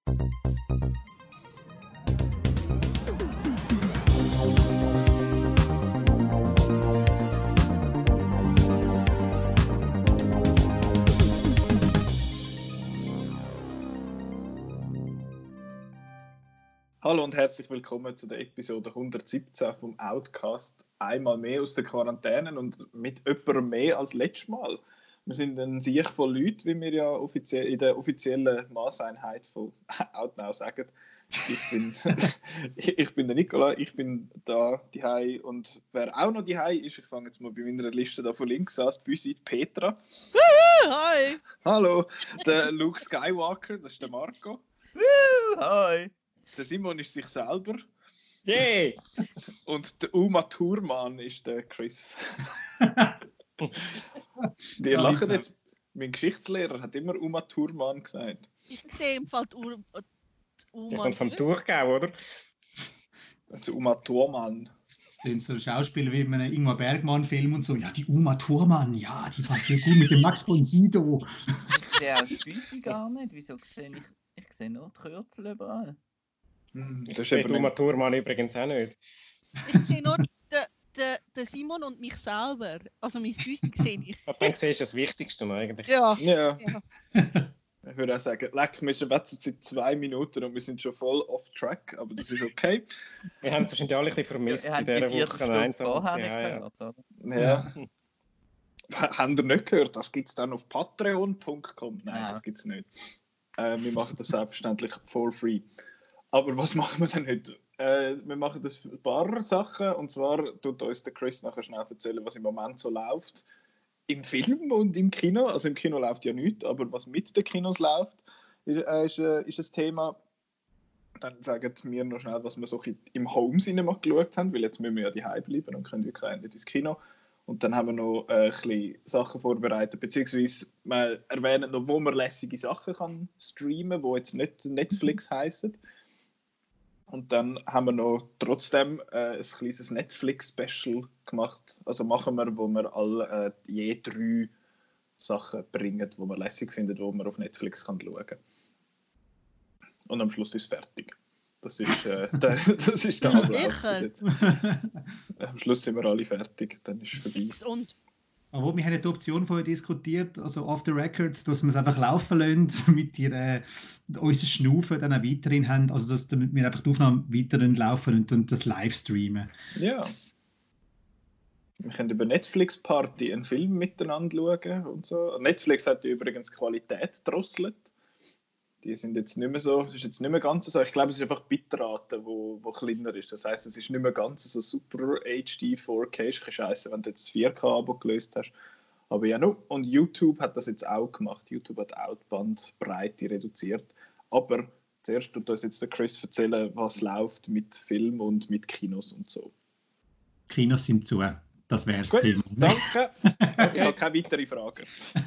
Hallo und herzlich willkommen zu der Episode 117 vom Outcast. Einmal mehr aus der Quarantäne und mit jemandem mehr als letztes Mal. Wir sind ein Sieg von Leuten, wie wir ja in der offiziellen Maßeinheit von Outnow sagen. Ich bin der Nicola, ich bin da daheim und wer auch noch daheim ist, ich fange jetzt mal bei meiner Liste da von links an, bei uns ist Petra. Hi! Hallo, der Luke Skywalker, das ist der Marco. Hi! Der Simon ist sich selber. Yay! Und der Uma Thurman ist der Chris. Die lachen jetzt. Mein Geschichtslehrer hat immer Uma Thurman gesagt. Ich sehe im Fall die Der kommt vom Durchgau, oder? Also Uma Thurman. Das sind so Schauspieler wie in einem Ingmar Bergmann-Film und so. Ja, die Uma Thurman, ja, die passt ja gut mit dem Max von Sydow. Der Füße gar nicht. Wieso sehe ich sehe nur die Kürzel überall. Das steht Uma Thurman übrigens auch nicht. Ich sehe nur den Simon und mich selber. Also mein Füße sehe ich. Aber dann siehst du das Wichtigste eigentlich. Ja. Ich würde auch sagen, leck, wir schwätzen seit 2 Minuten und wir sind schon voll off track, aber das ist okay. Wir haben es wahrscheinlich alle ein bisschen vermisst in dieser Woche. Ja. Habt ihr nicht gehört? Das gibt es dann auf patreon.com. Nein, das gibt es nicht. Wir machen das selbstverständlich for free. Aber was machen wir denn heute? Wir machen das ein paar Sachen. Und zwar tut uns der Chris nachher schnell erzählen, was im Moment so läuft. Im Film und im Kino. Also im Kino läuft ja nichts, aber was mit den Kinos läuft, ist ein Thema. Dann sagen wir noch schnell, was wir so im Home Cinema geschaut haben, weil jetzt müssen wir ja daheim bleiben und können, wie gesagt, nicht ins Kino. Und dann haben wir noch ein bisschen Sachen vorbereitet, beziehungsweise wir erwähnen noch, wo man lässige Sachen kann streamen, die jetzt nicht Netflix heissen. Und dann haben wir noch trotzdem ein kleines Netflix-Special gemacht. Also machen wir, wo wir alle je 3 Sachen bringen, die man lässig findet, die man auf Netflix kann schauen kann. Und am Schluss ist es fertig. Das ist der Ablauf. Am Schluss sind wir alle fertig, dann ist es vorbei. Und aber wir haben die Option vorher diskutiert, also off the record, dass wir es einfach laufen lassen, damit ihr unsere Schnaufen dann auch weiterhin haben, also damit wir einfach die Aufnahme weiterhin laufen und das live streamen. Ja. Wir können über Netflix Party einen Film miteinander schauen und so. Netflix hat übrigens Qualität gedrosselt. Die sind jetzt nicht mehr so, das ist jetzt nicht mehr ganz so. Ich glaube, es ist einfach die Bitrate, wo kleiner ist. Das heisst, es ist nicht mehr ganz so super HD 4K. Ist scheiße, wenn du jetzt das 4K-Abo gelöst hast. Aber ja, no. Und YouTube hat das jetzt auch gemacht. YouTube hat auch die Bandbreite reduziert. Aber zuerst tut uns jetzt der Chris erzählen, was läuft mit Film und mit Kinos und so. Kinos sind zu. Das wäre das Gut, Thema. Danke. Ich habe keine weiteren Fragen.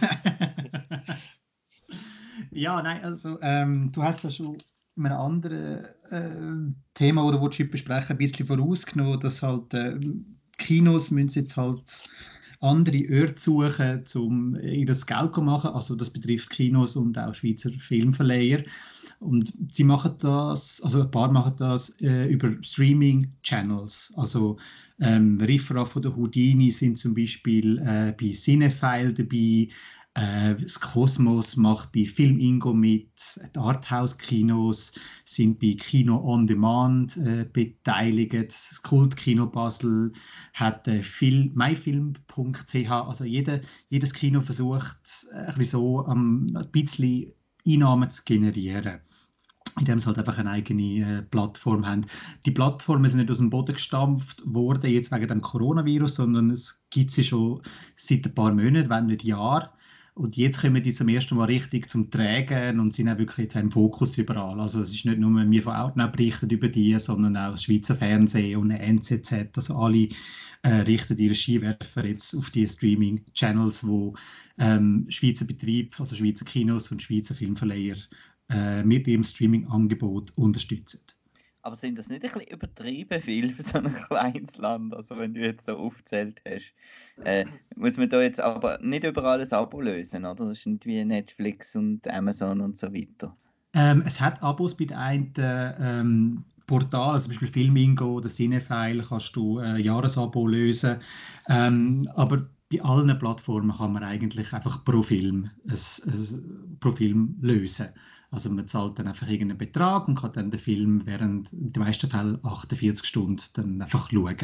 Ja, nein, also du hast ja schon in einem anderen Thema, das du heute besprechen ein bisschen vorausgenommen, dass halt Kinos müssen jetzt halt andere Orte suchen, um ihr Geld zu machen. Also das betrifft Kinos und auch Schweizer Filmverleiher. Und sie machen das, also ein paar machen das über Streaming-Channels. Also Riffraff von der Houdini sind zum Beispiel bei Cinefile dabei. Das Kosmos macht bei Filmingo mit, die Arthouse-Kinos sind bei Kino on Demand beteiligt, das Kultkino Basel hat myfilm.ch, also jedes Kino versucht ein bisschen so ein bisschen Einnahmen zu generieren, indem sie halt einfach eine eigene Plattform haben. Die Plattformen sind nicht aus dem Boden gestampft worden, jetzt wegen dem Coronavirus, sondern es gibt sie schon seit ein paar Monaten, wenn nicht Jahren. Und jetzt kommen die zum ersten Mal richtig zum Tragen und sind auch wirklich jetzt im Fokus überall. Also es ist nicht nur wir von Outnow berichten über die, sondern auch das Schweizer Fernsehen und NZZ. Also alle richten ihre Skiwerfer jetzt auf die Streaming-Channels, wo Schweizer Betrieb, also Schweizer Kinos und Schweizer Filmverleiher mit ihrem Streaming-Angebot unterstützen. Aber sind das nicht ein bisschen übertrieben viel für so ein kleines Land? Also wenn du jetzt so aufgezählt hast, muss man da jetzt aber nicht überall ein Abo lösen, oder? Das ist nicht wie Netflix und Amazon und so weiter. Es hat Abos bei den einen Portalen, also zum Beispiel Filmingo oder Cinefile, kannst du ein Jahresabo lösen. Aber bei allen Plattformen kann man eigentlich einfach pro Film lösen. Also man zahlt dann einfach irgendeinen Betrag und kann dann den Film während in den meisten Fällen 48 Stunden dann einfach schauen.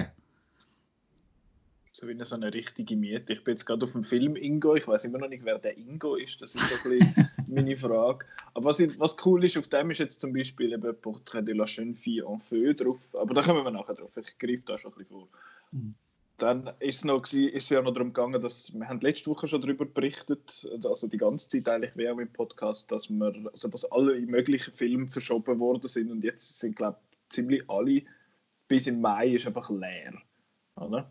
So wie so eine richtige Miete. Ich bin jetzt gerade auf dem Film Ingo. Ich weiß immer noch nicht, wer der Ingo ist. Das ist so ein bisschen meine Frage. Aber was cool ist, auf dem ist jetzt zum Beispiel eben Portrait de la jeune fille en feu drauf. Aber da kommen wir nachher drauf. Ich greife da schon ein bisschen vor. Dann ist es ja noch darum gegangen, dass wir haben letzte Woche schon darüber berichtet, also die ganze Zeit eigentlich wie auch im Podcast, dass alle möglichen Filme verschoben worden sind und jetzt sind, glaube ich, ziemlich alle bis im Mai ist einfach leer. Oder?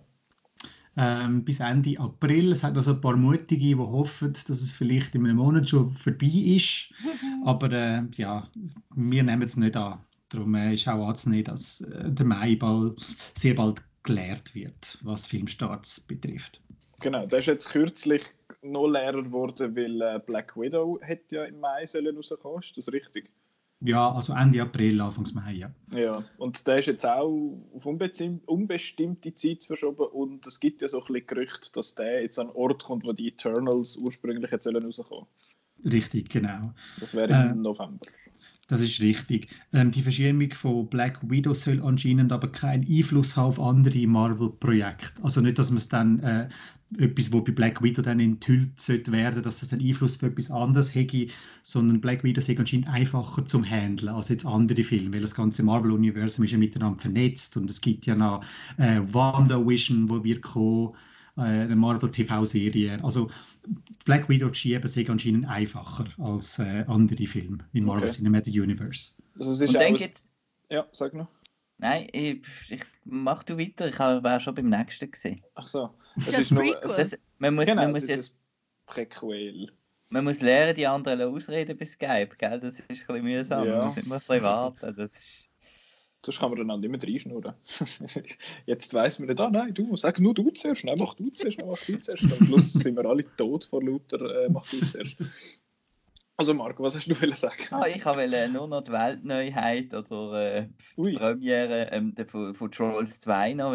Bis Ende April. Es hat noch so ein paar Mutige, die hoffen, dass es vielleicht in einem Monat schon vorbei ist. Aber wir nehmen es nicht an. Darum ist auch anzunehmen, dass der Mai sehr bald gelehrt wird, was Filmstarts betrifft. Genau, der ist jetzt kürzlich noch leerer geworden, weil Black Widow hätte ja im Mai rauskommen. Ist das richtig? Ja, also Ende April, Anfang Mai, ja. Ja, und der ist jetzt auch auf unbestimmte Zeit verschoben und es gibt ja so ein bisschen Gerüchte, dass der jetzt an einen Ort kommt, wo die Eternals ursprünglich jetzt rauskommen. Richtig, genau. Das wäre im November. Das ist richtig. Die Verschiebung von Black Widow soll anscheinend aber keinen Einfluss haben auf andere Marvel-Projekte. Also nicht, dass man es dann etwas, wo bei Black Widow dann enthüllt sollte werden, dass das dann Einfluss für etwas anderes hätte, sondern Black Widow ist anscheinend einfacher zum Handeln als jetzt andere Filme, weil das ganze Marvel-Universum ist ja miteinander vernetzt und es gibt ja noch WandaVision, wo wir kommen, eine Marvel-TV-Serie. Also Black Widow zu schieben ist anscheinend einfacher als andere Filme im Marvel Cinematic Universe. Also es ist und dann gibt's... Ja, sag noch. Nein, ich mach du weiter, ich wäre schon beim nächsten gesehen. Ach so. Es ist nur man muss jetzt Prequel. Man muss lernen, die anderen ausreden bei Skype, gell? Das ist ein bisschen mühsam, man muss immer ein bisschen warten. Das ist... Sonst kann man einander immer reinschnurren. Jetzt weiss man nicht, nein, sag nur du zuerst, nein, mach du zuerst, mach du zuerst. Am Schluss sind wir alle tot vor lauter, mach du zuerst. Also Marco, was hast du sagen? Ich wollte nur noch die Weltneuheit oder die Premiere von Trolls 2 noch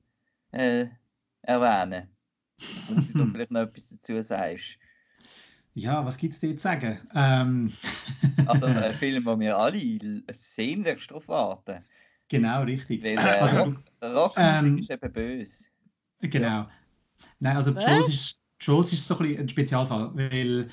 erwähnen. Und du vielleicht noch etwas dazu sagst. Ja, was gibt es dir zu sagen? Also ein Film, wo wir alle sehnlichst drauf warten. Genau, richtig. Weil Rockmusik ist eben böse. Genau. Ja. Nein, also Trolls ist so ein bisschen ein Spezialfall, weil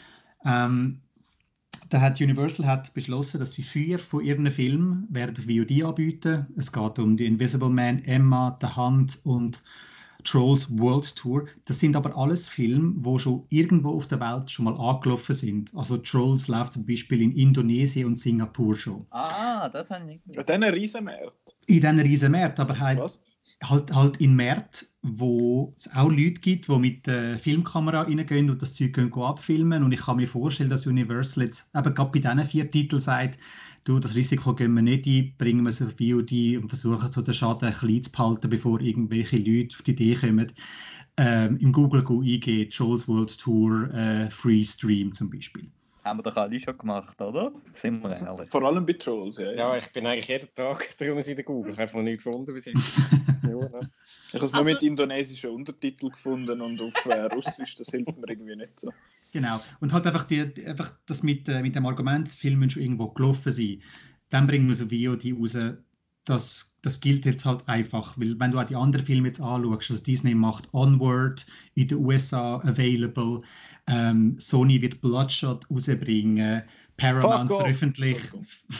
Universal hat beschlossen, dass sie 4 von ihren Filmen werden auf VOD anbieten. Es geht um The Invisible Man, Emma, The Hunt und Trolls World Tour. Das sind aber alles Filme, die schon irgendwo auf der Welt schon mal angelaufen sind. Also Trolls läuft zum Beispiel in Indonesien und Singapur schon. Das habe ich nicht gesehen. In diesen Riesenmärkten? In diesen Riesenmärkten, aber halt in Märkten, wo es auch Leute gibt, die mit der Filmkamera reingehen und das Zeug abfilmen. Und ich kann mir vorstellen, dass Universal jetzt eben gerade bei diesen 4 Titeln sagt, das Risiko gehen wir nicht ein, bringen wir es auf VOD und versuchen so den Schaden klein zu behalten, bevor irgendwelche Leute auf die Idee kommen, im Google eingeben, Trolls World Tour Free Stream zum Beispiel. Haben wir doch alle schon gemacht, oder? Sind wir ehrlich. Vor allem bei Trolls, ja. Ja, ich bin eigentlich jeden Tag drin in der Google. Ich habe einfach nichts gefunden bis jetzt. Ich habe es nur mit indonesischen Untertiteln gefunden und auf Russisch, das hilft mir irgendwie nicht so. Genau. Und halt einfach das mit dem Argument, die Filme müssen schon irgendwo gelaufen sein. Dann bringen wir so VOD raus. Das gilt jetzt halt einfach, weil wenn du auch die anderen Filme jetzt anschaust, also Disney macht Onward in den USA available, Sony wird Bloodshot rausbringen, Paramount veröffentlicht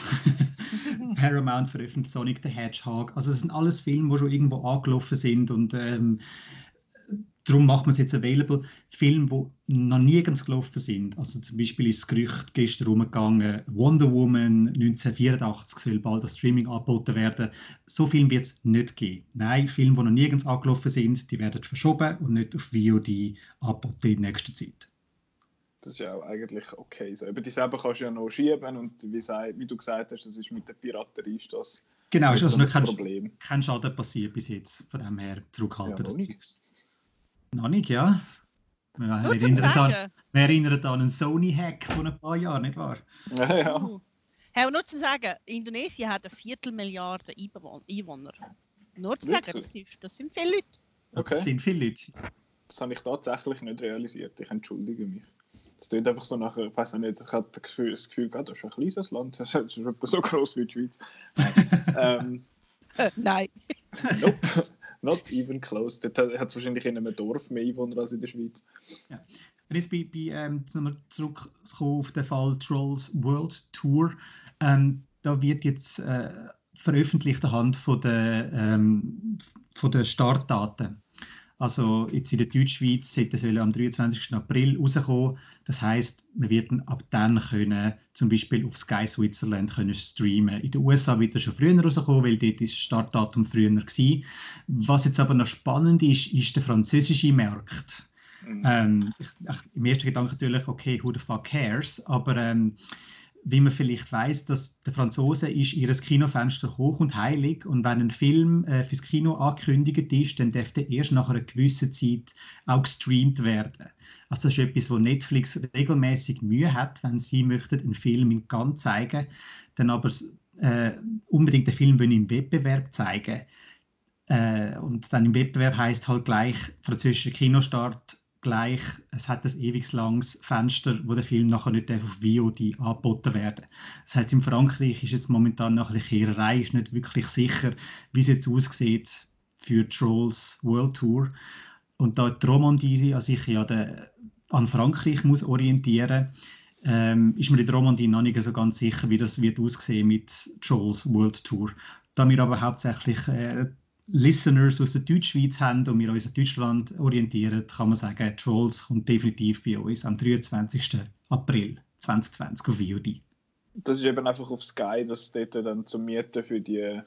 Sonic the Hedgehog. Also das sind alles Filme, die schon irgendwo angelaufen sind und darum macht man es jetzt available. Filme, die noch nirgends gelaufen sind. Also zum Beispiel ist das Gerücht gestern rumgegangen, Wonder Woman 1984 soll bald das Streaming angeboten werden. So Filme wird es nicht geben. Nein, Filme, die noch nirgends angelaufen sind, die werden verschoben und nicht auf VOD angeboten in nächster Zeit. Das ist ja auch eigentlich okay. So, über die selber kannst du ja noch schieben und wie du gesagt hast, das ist mit der Piraterie das genau, ist also noch kein Schaden passiert bis jetzt. Von dem her zurückhalten das Zeugs. Noch nicht, ja. Wir erinnern an einen Sony-Hack von ein paar Jahren, nicht wahr? Ja. Hey, und nur zu sagen, Indonesien hat 250 Milliarden Einwohner. Nur zu sagen, das sind viele Leute. Okay. Das sind viele Leute. Das habe ich tatsächlich nicht realisiert. Ich entschuldige mich. Es klingt einfach so nachher, ich weiß nicht, ich hatte das Gefühl, das ist ein kleines Land, das ist etwa so groß wie die Schweiz. Nein. Nope, not even close. Dort hat es wahrscheinlich in einem Dorf mehr Einwohner als in der Schweiz. Ja. Wenn jetzt nochmal zurückkommen auf den Fall Trolls World Tour, da wird jetzt veröffentlicht anhand von der Startdaten. Also jetzt in der Deutschschweiz sollte es am 23. April rauskommen. Das heisst, wir werden ab dann können, zum Beispiel auf Sky Switzerland können streamen. In den USA wird das schon früher rauskommen, weil dort ist das Startdatum früher war. Was jetzt aber noch spannend ist der französische Markt. Im ersten Gedanken natürlich, okay, who the fuck cares? Aber wie man vielleicht weiss, dass der Franzosen ist ihr Kinofenster hoch und heilig, und wenn ein Film fürs Kino angekündigt ist, dann darf der erst nach einer gewissen Zeit auch gestreamt werden. Also das ist etwas, wo Netflix regelmäßig Mühe hat, wenn sie möchten einen Film in ganz zeigen, dann aber unbedingt den Film im Wettbewerb zeigen. Und dann im Wettbewerb heisst halt gleich französischer Kinostart gleich, es hat ein ewig langes Fenster, wo der Film nachher nicht auf VOD angeboten werden. Das heisst, in Frankreich ist jetzt momentan nach der Kehrerei ist nicht wirklich sicher, wie es jetzt aussieht für Trolls World Tour. Und da die Romandie sich ja an Frankreich muss orientieren, ist man in der Romandie noch nicht so ganz sicher, wie das wird aussehen mit Trolls World Tour. Da wir aber hauptsächlich Listeners aus der Deutschschweiz haben und wir uns an Deutschland orientieren, kann man sagen, Trolls kommt definitiv bei uns am 23. April 2020 auf VOD. Das ist eben einfach auf Sky, dass dort dann zum Mieten für den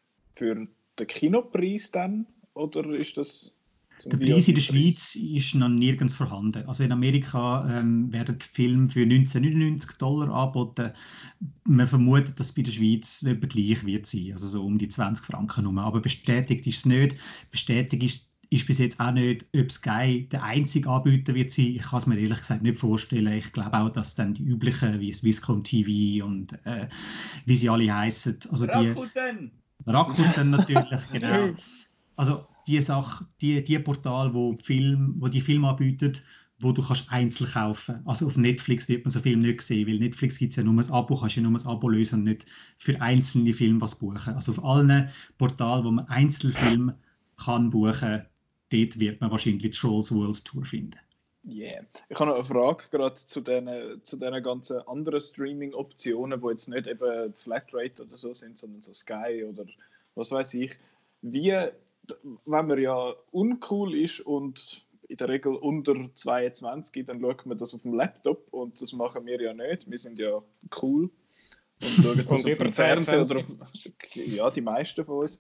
Kinopreis dann, oder ist das der Preis in der Schweiz ist noch nirgends vorhanden. Also in Amerika werden die Filme für $19,99 angeboten. Man vermutet, dass es bei der Schweiz etwa gleich wird sein, also so um die 20 Franken herum. Aber bestätigt ist es nicht. Bestätigt ist bis jetzt auch nicht, ob Sky der einzige Anbieter wird sein. Ich kann es mir ehrlich gesagt nicht vorstellen. Ich glaube auch, dass dann die üblichen, wie Swisscom TV und wie sie alle heissen. Also Rakuten natürlich, genau. Also die Sache, die Portale, wo die Filme anbieten, wo du kannst einzeln kaufen. Also auf Netflix wird man so Filme nicht sehen, weil Netflix gibt es ja nur ein Abo, kannst ja nur ein Abo lösen und nicht für einzelne Filme was buchen. Also auf allen Portalen, wo man Einzelfilme kann buchen, dort wird man wahrscheinlich die Trolls World Tour finden. Yeah. Ich habe noch eine Frage gerade zu diesen ganzen anderen Streaming-Optionen, die jetzt nicht eben Flatrate oder so sind, sondern so Sky oder was weiß ich. Wie, wenn man ja uncool ist und in der Regel unter 22, dann schaut man das auf dem Laptop, und das machen wir ja nicht. Wir sind ja cool und schauen das und auf dem Fernseher oder auf, ja, die meisten von uns.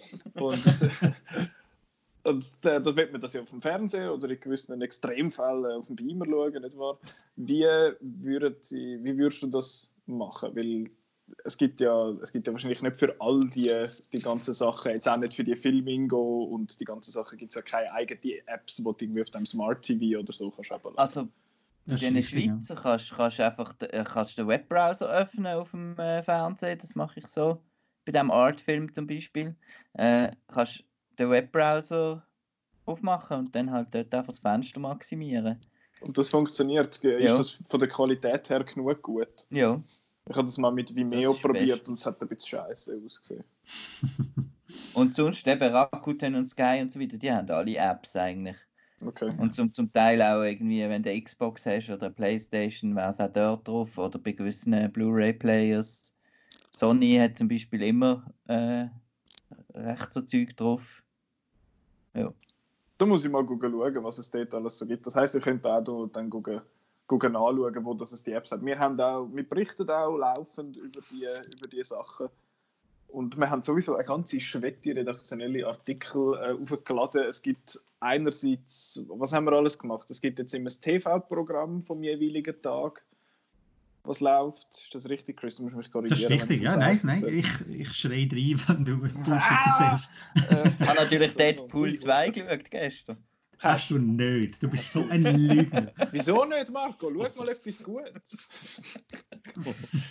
Und da wird man das ja auf dem Fernseher oder in gewissen Extremfällen auf dem Beamer schauen, nicht wahr? Wie würdest du das machen? Weil es gibt ja wahrscheinlich nicht für all die ganzen Sachen, jetzt auch nicht für die Filmingo und die ganzen Sachen, gibt es ja keine eigenen Apps, die du irgendwie auf deinem Smart TV oder so kannst abladen. Also in der Schweiz kannst du einfach den Webbrowser öffnen auf dem Fernseher, das mache ich so. Bei diesem Artfilm zum Beispiel kannst du den Webbrowser aufmachen und dann halt dort einfach das Fenster maximieren. Und das funktioniert? Ja. Ist das von der Qualität her genug gut? Ja. Ich habe das mal mit Vimeo probiert und es hat ein bisschen scheiße ausgesehen. Und sonst eben Rakuten und Sky und so weiter, die haben alle Apps eigentlich. Okay. Und zum Teil auch irgendwie, wenn du eine Xbox hast oder eine Playstation, wäre es auch dort drauf oder bei gewissen Blu-ray-Players. Sony hat zum Beispiel immer recht so Zeug drauf. Ja. Da muss ich mal schauen, was es dort alles so gibt. Das heisst, ihr könnt auch dann anschauen, wo das es die Apps hat. Wir berichten auch laufend über die Sachen. Und wir haben sowieso eine ganze Schwette redaktionelle Artikel aufgeladen. Es gibt einerseits, was haben wir alles gemacht? Es gibt jetzt immer das TV-Programm vom jeweiligen Tag, was läuft. Ist das richtig, Chris? Du musst mich korrigieren. Das ist richtig, ja. Nein, ich schreie rein, wenn du Bullshit erzählst. Ich habe natürlich Deadpool 2 geschaut gestern. Hast du nicht. Du bist so ein Lügner. Wieso nicht, Marco? Schau mal etwas Gutes.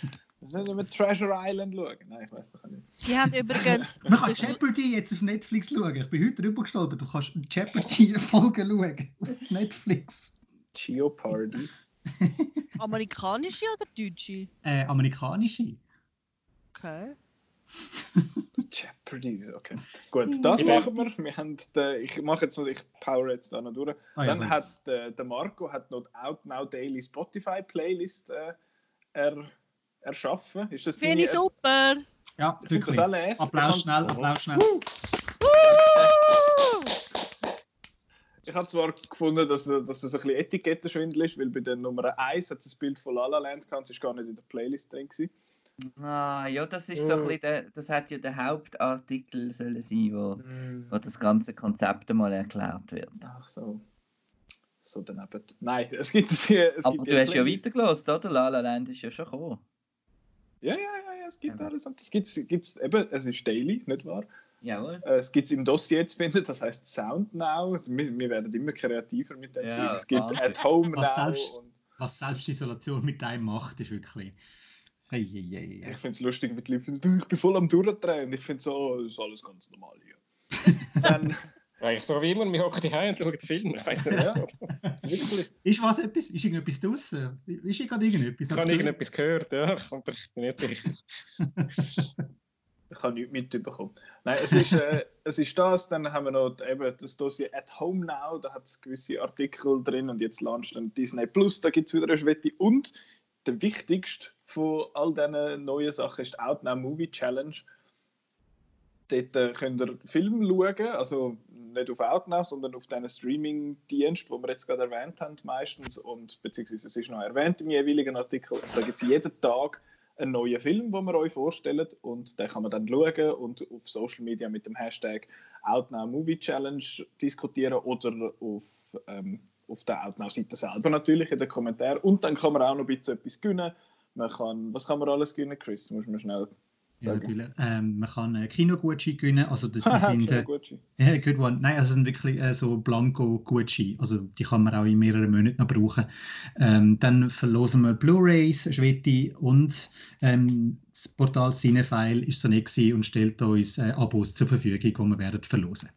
Wenn wir Treasure Island schauen. Nein, ich weiß doch nicht. Sie haben übrigens... Man kann Jeopardy jetzt auf Netflix schauen. Ich bin heute drüber gestolpert. Du kannst Jeopardy-Folgen schauen. Auf Netflix. Jeopardy. Amerikanische oder deutsche? Amerikanische. Okay. Jeopardy, okay. Gut, das machen wir. Ich power jetzt da noch durch. Dann hat der Marco noch die Out Now Daily Spotify Playlist erschaffen. Ist das Finde ich super! Ja, wirklich. Applaus schnell. Ich habe zwar gefunden, dass das ein bisschen Etikettenschwindel ist, weil bei der Nummer 1 hat es ein Bild von La La Land gehabt, es war gar nicht in der Playlist drin gewesen. Ja, das ist so ein bisschen das hat ja der Hauptartikel sollen sein, wo das ganze Konzept einmal erklärt wird. Ach so. So daneben. Nein, es gibt aber du hast ja weitergelassen, oder? La La Land ist ja schon gekommen. Ja, es gibt alles. Und das gibt's eben, es ist daily, nicht wahr? Jawohl. Es gibt es im Dossier zu finden, das heisst Sound Now. Also wir werden immer kreativer mit dem Zeug. Es gibt At Home Now. Was Selbstisolation mit einem macht, ist wirklich... Hey. Ich finde es lustig, wie die Leute finden, ich bin voll am Durchdrehen. Und ich finde so, ist alles ganz normal hier. Dann... Eigentlich so wie immer, wir hocken die Hause und schauen den Film. Ich weiss nicht, wirklich. Ist irgendetwas draussen? Ist gerade irgendetwas? Ich habe irgendetwas gehört, ja, aber ich bin nicht sicher. Ich habe nichts mitbekommen. Nein, es ist das. Dann haben wir noch eben das Dossier At Home Now. Da hat es gewisse Artikel drin und jetzt launcht dann Disney Plus. Da gibt es wieder eine Schwette. Und der wichtigste von all diesen neuen Sachen ist die Out Now Movie Challenge. Dort könnt ihr Filme schauen, also nicht auf Outnow, sondern auf diesen Streaming-Dienst, den wir jetzt gerade erwähnt haben meistens, und beziehungsweise es ist noch erwähnt im jeweiligen Artikel. Und da gibt es jeden Tag einen neuen Film, den wir euch vorstellen, und den kann man dann schauen und auf Social Media mit dem Hashtag Outnow Movie Challenge diskutieren oder auf der Outnow-Seite selber natürlich in den Kommentaren. Und dann kann man auch noch ein bisschen etwas gewinnen. Was kann man alles gewinnen, Chris? Muss man schnell... Ja, natürlich. Man kann Kinogutscheine gewinnen, also die sind good one. Nein, also sind wirklich so Blanko-Gutscheine, also die kann man auch in mehreren Monaten noch brauchen. Dann verlosen wir Blu-rays, Schwette, und das Portal Cinefile ist so nett und stellt uns Abos zur Verfügung, die wir werden verlosen.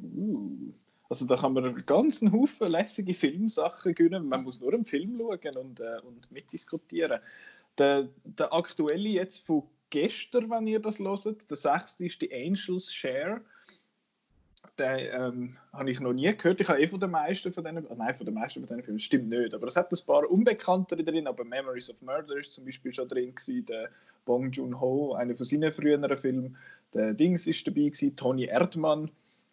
Also da kann man einen ganzen Haufen lässige Filmsachen gewinnen. Man muss nur einen Film schauen und mitdiskutieren. Der aktuelle jetzt von gestern, wenn ihr das hört, der 6. ist die Angels Share. Den habe ich noch nie gehört. Ich habe von den meisten von diesen Filmen, stimmt nicht, aber es hat ein paar Unbekanntere drin, aber Memories of Murder ist zum Beispiel schon drin gewesen, der Bong Joon-ho, einer von seinen früheren Filmen, der Dings ist dabei gewesen, Toni Erdmann.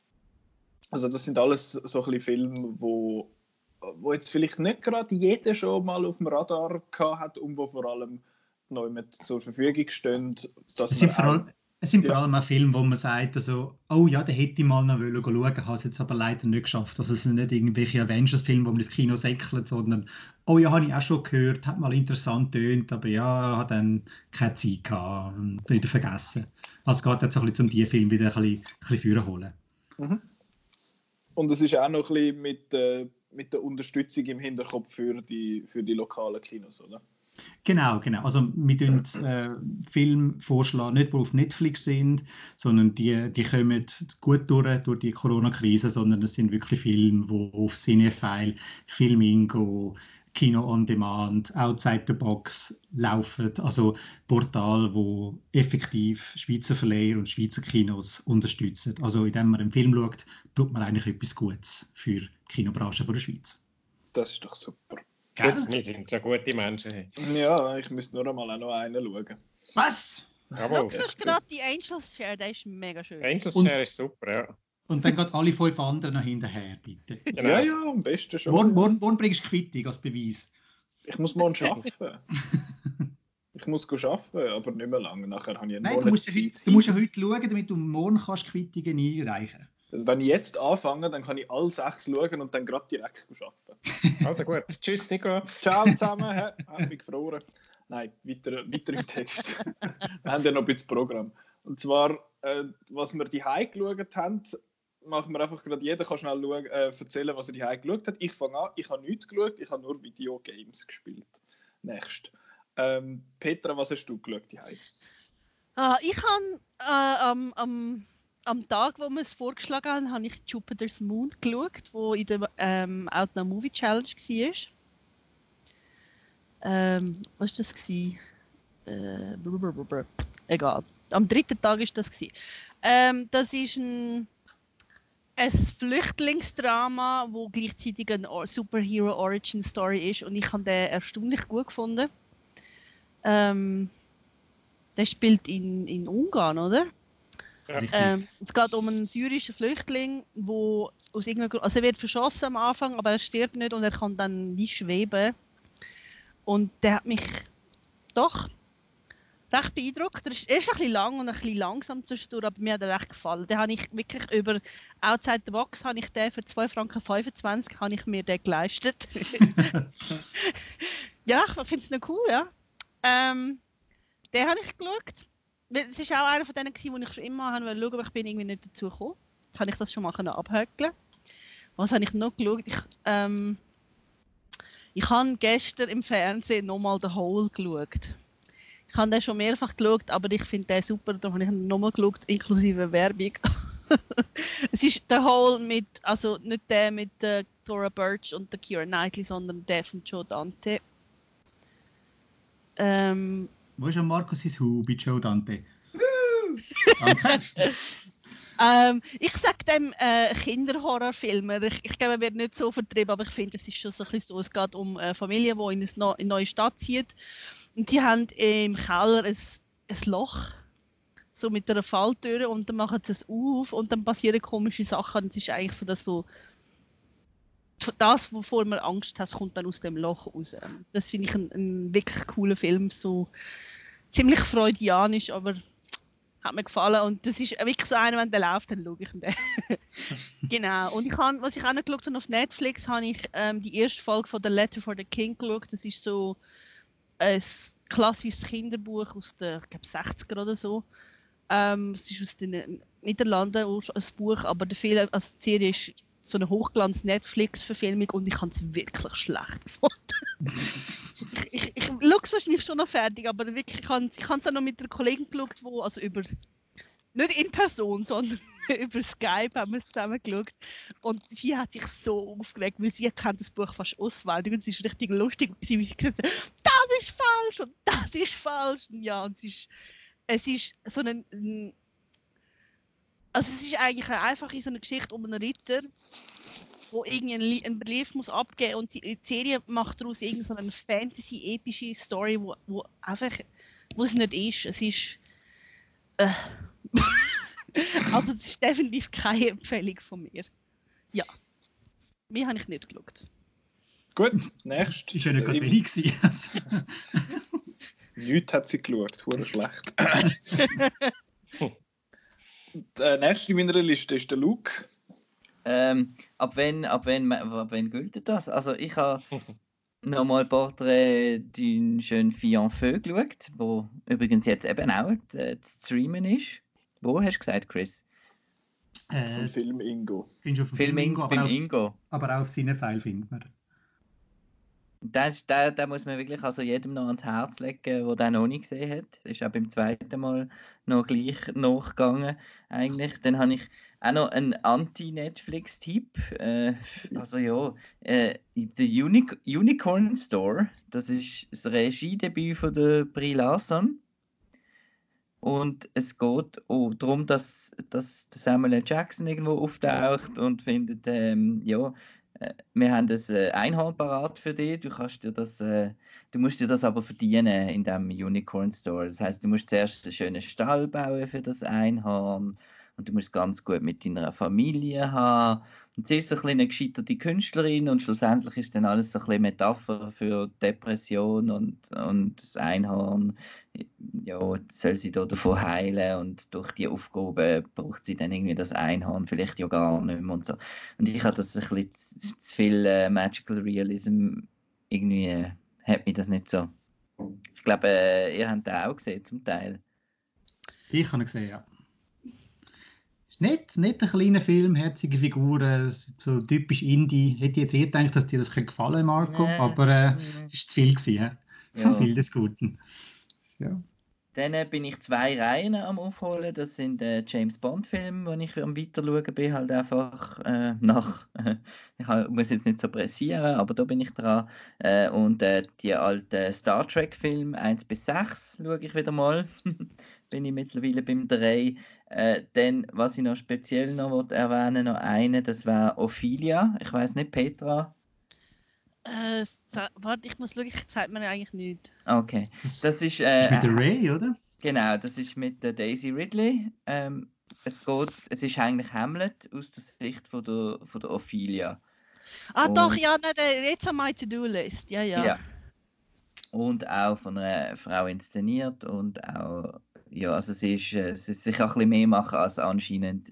Also das sind alles so ein bisschen Filme, wo jetzt vielleicht nicht gerade jeder schon mal auf dem Radar gehabt hat und wo vor allem neu mit zur Verfügung stehen. Es sind vor allem auch Filme, wo man sagt, also, oh ja, den hätte ich mal noch schauen, habe es jetzt aber leider nicht geschafft. Also es sind nicht irgendwelche Avengers-Filme, wo man ins Kino säckelt, sondern, oh ja, habe ich auch schon gehört, hat mal interessant tönt, aber ja, hat dann keine Zeit gehabt und wieder vergessen. Also es geht jetzt ein bisschen um die Filme wieder ein bisschen vorholen. Mhm. Und es ist auch noch ein bisschen mit der Unterstützung im Hinterkopf für die lokalen Kinos, oder? Genau. Also wir tun Filme vorschlagen, nicht die auf Netflix sind, sondern die kommen gut durch die Corona-Krise, sondern es sind wirklich Filme, die auf Cinefile, Filmingo, Kino on Demand, Outside the Box laufen. Also Portal, wo effektiv Schweizer Verleiher und Schweizer Kinos unterstützen. Also indem man einen Film schaut, tut man eigentlich etwas Gutes für die Kinobranche der Schweiz. Das ist doch super. Wir sind ja gute Menschen. Ja, ich müsste nur einmal auch noch einen schauen. Was? Schau gerade die Angels Share, der ist mega schön. Angels Share ist super, ja. Und dann geht alle 5 anderen noch hinterher, bitte. Genau. Ja, am besten schon. Morgen bringst du Quittung als Beweis. Ich muss morgen arbeiten. Ich muss arbeiten, aber nicht mehr lange. Nachher habe ich einen Monat Zeit. Du musst ja heute schauen, damit du morgen Quittungen einreichen kannst. Wenn ich jetzt anfange, dann kann ich alle 6 schauen und dann gerade direkt arbeiten. Also gut. Tschüss, Nico. Ciao zusammen. Hat mich gefroren. Nein, weiter im Text. Wir haben ja noch ein bisschen Programm. Und zwar, was wir die Hause geschaut haben, machen wir einfach gerade, jeder kann schnell erzählen, was er die Hause geschaut hat. Ich fange an, ich habe nichts geschaut, ich habe nur Videogames gespielt. Nächst. Petra, was hast du geschaut? Ich habe am Tag, wo wir es vorgeschlagen haben, habe ich Jupiter's Moon geschaut, wo in der Outnow Movie Challenge war. Was war das? Egal. Am dritten Tag war das. Das ist ein Flüchtlingsdrama, wo gleichzeitig eine Superhero Origin Story ist, und ich habe den erstaunlich gut gefunden. Der spielt in Ungarn, oder? Es geht um einen syrischen Flüchtling, wo aus irgendeinem Grund, also er wird verschossen am Anfang, aber er stirbt nicht und er kann dann wie schweben. Und der hat mich doch recht beeindruckt. Er ist ein bisschen lang und ein bisschen langsam zwischendurch, aber mir hat er recht gefallen. Den habe ich wirklich über Outside the Box habe ich den für 2,25 Franken habe ich mir den geleistet. Ja, ich finde es noch cool, ja. Den habe ich geschaut. Es war auch einer von denen, wo ich schon immer schauen wollte, aber ich bin irgendwie nicht dazu gekommen. Jetzt habe ich das schon mal abhökeln. Was habe ich noch geschaut? Ich habe gestern im Fernsehen nochmal «The Hole» geschaut. Ich habe den schon mehrfach geschaut, aber ich finde den super, darum habe ich ihn nochmal geschaut, inklusive Werbung. Es ist «The Hole» mit, also nicht der mit Thora Birch und der Keira Knightley, sondern der von Joe Dante. Wo ist Markus ins Hu bei Joe Dante? Ich sage dem Kinderhorrorfilm. Ich glaube, er wird nicht so vertrieben, aber ich finde, es ist schon so ein bisschen so. Es geht um eine Familie, die in eine neue Stadt zieht. Und die haben im Keller ein Loch, so mit einer Falltür, und dann machen sie es auf und dann passieren komische Sachen. Und es ist eigentlich so, dass so das, wovor man Angst hat, kommt dann aus dem Loch raus. Das finde ich ein wirklich cooler Film, so ziemlich freudianisch, aber hat mir gefallen. Und das ist wirklich so einer, wenn der läuft, dann schaue ich den. Genau. Und was ich auch noch geschaut habe auf Netflix, habe ich die erste Folge von «The Letter for the King» geschaut. Das ist so ein klassisches Kinderbuch aus den, ich glaube, 60er oder so. Es ist aus den Niederlanden ein Buch, aber der Film, also die Serie ist so eine Hochglanz-Netflix-Verfilmung und ich habe es wirklich schlecht gefunden. ich schaue es wahrscheinlich schon noch fertig, aber wirklich, ich habe es auch noch mit einer Kollegin geschaut, also nicht in Person, sondern über Skype haben wir es zusammen geschaut. Und sie hat sich so aufgeregt, weil sie kennt das Buch fast auswendig und es ist richtig lustig, wie sie gesagt hat, das ist falsch und das ist falsch. Und ja, und es ist so ein also es ist eigentlich einfach so eine Geschichte um einen Ritter, der irgendwie einen Brief muss abgeben muss, und die Serie macht daraus irgendwie so eine Fantasy-epische Story, wo es nicht ist. Es ist also das ist definitiv keine Empfehlung von mir. Ja, mehr habe ich nicht geschaut. Gut, nächstes. Ist ja nicht gerade wenig gewesen. Nichts hat sie geschaut, hure schlecht. Der nächste in meiner Liste ist der Luke. Ab wann gilt das? Also ich habe nochmal Portrait d'une jeune fille en feu geschaut, wo übrigens jetzt eben auch zu streamen ist. Wo hast du gesagt, Chris? Vom Film Ingo. Film Ingo, aber auch auf seinen Pfeil findet man. Da muss man wirklich also jedem noch ans Herz legen, der den noch nicht gesehen hat. Das ist auch beim zweiten Mal noch gleich nachgegangen eigentlich. Dann habe ich auch noch einen Anti-Netflix-Tipp. Also ja, The Unicorn Store. Das ist das Regiedebüt von der Brie Larson. Und es geht auch darum, dass Samuel L. Jackson irgendwo auftaucht und findet, wir haben das Einhorn parat für dich. Du musst dir das aber verdienen in diesem Unicorn Store. Das heisst, du musst zuerst einen schönen Stall bauen für das Einhorn und du musst es ganz gut mit deiner Familie haben. Und sie ist so ein bisschen eine gescheiterte Künstlerin und schlussendlich ist dann alles so ein bisschen Metapher für Depression und das Einhorn. Ja, soll sie da davon heilen und durch die Aufgabe braucht sie dann irgendwie das Einhorn vielleicht ja gar nicht mehr und so. Und ich habe das ein bisschen zu viel Magical Realism, irgendwie hat mich das nicht so. Ich glaube, ihr habt den auch gesehen zum Teil. Ich habe ihn gesehen, ja. Es ist nicht ein kleiner Film, herzige Figuren, so typisch Indie. Hätte ich jetzt eher gedacht, dass dir das gefallen könnte, Marco, aber es war zu viel gewesen. Ja. Viel des Guten. Ja. Dann bin ich 2 Reihen am Aufholen. Das sind James Bond-Filme, die ich am Weiterschauen bin. Halt einfach ich muss jetzt nicht so pressieren, aber da bin ich dran. Und die alten Star Trek-Filme 1 bis 6 schaue ich wieder mal. Bin ich mittlerweile beim 3. Dann, was ich noch speziell noch erwähnen noch einen, das wäre Ophelia. Ich weiß nicht, Petra. Warte, ich muss schauen, ich zeige mir eigentlich nichts. Okay. Das ist mit der Ray, oder? Genau, das ist mit der Daisy Ridley. Es ist eigentlich Hamlet aus der Sicht von der Ophelia. Doch, ja, jetzt an meine To-Do-List. Ja. Und auch von einer Frau inszeniert und auch, ja, also sie ist sich auch ein bisschen mehr machen als anscheinend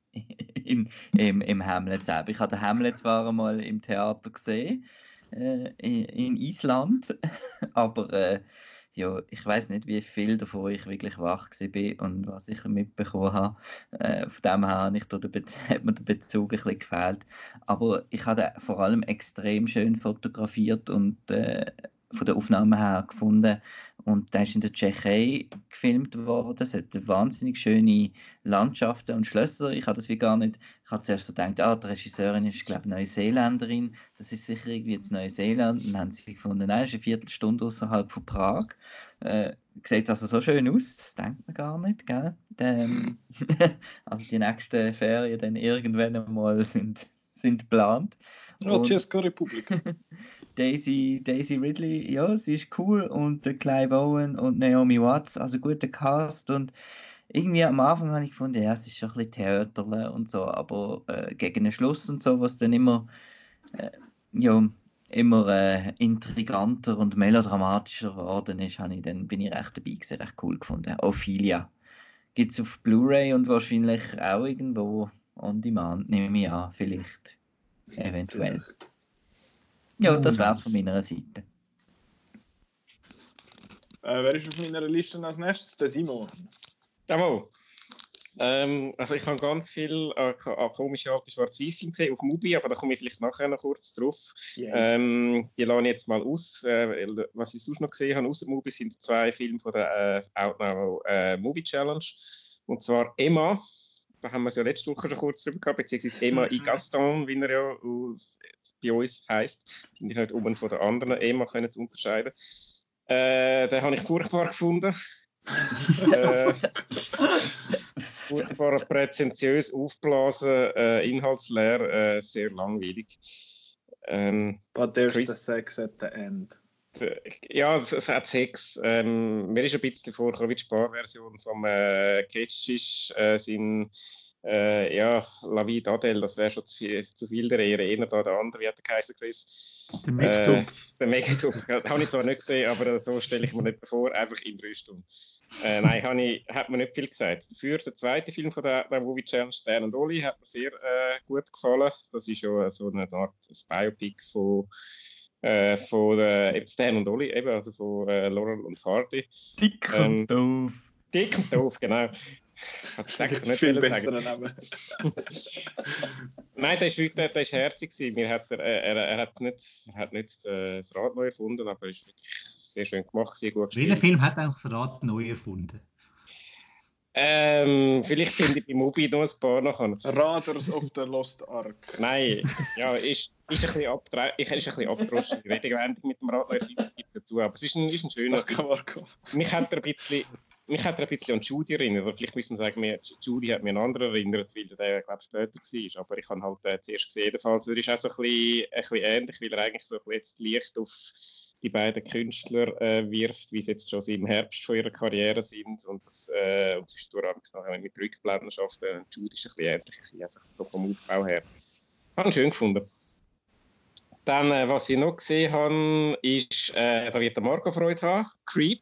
im Hamlet selber. Ich habe den Hamlet zwar einmal im Theater gesehen, in Island, aber ja, ich weiß nicht, wie viel davon ich wirklich wach war und was ich mitbekommen habe. Von dem her hat mir der Bezug ein bisschen gefehlt. Aber ich habe den vor allem extrem schön fotografiert und von der Aufnahme her gefunden. Und der ist in der Tschechei gefilmt worden. Es hat wahnsinnig schöne Landschaften und Schlösser. Ich habe das wie gar nicht. Ich habe zuerst so gedacht, die Regisseurin ist, glaube ich, Neuseeländerin. Das ist sicher irgendwie jetzt Neuseeland. Und dann haben sie gefunden, nein, das ist eine Viertelstunde außerhalb von Prag. Sieht also so schön aus, das denkt man gar nicht, gell? Also die nächsten Ferien dann irgendwann einmal sind geplant. Česká republika. Daisy Ridley, ja, sie ist cool, und der Clive Owen und Naomi Watts, also guter Cast, und irgendwie am Anfang habe ich gefunden, ja, es ist schon ein bisschen Theaterle und so, aber gegen den Schluss und so, was dann immer intriganter und melodramatischer geworden ist, bin ich recht dabei gewesen, recht cool gefunden. Ophelia gibt es auf Blu-ray und wahrscheinlich auch irgendwo on demand, nehme ich an, vielleicht, eventuell. Ja, das wär's von meiner Seite. Wer ist auf meiner Liste als nächstes? Der Simon. Jawohl. Also ich habe ganz viel komische alte Schwarz-Weiß-Filme gesehen auf Mubi, aber da komme ich vielleicht nachher noch kurz drauf. Yes. Die lasse ich jetzt mal aus. Was ich sonst noch gesehen habe aus Mubi sind 2 Filme von der Outnow Movie Challenge. Und zwar Emma. Da haben wir es ja letzte Woche schon kurz drüber gehabt, beziehungsweise Emma y Gaston, wie er ja bei uns heisst. Finde ich nicht oben von der anderen Emma können zu unterscheiden. Den habe ich furchtbar gefunden. Furchtbar präzentiös, aufblasen, inhaltsleer, sehr langweilig. But there's the sex at the end. Ja, es hat Sex. Mir ist ein bisschen vorgekommen wie die Sparversion vom Ketschisch sein La Vie d'Adèle, das wäre schon zu viel der Ehre. Eher da der andere, wie hat der Kaiser Chris? Der Megtopf. Der Megtopf, habe ich zwar nicht gesehen, aber so stelle ich mir nicht vor, einfach in 3 Stunden. Nein, hat mir nicht viel gesagt. Für den zweiten Film von der Movie Challenge, Stan und Olli, hat mir sehr gut gefallen. Das ist ja so eine Art Biopic von Stan und Olli, eben, also von Laurel und Hardy. Dick und doof. Dick und doof, genau. Das ist viel besser Name. Nein, der ist herzig gewesen. Er hat nicht das Rad neu erfunden, aber er ist wirklich sehr schön gemacht, sehr gut gespielt. Welcher Film hat eigentlich das Rad neu erfunden? Vielleicht finde ich bei Mubi noch ein paar noch. Raiders of the Lost Ark. Nein, ja, ist ein bisschen abgedroschen. Die Redewendung mit dem Rad neu erfunden gibt dazu, aber es ist ein schöner Film. Mich hat er ein bisschen an Judy erinnert, oder vielleicht müssen wir sagen, Judy hat mir einen anderen erinnert, weil der, glaube ich, später war, aber ich habe halt zuerst gesehen, jedenfalls, er ist auch so ein bisschen ähnlich, weil er eigentlich so jetzt Licht auf die beiden Künstler wirft, wie sie jetzt schon im Herbst von ihrer Karriere sind, und zwischendurch noch mit Rückblenden schafft. Judy ist ein bisschen ähnlich, also vom Aufbau her. Habe ich schön gefunden. Dann, was ich noch gesehen habe, ist, da wird der Marco Freude haben, Creep.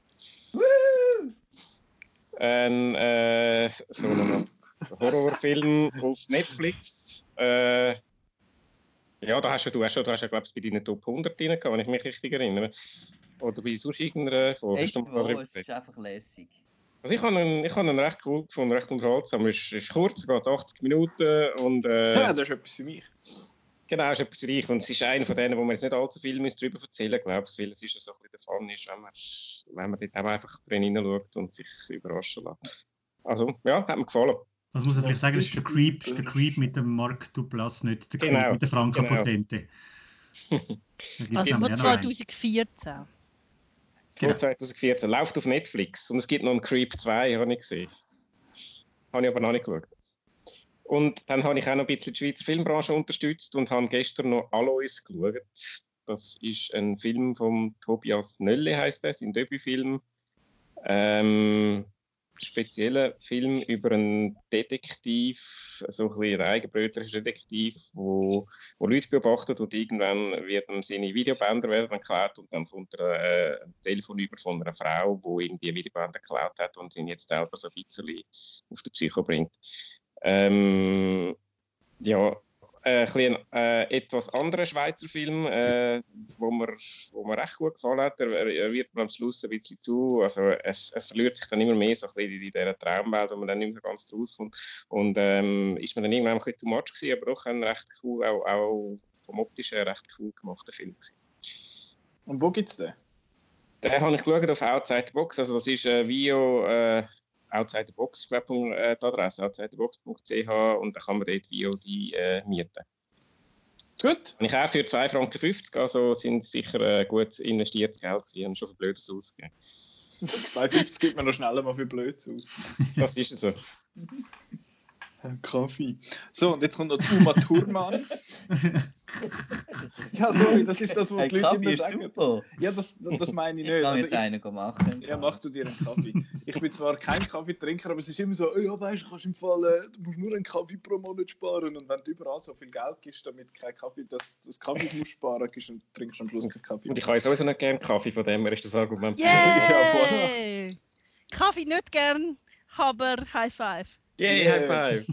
So ein Horrorfilm auf Netflix. Ja, du hast ja, glaube ich, bei deinen Top 100 drin gehabt, wenn ich mich richtig erinnere. Oder bei sonst irgendeiner Folge. Es ist einfach lässig. Also ich habe ihn recht cool gefunden, recht unterhaltsam. Es ist kurz, es geht 80 Minuten und... Ja, das ist etwas für mich. Genau, ist etwas reich. Und es ist einer von denen, wo man jetzt nicht allzu viel darüber erzählen muss, glaube ich, weil es ist so ein bisschen der Fun ist, wenn man dort einfach drin hineinschaut und sich überraschen lässt. Also, ja, hat mir gefallen. Also muss ich vielleicht sagen, das ist der Creep mit dem Mark Duplass, nicht der Creep mit der Franka Potente. Also von 2014. Genau. 2014. Läuft auf Netflix. Und es gibt noch einen Creep 2, habe ich gesehen. Habe ich aber noch nicht geschaut. Und dann habe ich auch noch ein bisschen die Schweizer Filmbranche unterstützt und habe gestern noch Alois geschaut. Das ist ein Film von Tobias Nölle, heisst das, ein Debütfilm. Spezieller Film über einen Detektiv, so ein bisschen eigenbrötlerischer Detektiv, wo Leute beobachtet und irgendwann werden seine Videobänder geklaut und dann kommt ein Telefon über von einer Frau, die irgendwie Videobänder geklaut hat und ihn jetzt selber so ein bisschen auf die Psycho bringt. Ja, ein etwas anderer Schweizer Film, wo mir recht gut gefallen hat. Er wird mir am Schluss ein bisschen zu, also er verliert sich dann immer mehr so ein bisschen in dieser Traumwelt, wo man dann nicht mehr ganz rauskommt. Und ist mir dann irgendwann ein bisschen too much gewesen, aber doch ein recht cool, auch vom Optischen her recht cool gemachter Film gewesen. Und wo gibt es den? Den habe ich geschaut auf Outside the Box, also das ist Vio Outside the Box, die Adresse, outsidethebox.ch und dann kann man dort VOD mieten. Gut. Und ich auch für 2,50 Franken, also sind es sicher gut investiertes Geld gewesen, haben schon für Blödes ausgegeben. 2,50 gibt man noch schneller mal für Blödes aus. Das ist so. Kaffee. So, und jetzt kommt noch Uma Thurman. Ja, sorry, das ist das, was die Leute immer sagen. Super. Ja, das meine ich nicht. Ich kann jetzt einen machen. Ja, mach du dir einen Kaffee. Ich bin zwar kein Kaffeetrinker, aber es ist immer so, ja, weißt du, du musst nur einen Kaffee pro Monat sparen. Und wenn du überall so viel Geld gibst, damit kein Kaffee, das Kaffee musst sparen, trinkst du am Schluss keinen Kaffee. Und ich habe sowieso nicht gerne Kaffee, von dem her ist das Argument. Yeah! Kaffee nicht gern, aber High Five. Yay, High Five!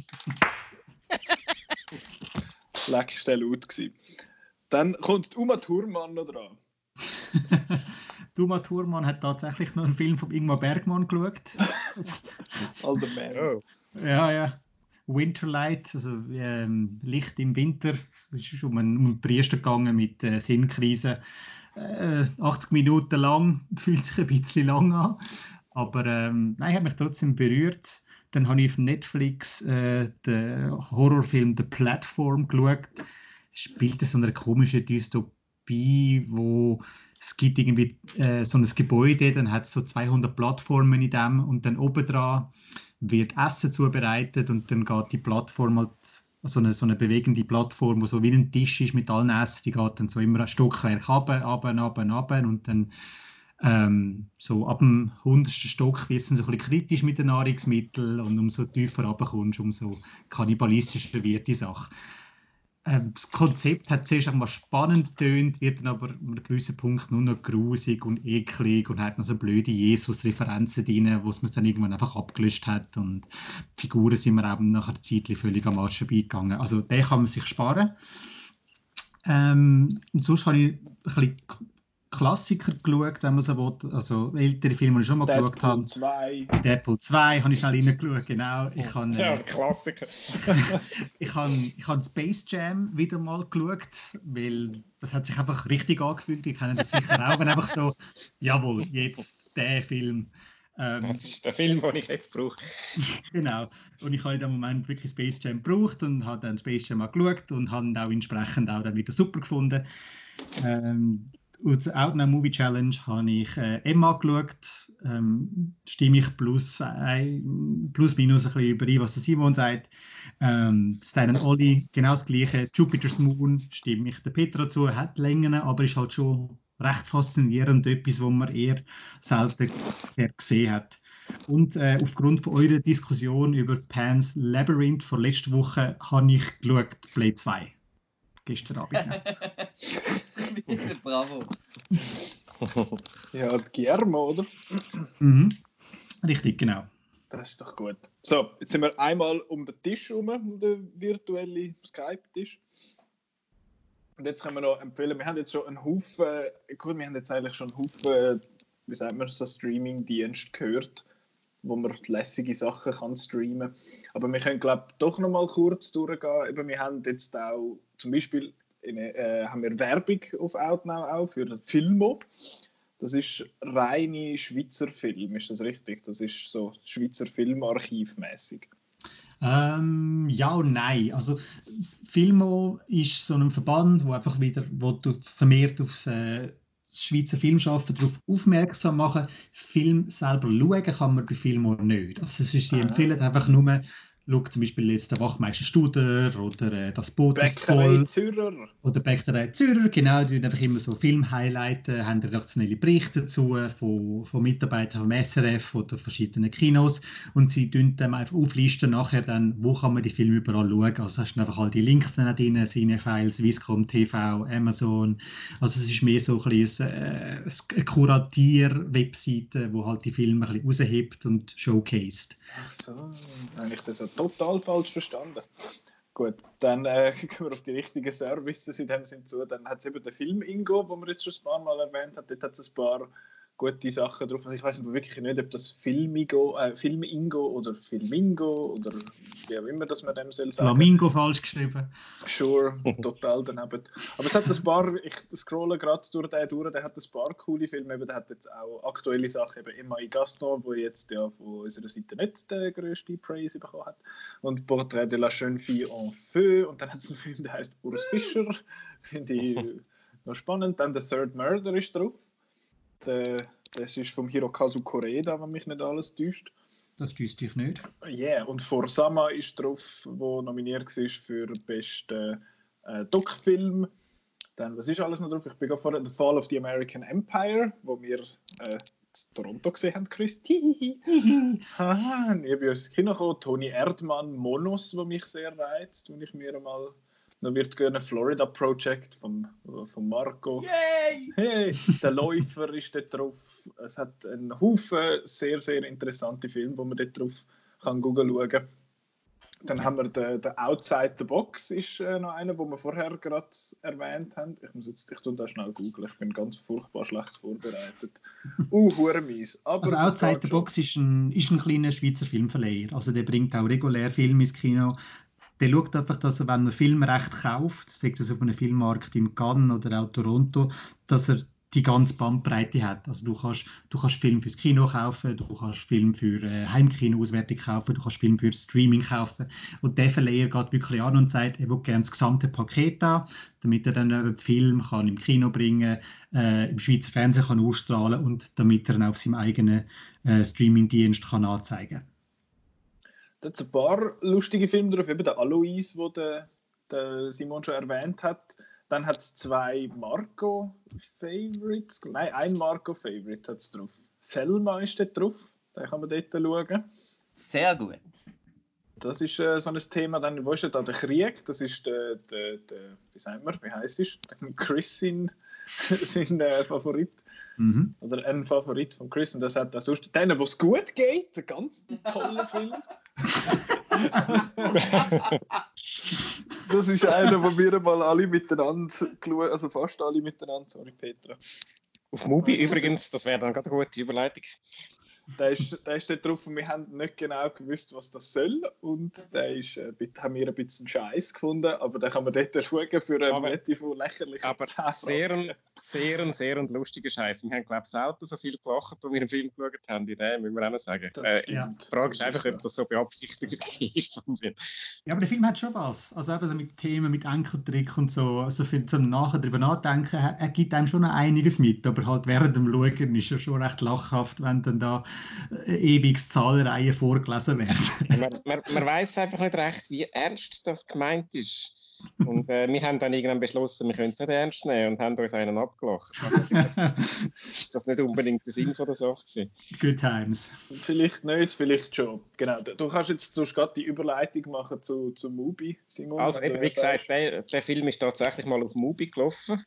Leck, ist der laut gewesen. Dann kommt Uma Thurman noch dran. Uma Thurman hat tatsächlich noch einen Film von Ingmar Bergman geschaut. Alter Mann. Oh. Ja. Winterlight, also Licht im Winter. Es ist um einen Priester gegangen mit Sinnkrise. 80 Minuten lang, fühlt sich ein bisschen lang an. Aber nein, hat mich trotzdem berührt. Dann habe ich auf Netflix den Horrorfilm The Platform geschaut. Spielt so eine komische Dystopie, wo es gibt irgendwie so ein Gebäude, dann hat es so 200 Plattformen in dem und dann obendran wird Essen zubereitet und dann geht die Plattform halt, so eine bewegende Plattform, die so wie ein Tisch ist mit allen Essen, die geht dann so immer ein Stockwerk runter und dann so ab dem 100. Stock wird es dann so ein bisschen kritisch mit den Nahrungsmitteln und umso tiefer runterkommst, umso kannibalistischer wird die Sache. Das Konzept hat zuerst einmal spannend getönt, wird dann aber an einem gewissen Punkt nur noch grusig und eklig und hat noch so blöde Jesus-Referenzen drin, wo es mir dann irgendwann einfach abgelöscht hat und die Figuren sind mir eben nach einer Zeit völlig am Arsch vorbeigegangen. Also den kann man sich sparen. Und sonst habe ich ein bisschen Klassiker geschaut, wenn man so will. Also ältere Filme, die ich schon mal geschaut habe. Deadpool 2 habe ich schnell reingeschaut, genau. Klassiker. ich habe Space Jam wieder mal geschaut, weil das hat sich einfach richtig angefühlt. Ich kenne das sicher auch, wenn einfach so, jawohl, jetzt der Film. Das ist der Film, den ich jetzt brauche. Genau. Und ich habe in dem Moment wirklich Space Jam gebraucht und habe dann Space Jam auch geschaut und habe ihn auch entsprechend auch dann wieder super gefunden. Aus der Outnow Movie Challenge habe ich Emma geschaut. Stimme ich plus minus ein bisschen überein, was der Simon sagt. Stan und Ollie, genau das Gleiche. Jupiter's Moon stimme ich der Petra zu. Hat Längen, aber ist halt schon recht faszinierend. Etwas, was man eher selten sehr gesehen hat. Und aufgrund von eurer Diskussion über Pan's Labyrinth von letzter Woche habe ich geschaut Blade 2. Gestern Abend. Wieder bravo. Ja, Guillermo, oder? Mhm. Richtig, genau. Das ist doch gut. So, jetzt sind wir einmal um den Tisch herum, um den virtuellen Skype-Tisch. Und jetzt können wir noch empfehlen, wir haben jetzt schon einen Haufen, wir haben jetzt eigentlich schon einen Haufen, wie sagt man, so Streaming-Dienst gehört, wo man lässige Sachen kann streamen. Aber wir können, glaube ich, doch noch mal kurz durchgehen. Wir haben jetzt auch zum Beispiel haben wir Werbung auf Outnow auch für den Filmo. Das ist reine Schweizer Film, ist das richtig? Das ist so Schweizer Filmarchiv-mäßig. Ja und nein. Also Filmo ist so ein Verband, wo einfach wieder vermehrt auf das Schweizer Filmschaffen darauf aufmerksam machen. Film selber schauen kann man bei Filmo nicht. Also sie empfehlen einfach nur, schau zum Beispiel jetzt der Wachmeister Studer oder das Boot ist voll. Oder Bäckerei Zürcher, genau, die einfach immer so Film-Highlights, haben redaktionelle Berichte dazu von Mitarbeitern vom SRF oder verschiedenen Kinos und sie tun dann einfach auflisten nachher dann, wo kann man die Filme überall schauen. Also hast du einfach all die Links dann drin, Cinefiles, Swisscom TV, Amazon. Also es ist mehr so ein bisschen eine Kuratier-Webseite, wo halt die Filme ein bisschen raushebt und showcased. Ach so, habe ich das ja total falsch verstanden. Gut, dann gehen wir auf die richtigen Services in dem Sinn zu. Dann hat es eben den Film-Ingo, den wir jetzt schon ein paar Mal erwähnt haben. Dort hat es ein paar gute Sachen drauf. Also ich weiß wirklich nicht, ob das Film-Ingo oder Filmingo oder wie auch immer das man dem soll sagen. Flamingo falsch geschrieben. Sure, total daneben. Aber es hat ein paar, ich scrolle gerade durch, der hat ein paar coole Filme. Eben, der hat jetzt auch aktuelle Sachen, eben Emma Gaston, wo jetzt ja von unserer Seite nicht den grössten Praise bekommen hat. Und Portrait de la jeune fille en feu. Und dann hat es einen Film, der heißt Urs Fischer. Finde ich noch spannend. Dann The Third Murder ist drauf. Das ist vom Hirokazu Koreeda, wenn mich nicht alles täuscht. Das täuscht dich nicht. Yeah, und For Sama ist drauf, wo nominiert war für den besten Doc-Film. Dann, was ist alles noch drauf? Ich bin gerade vorher The Fall of the American Empire, wo wir in Toronto gesehen haben, Chris. Haha, ich bin ins Kino gekommen. Toni Erdmann, Monos, wo mich sehr reizt, wo ich mir mal noch wird gerne Florida Project von Marco. Yay! Hey, der Läufer ist dort drauf. Es hat einen Haufen sehr, sehr interessante Filme, wo man dort drauf kann schauen kann. Dann haben wir den Outside the Box, ist noch einer, den wir vorher gerade erwähnt haben. Ich tue da schnell googeln, ich bin ganz furchtbar schlecht vorbereitet. Hure mies. Also Outside the Box ist ein kleiner Schweizer Filmverleiher. Also der bringt auch regulär Filme ins Kino. Der schaut einfach, dass er, wenn er Filmrecht kauft, sagt das auf einem Filmmarkt in Cannes oder auch Toronto, dass er die ganze Bandbreite hat. Also du kannst Film fürs Kino kaufen, du kannst Film für Heimkino-Auswertung kaufen, du kannst Film für Streaming kaufen. Und der Verleiher geht wirklich an und sagt, er will gerne das gesamte Paket an, damit er dann den Film kann im Kino bringen kann, im Schweizer Fernsehen kann ausstrahlen und damit er dann auf seinem eigenen Streamingdienst kann anzeigen kann. Da hat es ein paar lustige Filme drauf, eben der Alois, den der Simon schon erwähnt hat. Dann hat es 2 Marco-Favorites. Nein, ein Marco-Favorite hat es drauf. Selma ist dort drauf, den kann man dort schauen. Sehr gut. Das ist so ein Thema. Dann, wo ist da der Krieg? Das ist der wie sagen wir, wie heisst es? Chris sein Favorit. Mhm. Oder ein Favorit von Chris. Und das hat auch sonst denen, wo es gut geht, ein ganz toller Film. Das ist einer, wo wir mal alle miteinander geschaut, also fast alle miteinander, sorry Petra. Auf Mubi übrigens, das wäre dann gerade eine gute Überleitung. Der ist dort drauf und wir haben nicht genau gewusst, was das soll. Und haben wir ein bisschen Scheiß gefunden, aber den kann man dort schauen für eine Wette von lächerlichen aber 10 sehr lustiger Scheiß. Wir haben, glaube ich, selten so viel gelacht, als wir den Film geschaut haben. Die Idee müssen wir auch noch sagen. Die Frage ist einfach, ob das so beabsichtigt ist. Ja, aber der Film hat schon was. Also eben so mit Themen, mit Enkeltrick und so. Also für zum Nachher darüber nachdenken, er gibt einem schon noch einiges mit. Aber halt während dem Schauen ist er schon recht lachhaft, wenn dann da ewig Zahlenreihen vorgelesen werden. man weiss einfach nicht recht, wie ernst das gemeint ist. Und wir haben dann irgendwann beschlossen, wir können es nicht ernst nehmen und haben uns einen abgelacht. Ist das nicht unbedingt der Sinn von der Sache gewesen? Good times. Vielleicht nicht, vielleicht schon. Genau. Du kannst jetzt sonst gerade die Überleitung machen zu Mubi, Simon. Also eben, wie gesagt, der Film ist tatsächlich mal auf Mubi gelaufen.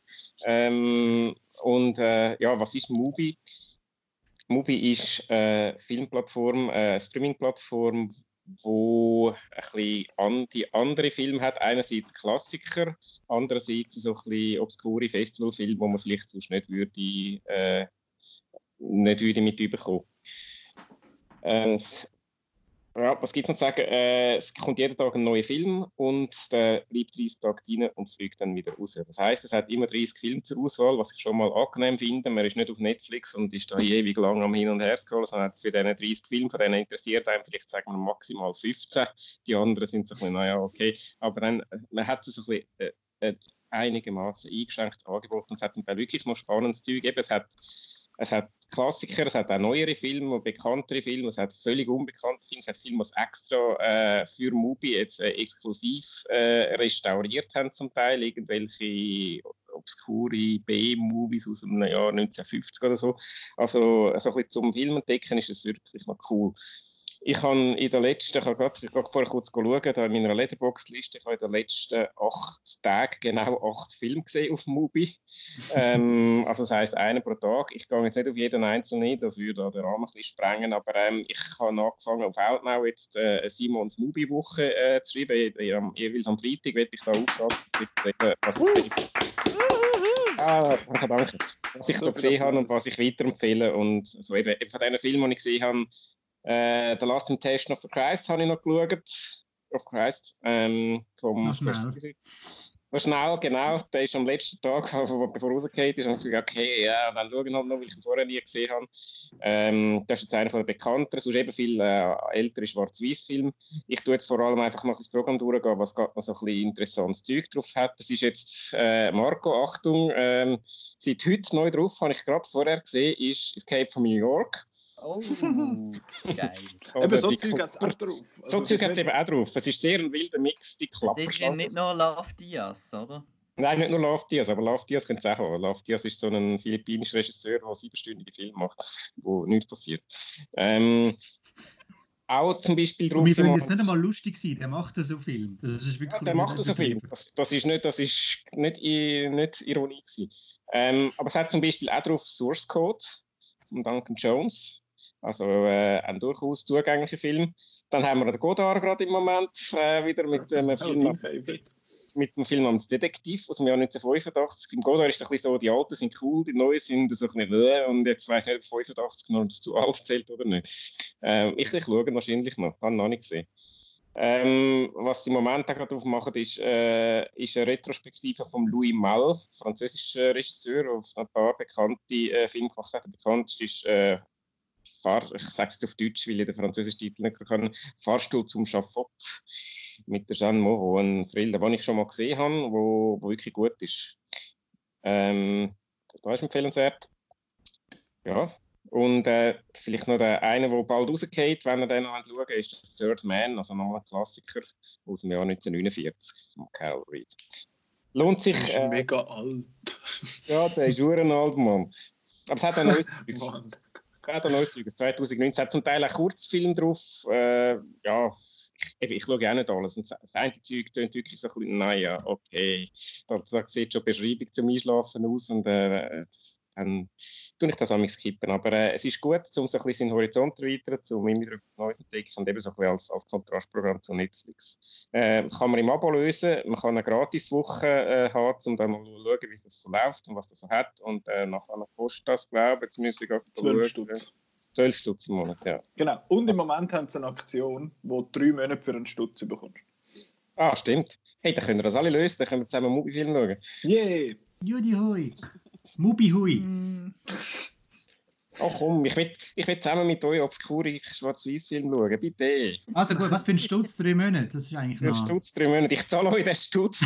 Was ist Mubi? Mubi ist eine Filmplattform, eine Streaming-Plattform, wo ein bisschen die andere Filme hat. Einerseits Klassiker, andererseits so ein bisschen obskure Festivalfilme, wo man vielleicht sonst nicht würde mit überkommen. Ja, was gibt es noch zu sagen? Es kommt jeden Tag ein neuer Film und der bleibt 30 Tage drin und fliegt dann wieder raus. Das heisst, es hat immer 30 Filme zur Auswahl, was ich schon mal angenehm finde. Man ist nicht auf Netflix und ist da ewig lang am Hin- und Her scrollen, sondern hat es für diese 30 Filme, von denen interessiert einem vielleicht, sagen wir, maximal 15. Die anderen sind so ein bisschen, naja, okay. Aber dann, man hat so ein bisschen einigermaßen eingeschränktes Angebot und es hat dann wirklich noch spannendes Zeug. Eben, es hat Klassiker, es hat auch neuere Filme, bekanntere Filme, es hat völlig unbekannte Filme, es hat Filme, die extra für Mubi jetzt exklusiv restauriert haben zum Teil, irgendwelche obskure B-Movies aus dem Jahr 1950 oder so. Also ein bisschen zum Film entdecken ist das wirklich noch cool. Ich habe in der letzten, ich habe gerade vorher kurz geschaut, da in meiner Letterboxd-Liste, ich habe in den letzten 8 Tagen genau 8 Filme gesehen auf Mubi. Also das heisst, einen pro Tag. Ich gehe jetzt nicht auf jeden einzelnen, das würde da den Rahmen ein bisschen sprengen, aber ich habe angefangen auf Outnow jetzt Simons Mubi-Woche zu schreiben. Jeweils am Freitag werde ich da aufschreiben, danke. Was ich so gesehen habe und was ich weiterempfehle. Und so eben von diesen Filmen, die ich gesehen habe, The Last Temptation of the Christ habe ich noch geschaut. Of Christ. Vom schnell, genau. Der ist am letzten Tag, bevor er rausgekommen ist, und ich gesagt, okay, ja, dann schauen wir halt noch, weil ich ihn vorher nie gesehen habe. Das ist jetzt einer der bekannteren, sonst eben viel ältere Schwarz-Weiß-Filme. Ich tue jetzt vor allem einfach noch das Programm durchgehen, was gerade noch so ein bisschen interessantes Zeug drauf hat. Das ist jetzt, Marco, Achtung, seit heute neu drauf, habe ich gerade vorher gesehen, ist Escape from New York. Oh, geil. Eben so Zeug hat es auch drauf. Also, so Zeug hat es eben auch drauf. Es ist sehr ein wilder Mix, die Klapperschlange. Nicht nur Love Diaz, oder? Nein, nicht nur Love Diaz, aber Love Diaz könnte es auch haben. Love Diaz ist so ein philippinischer Regisseur, der 7-stündige Filme macht, wo nichts passiert. Auch zum Beispiel drauf. Wir wollen jetzt nicht einmal lustig sein, der macht so Film. Das ist wirklich der macht so Film. Das ist nicht Ironie gewesen. Aber es hat zum Beispiel auch drauf Source Code von Duncan Jones. Also ein durchaus zugänglicher Film. Dann haben wir den Godard gerade im Moment wieder mit dem Film namens Detektiv aus dem Jahr 1985. Im Godard ist es ein bisschen so, die Alten sind cool, die Neuen sind so ein bisschen und jetzt weiss ich nicht, ob 85 noch zu alt zählt oder nicht. Ich schaue wahrscheinlich noch, habe noch nicht gesehen. Was sie im Moment auch gerade aufmachen, ist eine Retrospektive von Louis Malle, französischer Regisseur, der ein paar bekannte Filme gemacht hat. Der bekannteste ist ich sage es auf Deutsch, weil ich den französischen Titel nicht kann, Fahrstuhl zum Schafott mit der Jeanne Moreau, ein Thriller, den ich schon mal gesehen habe, wo wirklich gut ist. Das ist empfehlenswert. Ja. Und vielleicht noch der eine, der bald rausgeht, wenn ihr den noch schaut, ist der Third Man, also nochmal ein Klassiker aus dem Jahr 1949 von Carol Reed. Lohnt sich. Der ist mega alt. Ja, der ist ein alt, Mann. Aber es hat ein neues Zeug. Gerade ein neues Zeug, 2019. Hat zum Teil auch Kurzfilm drauf. Ja, ich schaue auch nicht alles. Das eine Zeug klingt wirklich so ein bisschen, naja, okay. Da sieht schon Beschreibung zum Einschlafen aus und dann tue ich das an mich skippen. Aber es ist gut, um so ein bisschen seinen Horizont zu erweitern, um immer wieder etwas Neues zu entdecken und eben so ein bisschen als Kontrastprogramm zu Netflix. Kann man im Abo lösen, man kann eine Gratiswoche haben, um dann mal zu schauen, wie das so läuft und was das so hat. Und nachher kostet das, glaube ich, jetzt muss ich 12 Stutz. 12 Stutz im Monat, ja. Genau. Und im Moment haben sie eine Aktion, wo du 3 Monate für einen Stutz bekommst. Ah, stimmt. Hey, dann können wir das alle lösen, dann können wir zusammen einen Movie-Film schauen. Yeah! Judy Hui! Mubi Hui! Ach komm, ich will zusammen mit euch obskure Schwarz-Weiß-Film schauen, bitte. Also gut, was für ein Stutz 3 Monate? Das ist eigentlich noch... Ein Stutz 3 Monate, ich zahle euch den Stutz.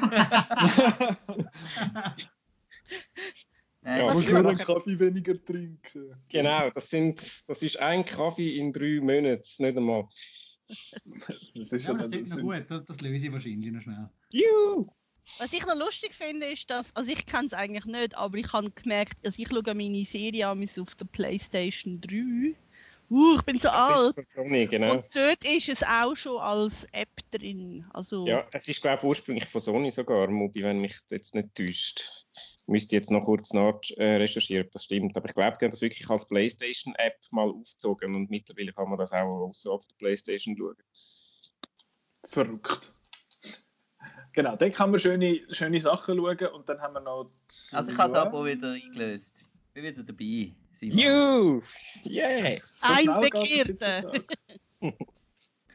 Ja, musst nur einen Kaffee weniger trinken. Genau, das ist ein Kaffee in 3 Monaten, nicht einmal. Das ist das klingt noch gut, das löse ich wahrscheinlich noch schnell. Juhu! Was ich noch lustig finde, ist, dass, also ich kenne es eigentlich nicht, aber ich habe gemerkt, dass ich schaue meine Serie auf der PlayStation 3. Ich bin so alt. Sony, genau. Und dort ist es auch schon als App drin. Also... Ja, es ist, glaube ich, ursprünglich von Sony sogar, Mubi, wenn mich das jetzt nicht täuscht. Müsste jetzt noch kurz recherchieren, ob das stimmt. Aber ich glaube, die haben das wirklich als PlayStation-App mal aufgezogen und mittlerweile kann man das auch so auf der PlayStation schauen. Verrückt. Genau, dann kann man schöne Sachen schauen und dann haben wir noch... Also ich habe das Abo wieder eingelöst. Ich bin wieder dabei. Juhu! Yeah! So ein Begehrter!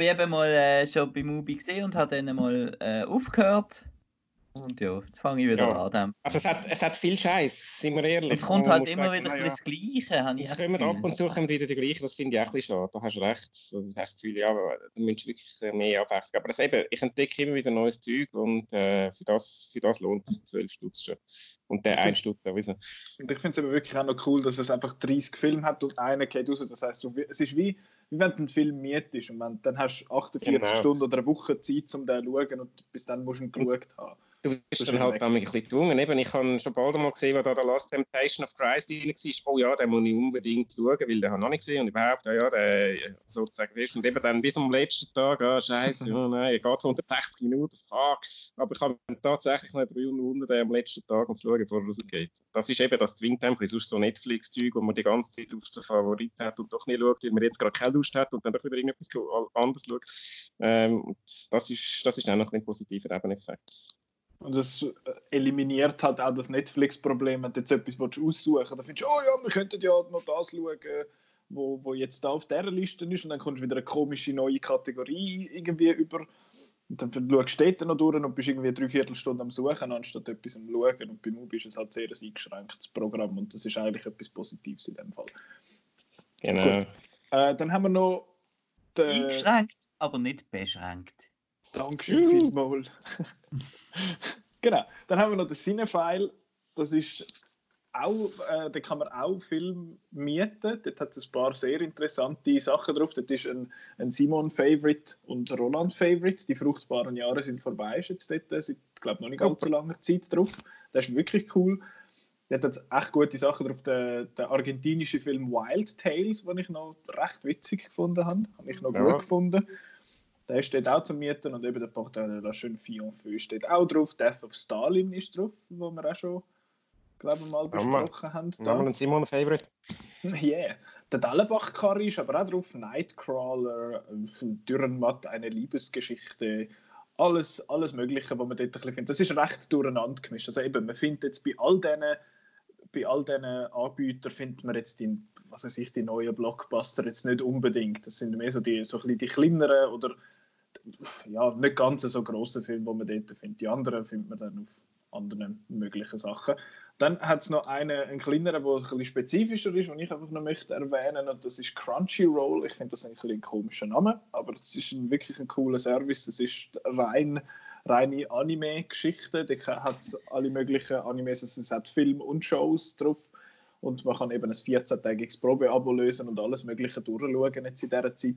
bin eben mal schon bei Mubi gesehen und habe dann mal aufgehört. Und ja, jetzt fange ich wieder an. Also es hat viel Scheiß, sind wir ehrlich. Es kommt halt immer wieder das Gleiche, habe ich das Gefühl. Ab und zu kommen wieder die Gleichen, das finde ich auch ein bisschen schade. Da hast du recht. Du hast das Gefühl, ja, da müsst du wirklich mehr Abwechslung. Aber eben, ich entdecke immer wieder neues Zeug und für das lohnt sich 12 Stutz schon. Und der 1 Stutz sowieso. Und ich finde es aber wirklich auch noch cool, dass es einfach 30 Filme hat und einer geht raus. Das heisst, es ist wie wenn du einen Film mietest und dann hast du 48 Stunden oder eine Woche Zeit, um den zu schauen und bis dann musst du ihn geschaut haben. Du bist dann halt ein bisschen gezwungen. Ich habe schon bald mal gesehen, wo da der Last Temptation of Christ drin war. Oh ja, den muss ich unbedingt schauen, weil den habe ich noch nicht gesehen. Und überhaupt, der sozusagen ist. Und eben dann bis am letzten Tag, scheiße, oh nein, geht 160 Minuten, fuck. Aber ich habe tatsächlich noch 300 am letzten Tag um zu schauen, bevor er rausgeht. Das ist eben, das zwingt einem sonst so Netflix-Zeug, wo man die ganze Zeit auf den Favorit hat und doch nicht schaut, weil man jetzt gerade keine Lust hat und dann doch wieder irgendetwas anderes schaut. Das ist auch noch ein positiver Nebeneffekt. Und das eliminiert halt auch das Netflix-Problem, wenn du jetzt etwas aussuchen willst. Dann findest du, oh ja, wir könnten ja noch das schauen, wo jetzt da auf dieser Liste ist. Und dann kommst du wieder eine komische neue Kategorie irgendwie über. Und dann schaust du dort noch durch und bist irgendwie 3/4 Stunde am Suchen, anstatt etwas am Schauen. Und bei Mubi ist es halt sehr ein eingeschränktes Programm. Und das ist eigentlich etwas Positives in dem Fall. Genau. Dann haben wir noch... Eingeschränkt, aber nicht beschränkt. Dankeschön vielmals. Genau, dann haben wir noch den Cinefile. Das ist auch, da kann man auch Film mieten. Dort hat es ein paar sehr interessante Sachen drauf. Dort ist ein Simon-Favorite und Roland-Favorite. Die fruchtbaren Jahre sind vorbei, ist jetzt dort seit, glaube noch nicht ganz so langer Zeit drauf. Das ist wirklich cool. Dort hat es echt gute Sachen drauf. Der argentinische Film Wild Tales, den ich noch recht witzig gefunden habe. Habe ich noch gut gefunden. Der steht auch zum Mieten und eben der Portrait de la Jeune Fille en Feu steht auch drauf. Death of Stalin ist drauf, wo wir auch schon, glaube ich, mal besprochen haben. Nochmal ein Simon-Favorite. Yeah. Der Dallenbach-Karri ist aber auch drauf. Nightcrawler, Dürrenmatt, eine Liebesgeschichte. Alles Mögliche, was man dort ein bisschen findet. Das ist recht durcheinander gemischt. Also eben, man findet jetzt bei all diesen Anbietern findet man jetzt die neuen Blockbuster jetzt nicht unbedingt. Das sind mehr so ein bisschen die kleineren oder ja, nicht ganz so grossen Filme, die man dort findet. Die anderen findet man dann auf anderen möglichen Sachen. Dann hat es noch einen kleineren, der ein bisschen spezifischer ist, den ich einfach noch möchte erwähnen, und das ist Crunchyroll. Ich finde das ein bisschen ein komischer Name, aber es ist wirklich ein cooler Service. Das ist reine Anime-Geschichte. Da hat es alle möglichen Animes, also es hat Filme und Shows drauf. Und man kann eben ein 14-tägiges Probeabo lösen und alles Mögliche durchschauen jetzt in dieser Zeit.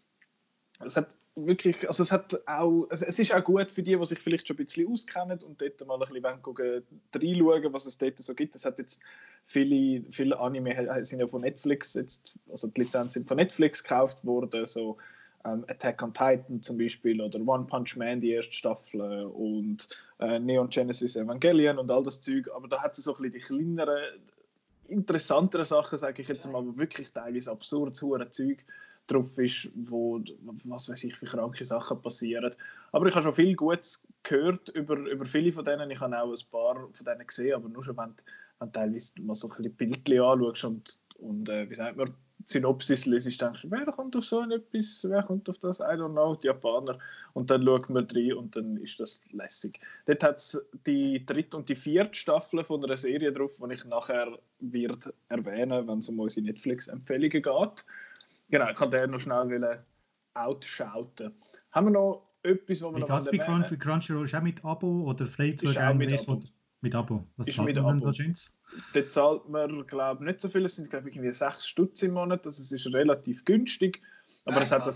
Es hat wirklich, also es ist auch gut für die sich vielleicht schon ein bisschen auskennen und dort mal ein bisschen reinschauen, was es dort so gibt. Es hat jetzt viele Anime sind ja von Netflix, also die Lizenzen sind von Netflix gekauft worden, so Attack on Titan zum Beispiel oder One Punch Man, die erste Staffel und Neon Genesis Evangelion und all das Zeug. Aber da hat es so ein bisschen die kleineren, interessanteren Sachen, sage ich jetzt mal, wo wirklich teilweise absurdes Zeug drauf ist, wo, was weiß ich, für kranke Sachen passieren. Aber ich habe schon viel Gutes gehört über viele von denen. Ich habe auch ein paar von denen gesehen, aber nur schon, wenn du teilweise mal so ein bisschen Bildchen anschaust und wie sagt man, die Synopsis liest, denkst du, wer kommt auf so etwas, wer kommt auf das, I don't know, die Japaner. Und dann schaut man rein und dann ist das lässig. Dort hat es die 3. und die 4. Staffel von einer Serie drauf, die ich nachher wird erwähnen, wenn es um unsere Netflix-Empfehlungen geht. Genau, ich wollte noch schnell outschauten. Haben wir noch etwas, was wir noch erwähnen? Für Crunchyroll ist auch mit Abo oder Freizügig? Mit Abo. Was zahlt man da sonst? Dort zahlt man, glaube ich, nicht so viel. Es sind, glaube ich, irgendwie 6 Stutz im Monat. Also es ist relativ günstig. Aber es hat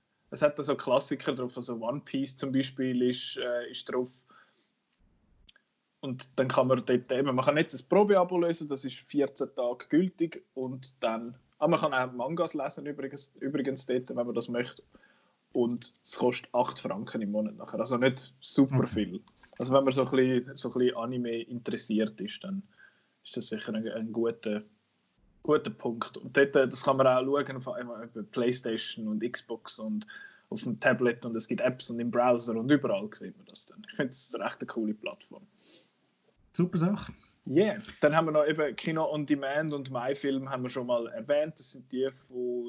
so Klassiker drauf. Also One Piece zum Beispiel ist drauf. Und dann kann man dort eben, man kann jetzt ein Probeabo lösen, das ist 14 Tage gültig. Und dann, man kann auch Mangas lesen übrigens dort, wenn man das möchte. Und es kostet 8 Franken im Monat nachher. Also nicht super viel. Also wenn man so ein bisschen Anime interessiert ist, dann ist das sicher ein guter Punkt. Und dort, das kann man auch schauen auf PlayStation und Xbox und auf dem Tablet und es gibt Apps und im Browser und überall sieht man das dann. Ich finde, das ist eine recht coole Plattform. Super Sache. Yeah. Dann haben wir noch eben Kino on Demand und MyFilm haben wir schon mal erwähnt. Das sind die von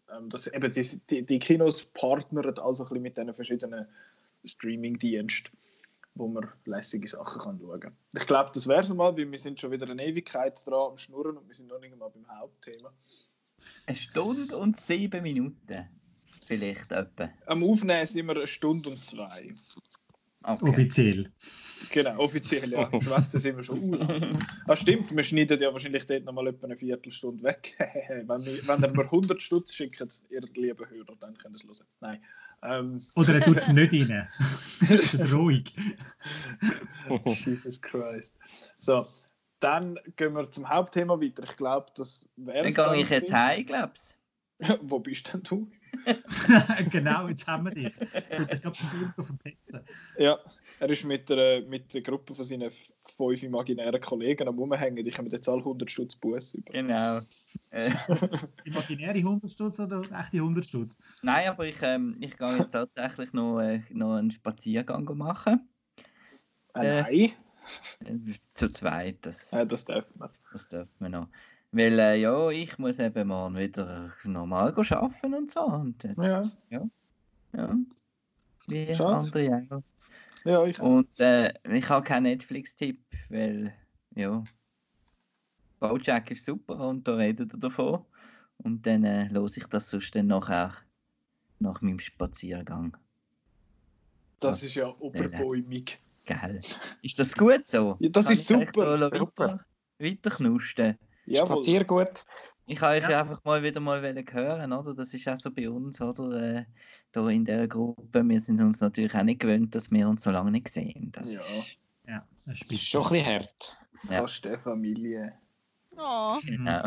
dass eben die Kinos partnern also ein bisschen mit diesen verschiedenen Streaming-Diensten, wo man lässige Sachen kann schauen kann. Ich glaube, das wäre es mal, weil wir sind schon wieder eine Ewigkeit dran am Schnurren und wir sind noch nicht mal beim Hauptthema. 1 Stunde und 7 Minuten. Vielleicht etwa. Am Aufnehmen sind wir 1 Stunde und 2. Okay. Offiziell. Genau, offiziell, ja. Schwätzen sind wir schon. Stimmt, wir schneiden ja wahrscheinlich dort noch mal etwa eine Viertelstunde weg. wenn ihr mir 100 Stutz schickt, ihr lieben Hörer, dann könnt ihr es hören. Nein. Oder er tut es nicht rein. Das ist ruhig. Jesus Christ. So, dann gehen wir zum Hauptthema weiter. Ich glaube, das wäre es. Dann gehe ich jetzt heim, glaubst du? Wo bist denn du? Genau, jetzt haben wir dich. Ich glaube, ein Bild auf dem Pizza. Ja, er ist mit der Gruppe von seinen 5 imaginären Kollegen am Rumhängen. Die kommen jetzt alle 100 Stutz Buß über. Genau. Imaginäre 100 Stutz oder echte 100 Stutz? Nein, aber ich gehe jetzt tatsächlich noch einen Spaziergang machen. Nein? Zu zweit. Das dürfen wir. Das dürfen wir noch. Weil ja, ich muss eben mal wieder normal arbeiten und so. Und jetzt, ja. Wie Schade. andere auch. Ja, ich auch. Und ich habe keinen Netflix-Tipp, weil ja, Bojack ist super und da redet er davon. Und dann höre ich das sonst dann nachher nach meinem Spaziergang. Das ist ja oberbäumig. Geil. Ist das gut so? Ja, das ist super. Weiter knusten. Spazier gut. Ich wollte euch einfach mal wieder hören, oder? Das ist auch so bei uns, oder? Da in dieser Gruppe. Wir sind uns natürlich auch nicht gewöhnt, dass wir uns so lange nicht sehen. Das ist schon ein bisschen hart. Ja. Fast eine Familie. Oh. Genau.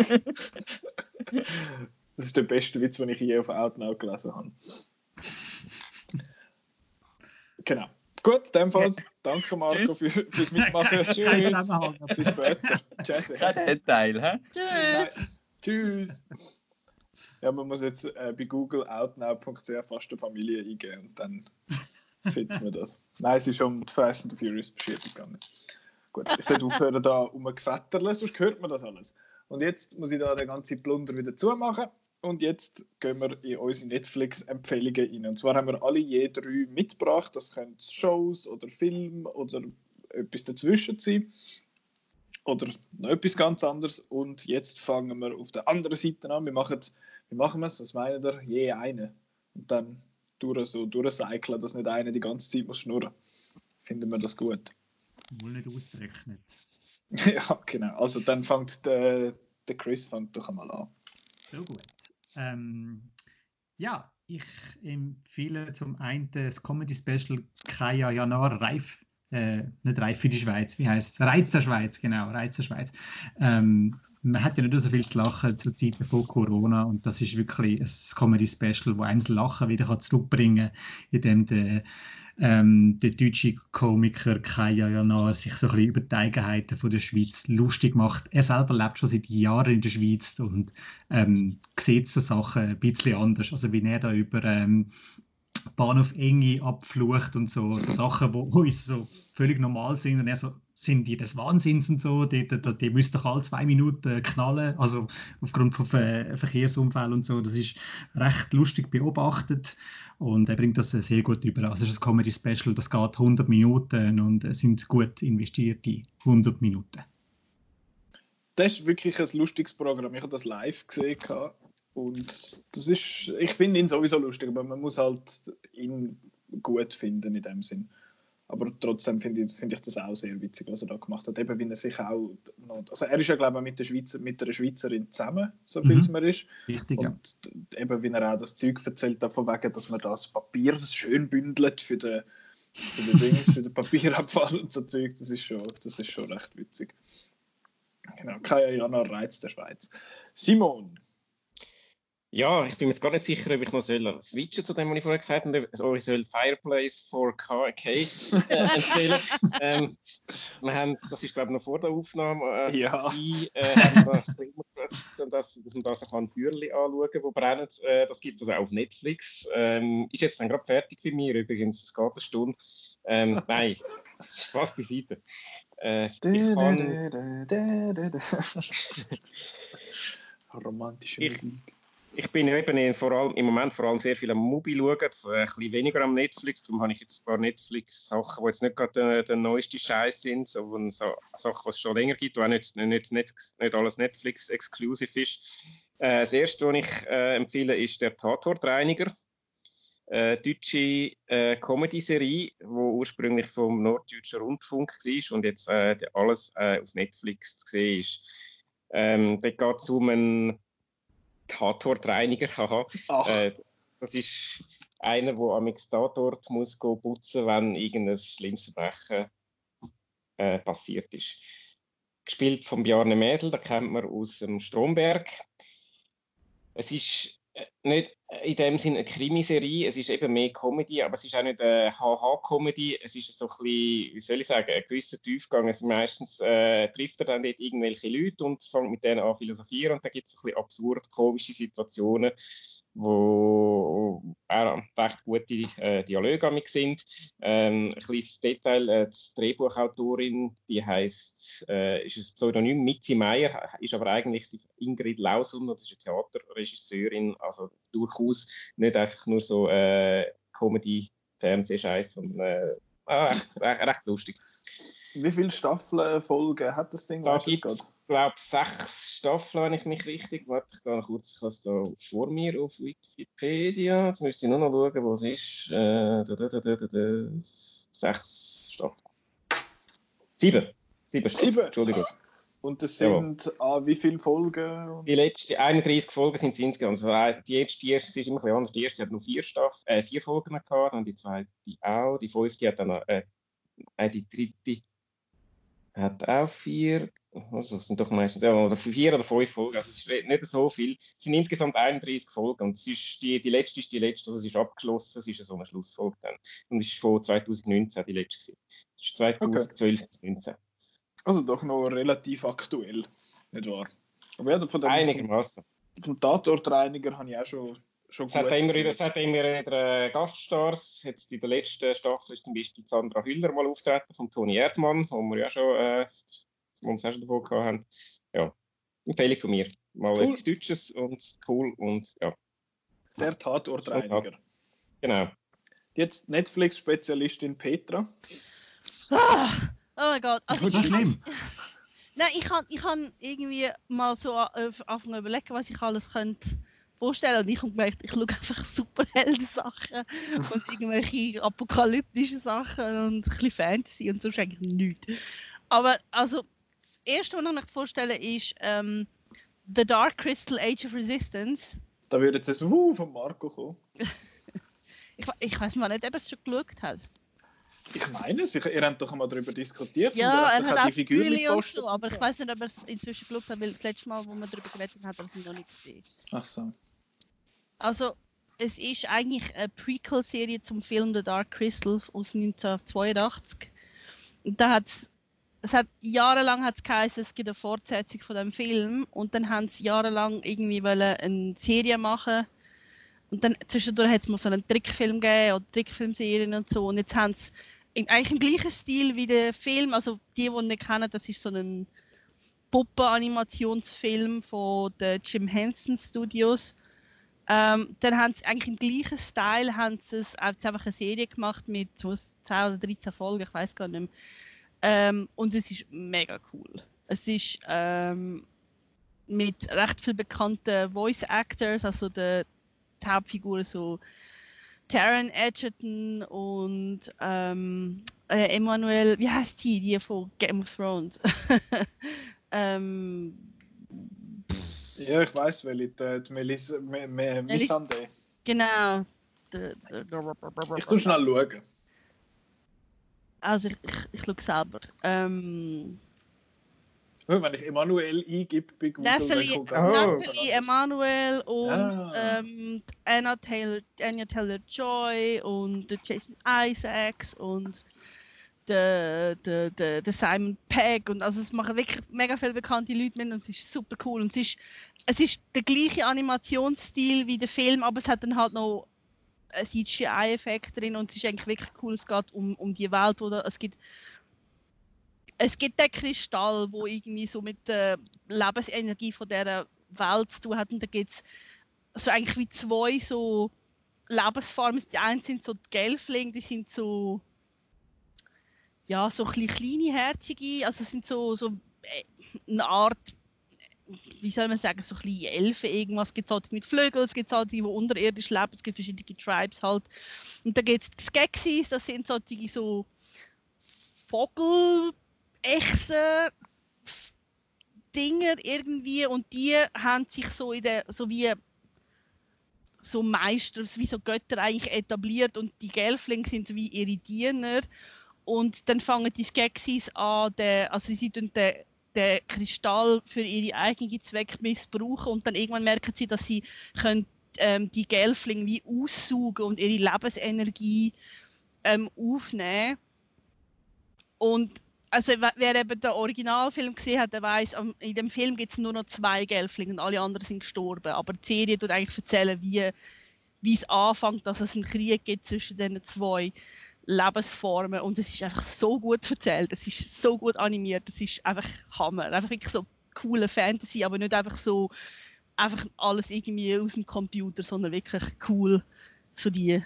Das ist der beste Witz, den ich je auf Outnow gelesen habe. Genau. Gut, in dem Fall, danke Marco fürs Mitmachen. Tschüss. Bis später. Tschüss. Kein Detail, hä? Tschüss. Tschüss. Ja, man muss jetzt bei Google outnow.ch fast eine Familie eingeben und dann findet man das. Nein, es ist um die Fast and the Furious Verschiebung gegangen. Gut, ich sollte aufhören da rumgefetterle, sonst hört man das alles. Und jetzt muss ich da den ganzen Plunder wieder zumachen. Und jetzt gehen wir in unsere Netflix-Empfehlungen rein. Und zwar haben wir alle je 3 mitgebracht. Das können Shows oder Filme oder etwas dazwischen sein. Oder noch etwas ganz anderes. Und jetzt fangen wir auf der anderen Seite an. Wie machen wir es? Was meint ihr? Je eine. Und dann durchcyclen, dass nicht einer die ganze Zeit muss schnurren. Finden wir das gut? Wohl nicht ausgerechnet. Ja, genau. Also dann fängt der Chris doch einmal an. So gut. Ja, ich empfehle zum einen das Comedy-Special Kaya Jana Reif, nicht Reif für die Schweiz, wie heißt es? Reiz der Schweiz, genau, Reiz der Schweiz. Man hat ja nicht so viel zu lachen zu Zeiten von Corona und das ist wirklich ein Comedy-Special, wo einem das Lachen wieder zurückbringen kann, indem der deutsche Komiker Kaya Jana sich so ein bisschen über die Eigenheiten von der Schweiz lustig macht. Er selber lebt schon seit Jahren in der Schweiz und sieht so Sachen ein bisschen anders. Also wie er da über Bahnhof Enge abflucht und so Sachen, die uns so völlig normal sind. Und er so, sind die des Wahnsinns und so, die müssen doch alle 2 Minuten knallen, also aufgrund von Verkehrsunfällen und so. Das ist recht lustig beobachtet und er bringt das sehr gut über. Also es ist ein Comedy-Special, das geht 100 Minuten und es sind gut investierte 100 Minuten. Das ist wirklich ein lustiges Programm. Ich habe das live gesehen und das ist, ich finde ihn sowieso lustig, aber man muss halt ihn gut finden in dem Sinn. Aber trotzdem finde ich das auch sehr witzig, was er da gemacht hat. Eben, wie er sich auch noch, also er ist ja, glaube ich, mit einer Schweizerin zusammen, so viel es mir ist. Richtig, und eben, wie er auch das Zeug erzählt, davon wegen, dass man das Papier schön bündelt für den Papierabfall und so Zeug. Das ist schon recht witzig. Genau, Kaya Jana Reiz der Schweiz. Simon. Ja, ich bin mir jetzt gar nicht sicher, ob ich noch switchen zu dem, was ich vorher gesagt habe, oder ich soll Fireplace 4K empfehlen. Das ist, glaube ich, noch vor der Aufnahme. Dass man da so ein Feuerchen anschauen kann, das brennt. Das gibt es also auf Netflix. Ist jetzt dann gerade fertig bei mir übrigens. Es geht eine Stunde. Nein, Spaß beiseite. Romantische Musik. Ich bin eben im Moment vor allem sehr viel am Mubi schauen, ein bisschen weniger am Netflix. Darum habe ich jetzt ein paar Netflix-Sachen, die jetzt nicht gerade der neueste Scheiß sind, sondern so Sachen, die es schon länger gibt, die auch nicht alles Netflix-exclusive ist. Das erste, was ich empfehle, ist der Tatortreiniger. Deutsche Comedy-Serie, die ursprünglich vom Norddeutschen Rundfunk war und jetzt alles auf Netflix zu sehen ist. Dort geht es um einen Tatortreiniger. Das ist einer, der am Tatort muss putzen, wenn irgendein schlimmes Verbrechen passiert ist. Gespielt von Bjarne Mädel, den kennt man aus dem Stromberg. Es ist nicht in dem Sinne eine Krimiserie, es ist eben mehr Comedy, aber es ist auch nicht eine HH-Comedy, es ist so ein bisschen, wie soll ich sagen, ein gewisser Tiefgang. Also meistens trifft er dann dort irgendwelche Leute und fängt mit denen an zu philosophieren und dann gibt es ein bisschen absurd komische Situationen, wo auch recht gute Dialoge sind. Ein kleines Detail, die Drehbuchautorin, die heisst, ist ein Pseudonym, Mitzi Meier, ist aber eigentlich die Ingrid Lausum, das ist eine Theaterregisseurin, also durchaus nicht einfach nur so Comedy-Fernsehscheiß, sondern recht lustig. Wie viele Staffelfolgen hat das Ding? Da gibt es, glaube ich, 6 Staffeln, wenn ich mich richtig... Warte, ich gehe kurz, ich habe es da vor mir auf Wikipedia. Jetzt müsste ich nur noch schauen, wo es ist. 6 Staffeln. 7. 7 Staffeln, Entschuldigung. Und das sind wie viele Folgen? Die letzten 31 Folgen sind es insgesamt. Also die erste ist immer ein bisschen anders. Die erste hat nur 4 Folgen gehabt, dann die zweite auch. Die 5. hat dann noch... die 3. hat auch 4, also das sind doch meistens oder 4 oder 5 Folgen, also es ist nicht so viel. Es sind insgesamt 31 Folgen und es ist die letzte, also es ist abgeschlossen, es ist so eine Schlussfolge dann. Und es ist von 2019 die letzte. Es ist 2012 bis 2019. Also doch noch relativ aktuell, nicht wahr? Aber ja, von einigermaßen. Vom Tatortreiniger habe ich auch schon es hat immer wieder Gaststars. Jetzt in der letzten Staffel ist zum Beispiel Sandra Hüller mal auftreten von Toni Erdmann, wo wir ja schon davon gehabt haben. Ja, Empfehlung von mir. Mal etwas Deutsches und cool und ja. Der Tatortreiniger. Genau. Jetzt Netflix-Spezialistin Petra. Oh mein Gott. Also schlimm. Nein, ich kann irgendwie mal so anfangen zu überlegen, was ich alles könnte vorstellen. Und ich habe gemerkt, ich schaue einfach Superhelden-Sachen und irgendwelche apokalyptischen Sachen und ein bisschen Fantasy und sonst eigentlich nichts. Aber also, das Erste, was ich mir vorstelle, ist The Dark Crystal Age of Resistance. Da würde jetzt ein von Marco kommen. Ich weiß mal nicht, ob er es schon geschaut hat. Ich meine es, ihr habt doch einmal darüber diskutiert. Ja, er hat auch Gefühle und so, aber ich weiß nicht, ob er es inzwischen geschaut hat, weil das letzte Mal, wo wir darüber geredet haben, hat er es noch nicht gesehen. Ach so. Also, es ist eigentlich eine Prequel-Serie zum Film The Dark Crystal aus 1982. Und da jahrelang hat's geheißen, es gibt eine Fortsetzung von dem Film und dann haben sie jahrelang irgendwie eine Serie machen. Und dann zwischendurch hat es mal so einen Trickfilm gegeben oder Trickfilmserien und so. Und jetzt haben sie eigentlich im gleichen Stil wie der Film, also die nicht kennen, das ist so ein Puppen-Animationsfilm von den Jim Henson Studios. Dann haben sie eigentlich im gleichen Style einfach eine Serie gemacht mit so 10 oder 13 Folgen, ich weiß gar nicht mehr. Und es ist mega cool. Es ist mit recht viel bekannten Voice Actors, also die Hauptfiguren so Taron Egerton und Emmanuel, wie heißt die von Game of Thrones? Ja, ich weiß, welche, die Missandei. Genau. Ich tue schnell schauen. Also ich schaue selber. Wenn ich Emanuel eingebe bei Google, Nathalie Emanuel und Anya Taylor-Joy und Jason Isaacs und der Simon Pegg und also es machen wirklich mega viele bekannte Leute mit und es ist super cool und es ist der gleiche Animationsstil wie der Film, aber es hat dann halt noch einen CGI-Effekt drin und es ist eigentlich wirklich cool. Es geht um die Welt, oder es gibt den Kristall, wo irgendwie so mit der Lebensenergie von dieser Welt zu tun hat und da gibt es so eigentlich wie zwei so Lebensformen. Die einen sind so die Gelflinge, die sind so ja, so ein bisschen kleine, herzige, also sind so eine Art, wie soll man sagen, so ein bisschen Elfen irgendwas. Es gibt halt mit Flügeln, es gibt halt die, die unterirdisch leben, es gibt verschiedene Tribes halt. Und dann gibt es die Skeksis, das sind solche so Vogelechsen, Dinger irgendwie, und die haben sich so so wie so Meister, wie so Götter eigentlich etabliert, und die Gelflinge sind wie ihre Diener. Und dann fangen die Skeksis an, also sie tun den Kristall für ihre eigenen Zwecke missbrauchen, und dann irgendwann merken sie, dass sie können, die Gelflinge wie aussaugen und ihre Lebensenergie aufnehmen. Und also wer eben den Originalfilm gesehen hat, der weiss, in dem Film gibt es nur noch 2 Gelflinge und alle anderen sind gestorben. Aber die Serie tut eigentlich erzählen, wie es anfängt, dass es einen Krieg gibt zwischen diesen 2 Lebensformen, und es ist einfach so gut erzählt, es ist so gut animiert, es ist einfach Hammer, einfach wirklich so coole Fantasy, aber nicht einfach so einfach alles irgendwie aus dem Computer, sondern wirklich cool, so die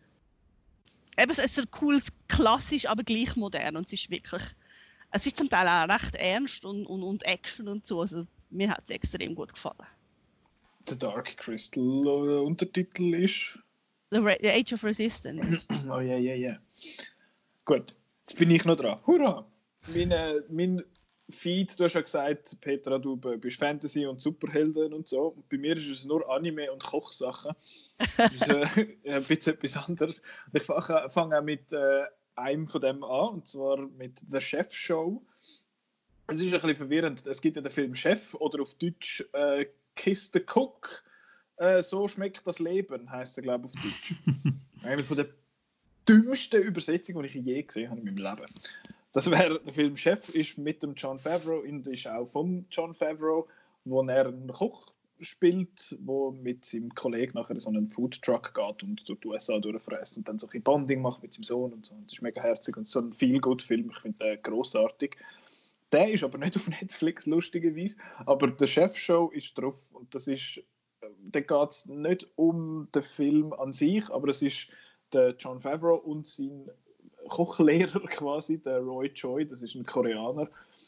eben, es ist so cool, klassisch, aber gleich modern, und es ist zum Teil auch recht ernst und Action und so, also mir hat es extrem gut gefallen. Der Dark Crystal Untertitel ist The Age of Resistance. Oh ja. Gut, jetzt bin ich noch dran. Hurra! Mein Feed, du hast ja gesagt, Petra, du bist Fantasy und Superhelden und so. Und bei mir ist es nur Anime und Kochsachen. Das ist ein bisschen etwas anderes. Und ich fange auch mit einem von dem an, und zwar mit The Chef Show. Es ist ein bisschen verwirrend. Es gibt ja den Film Chef, oder auf Deutsch Kiss the Cook. So schmeckt das Leben, heisst er, glaube ich, auf Deutsch. Eine von der dümmsten Übersetzungen, die ich je gesehen habe in meinem Leben. Das wäre der Film Chef, ist mit dem Jon Favreau und ist auch von Jon Favreau, wo er einen Koch spielt, der mit seinem Kollegen nachher so einen Foodtruck geht und durch die USA durchfräst und dann so ein Bonding macht mit seinem Sohn und so. Und das ist mega herzig und so ein Feel-Good-Film, ich finde den grossartig. Der ist aber nicht auf Netflix, lustigerweise, aber der Chef-Show ist drauf, und das ist, da geht es nicht um den Film an sich, aber es ist der Jon Favreau und sein Kochlehrer quasi, der Roy Choi, das ist ein Koreaner,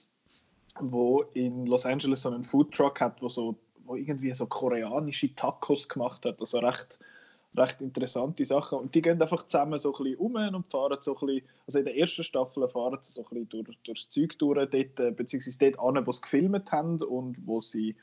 der in Los Angeles so einen Foodtruck hat, wo irgendwie so koreanische Tacos gemacht hat, also recht interessante Sachen, und die gehen einfach zusammen so ein bisschen um und fahren so ein bisschen, also in der ersten Staffel fahren sie so ein bisschen durchs Zeug durch, dort, beziehungsweise dort an, wo sie gefilmt haben und wo sie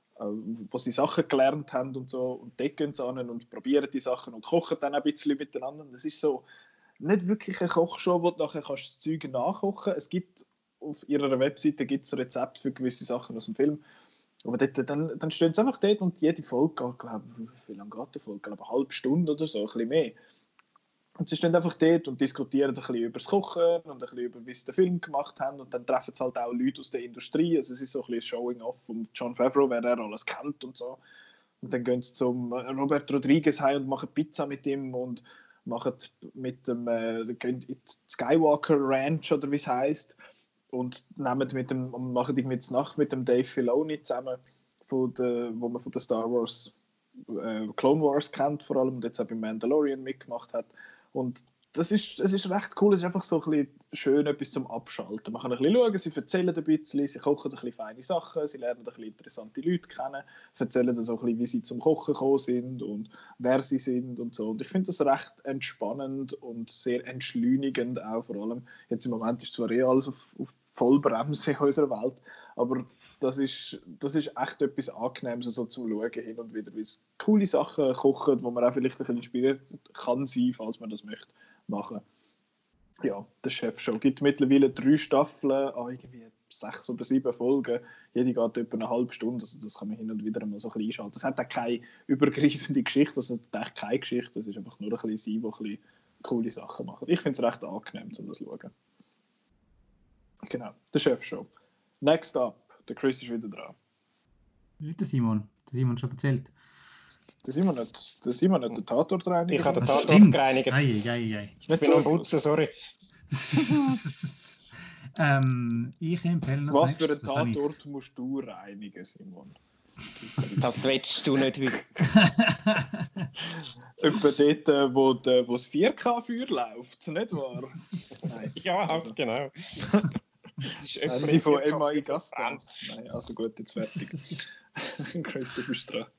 Sachen gelernt haben und so, und dort gehen sie an und probieren die Sachen und kochen dann ein bisschen miteinander. Das ist so nicht wirklich eine Kochshow, wo du nachher das Zeug nachkochen kannst. Es gibt auf ihrer Webseite Rezepte für gewisse Sachen aus dem Film, aber dort, dann stehen sie einfach dort, und jede Folge geht, glaube ich, wie lange geht die Folge? Eine halbe Stunde oder so, ein bisschen mehr. Und sie stehen einfach dort und diskutieren ein bisschen über das Kochen und ein bisschen über, wie sie den Film gemacht haben, und dann treffen sie halt auch Leute aus der Industrie, also es ist so ein bisschen Showing-off von Jon Favreau, wer er alles kennt und so. Und dann gehen sie zum Robert Rodriguez heim und machen Pizza mit ihm und machen mit dem gehen in die Skywalker Ranch, oder wie es heisst, und machen irgendwie jetzt Nacht mit dem Dave Filoni zusammen, wo man von der Star Wars Clone Wars kennt vor allem, und jetzt auch bei Mandalorian mitgemacht hat. Und das ist recht cool, es ist einfach so ein bisschen schön, etwas zum Abschalten. Man kann ein bisschen schauen, sie erzählen ein bisschen, sie kochen ein bisschen feine Sachen, sie lernen ein bisschen interessante Leute kennen, erzählen dann so ein bisschen, wie sie zum Kochen gekommen sind und wer sie sind und so. Und ich finde das recht entspannend und sehr entschleunigend auch vor allem. Jetzt im Moment ist zwar alles auf Vollbremse in unserer Welt, aber das ist echt etwas Angenehmes, so zum Schauen hin und wieder, weil es coole Sachen kochen, wo man auch vielleicht ein bisschen inspiriert kann sein, falls man das möchte machen. Ja, der Chef-Show gibt mittlerweile 3 Staffeln, irgendwie 6 oder 7 Folgen. Jede geht etwa eine halbe Stunde, also das kann man hin und wieder mal so ein bisschen einschalten. Es hat auch keine übergreifende Geschichte, also es hat echt keine Geschichte, es ist einfach nur ein bisschen sie, die ein bisschen coole Sachen machen. Ich finde es recht angenehm, um das zu schauen. Genau, der Chef-Show. Next up, der Chris ist wieder dran. Der Simon schon erzählt. Der Simon hat den Tatort reinigt. Ich habe den Tatort gereinigt. Ei. Ich bin am Putzen, sorry. Ich empfehle was für einen Tatort musst du reinigen, Simon? Das willst du nicht wissen. Etwa dort, wo das 4K-Feuer läuft, nicht wahr? Nein. Ja, also, genau. Das ist Ende von Emma in Gaston. Nein, also gut, jetzt fertig. Christopher Strath.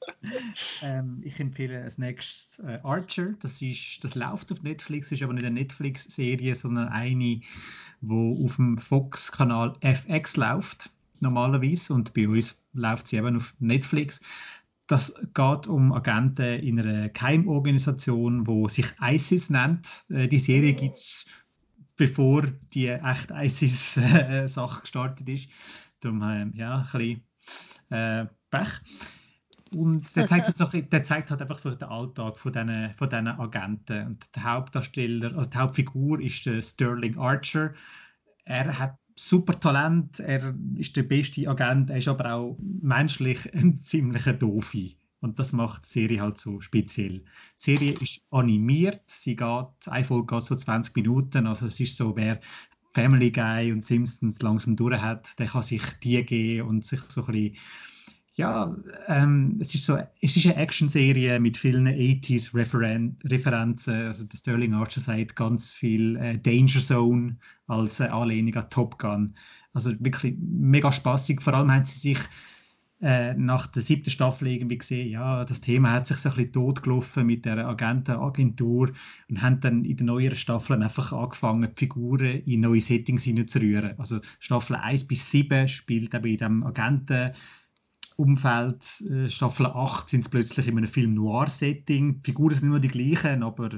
Ich empfehle als nächstes Archer. Das läuft auf Netflix, ist aber nicht eine Netflix-Serie, sondern eine, die auf dem Fox-Kanal FX läuft, normalerweise. Und bei uns läuft sie eben auf Netflix. Das geht um Agenten in einer Geheimorganisation, die sich ISIS nennt. Die Serie gibt es, bevor die echte ISIS-Sache gestartet ist. Darum ja, ein bisschen Pech. Und der zeigt halt einfach so den Alltag von diesen Agenten. Und der Hauptdarsteller, also die Hauptfigur ist der Sterling Archer. Er hat super Talent, er ist der beste Agent, er ist aber auch menschlich ein ziemlicher Doofi. Und das macht die Serie halt so speziell. Die Serie ist animiert, eine Folge geht so 20 Minuten, also es ist so, wer Family Guy und Simpsons langsam durch hat, der kann sich die geben und sich so ein bisschen, ja, es ist eine Actionserie mit vielen 80s-Referenzen. Also der Sterling Archer sagt ganz viel Danger Zone als Anlehnung an Top Gun. Also wirklich mega spaßig. Vor allem haben sie sich nach der 7. Staffel irgendwie gesehen, ja, das Thema hat sich so ein bisschen totgelaufen mit der Agentenagentur und haben dann in den neueren Staffeln einfach angefangen, die Figuren in neue Settings hineinzurühren. Also Staffel 1-7 spielt eben in diesem Agentenumfeld. Staffel 8 sind es plötzlich in einem Film-Noir-Setting. Die Figuren sind immer die gleichen, aber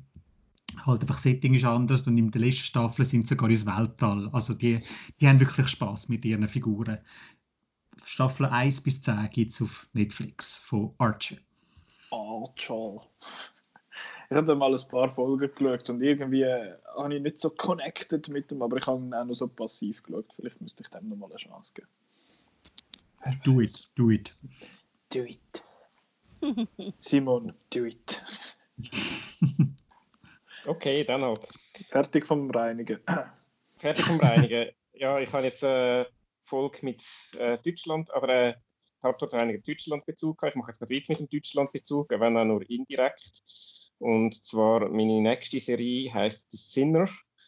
halt einfach das Setting ist anders und in der letzten Staffel sind sie sogar ins Weltall. Also die haben wirklich Spaß mit ihren Figuren. Staffel 1-10 gibt es auf Netflix von Archer. Archer. Ich habe da mal ein paar Folgen geschaut und irgendwie habe ich nicht so connected mit dem, aber ich habe ihn auch noch so passiv geschaut. Vielleicht müsste ich dem noch mal eine Chance geben. Do it. Do it. Simon, do it. Okay, dann halt. Fertig vom Reinigen. Ja, ich habe jetzt Folge mit Deutschland, aber Hauptverteidiger Deutschland-Bezug. Ich mache jetzt gerade weiter mit dem Deutschland-Bezug, wenn auch nur indirekt. Und zwar meine nächste Serie heisst The Sinner,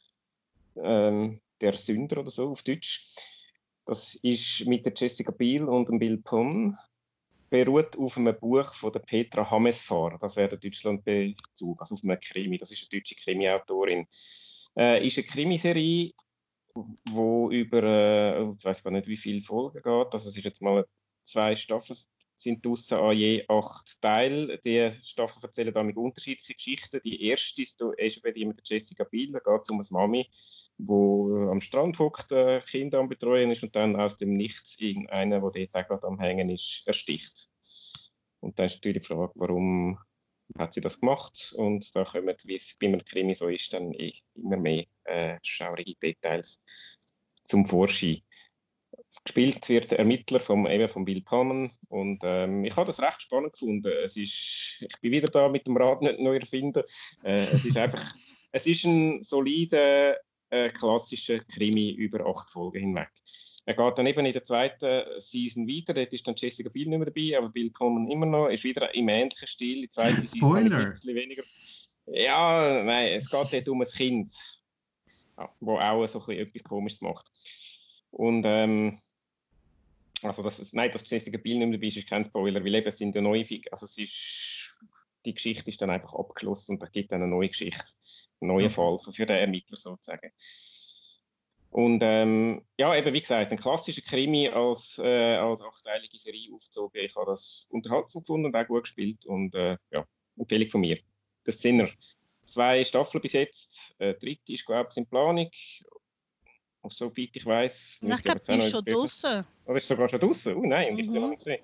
der Sünder oder so auf Deutsch. Das ist mit der Jessica Biel und dem Bill Pullman. Beruht auf einem Buch von der Petra Hamesfahr. Das wäre der Deutschland-Bezug, also auf einem Krimi. Das ist eine deutsche Krimi-Autorin. Ist eine Krimiserie, wo über, ich weiß gar nicht, wie viele Folgen geht. Also es ist jetzt mal 2 Staffeln, sind draussen an je 8 Teilen. Die Staffeln erzählen damit unterschiedliche Geschichten. Die erste ist bei die mit Jessica Biel. Da geht es um eine Mami, die am Strand hockt, Kinder am Betreuen ist und dann aus dem Nichts irgendeiner, der dort gerade am Hängen ist, ersticht. Und dann ist natürlich die Frage, warum hat sie das gemacht? Und da kommen, wie es bei einem Krimi so ist, dann immer mehr schaurige Details zum Vorschein. Gespielt wird der Ermittler von Bill Pullman und ich habe das recht spannend gefunden. Ich bin wieder da mit dem Rad nicht neu erfinden. Es ist ein solider, klassischer Krimi über 8 Folgen hinweg. Er geht dann eben in der 2. Season weiter, dort ist dann Jessica Biel nicht mehr dabei, aber Bill Pullman immer noch, ist wieder im ähnlichen Stil. Die 2. Season ein bisschen weniger. Ja, nein, es geht dort um ein Kind, ja, wo auch so ein bisschen etwas Komisches macht. Und also dass Jessica Biel nicht mehr dabei ist kein Spoiler, weil eben es sind ja neue also die Geschichte ist dann einfach abgeschlossen und da gibt dann eine neue Geschichte, einen neuen Fall für den Ermittler sozusagen. Und ja, eben wie gesagt, ein klassischer Krimi als 8-teilige Serie aufgezogen. Ich habe das unterhaltsam gefunden und auch gut gespielt und ja, Empfehlung von mir. Das Sinner. 2 Staffeln bis jetzt, 3. ist glaube ich in Planung. Soweit ich weiss. Ich glaube, die ist schon draussen. Oder ist sogar schon draussen? Nein, ich habe sie noch nicht gesehen.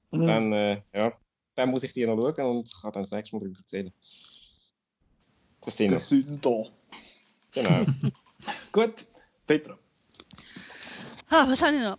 Dann muss ich die noch schauen und kann dann das nächste Mal darüber erzählen. Das sind der Sünder. Genau. Gut, Petra. Was habe ich noch?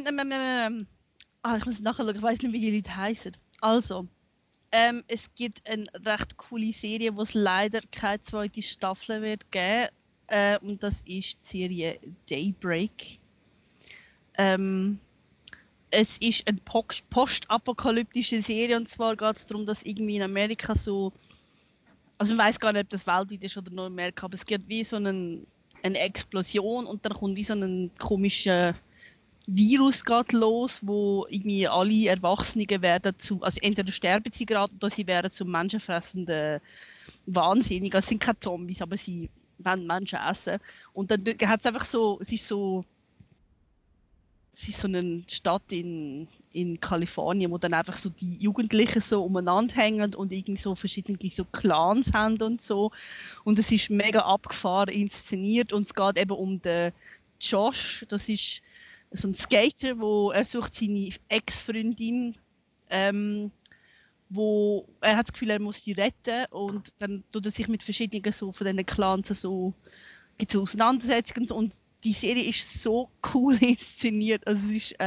Ich muss nachschauen, ich weiß nicht, wie die Leute heißen. Also, es gibt eine recht coole Serie, wo es leider keine 2. Staffel wird geben. Und das ist die Serie Daybreak. es ist eine postapokalyptische Serie, und zwar geht es darum, dass irgendwie in Amerika so, also man weiß gar nicht, ob das weltweit ist oder nur in Amerika, aber es gibt wie so eine Explosion und dann kommt wie so ein komischer Virus geht los, wo irgendwie alle Erwachsenen werden zu, also entweder sterben sie gerade oder sie werden zu menschenfressenden Wahnsinnigen. Also es sind keine Zombies, aber sie wollen Menschen essen. Und dann hat es einfach so, es ist so eine Stadt in Kalifornien, wo dann einfach so die Jugendlichen so umeinander hängen und irgendwie so verschiedene so Clans haben und so. Und es ist mega abgefahren inszeniert und es geht eben um den Josh, das ist so ein Skater, er sucht seine Ex-Freundin, wo er hat das Gefühl, er muss die retten und dann tut er sich mit verschiedenen so von diesen Clans so gibt es Auseinandersetzungen und die Serie ist so cool inszeniert. Also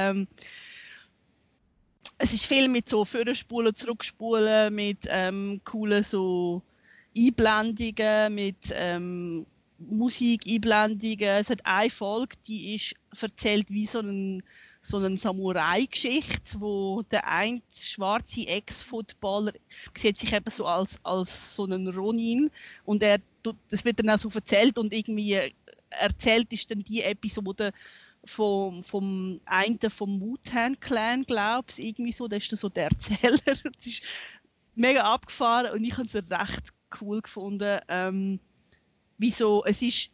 es ist viel mit so Vorspulen, Zurückspulen, mit coolen so Einblendungen, mit Musikeinblendungen. Es hat eine Folge, die ist erzählt wie so eine Samurai-Geschichte, wo der eine schwarze Ex-Footballer sieht sich eben so als so einen Ronin und das wird dann auch so erzählt und irgendwie erzählt ist dann die Episode vom einen vom Wu-Tang Clan, glaube ich, irgendwie so, das ist dann so der Erzähler. Das ist mega abgefahren und ich habe es recht cool gefunden. Wieso, es ist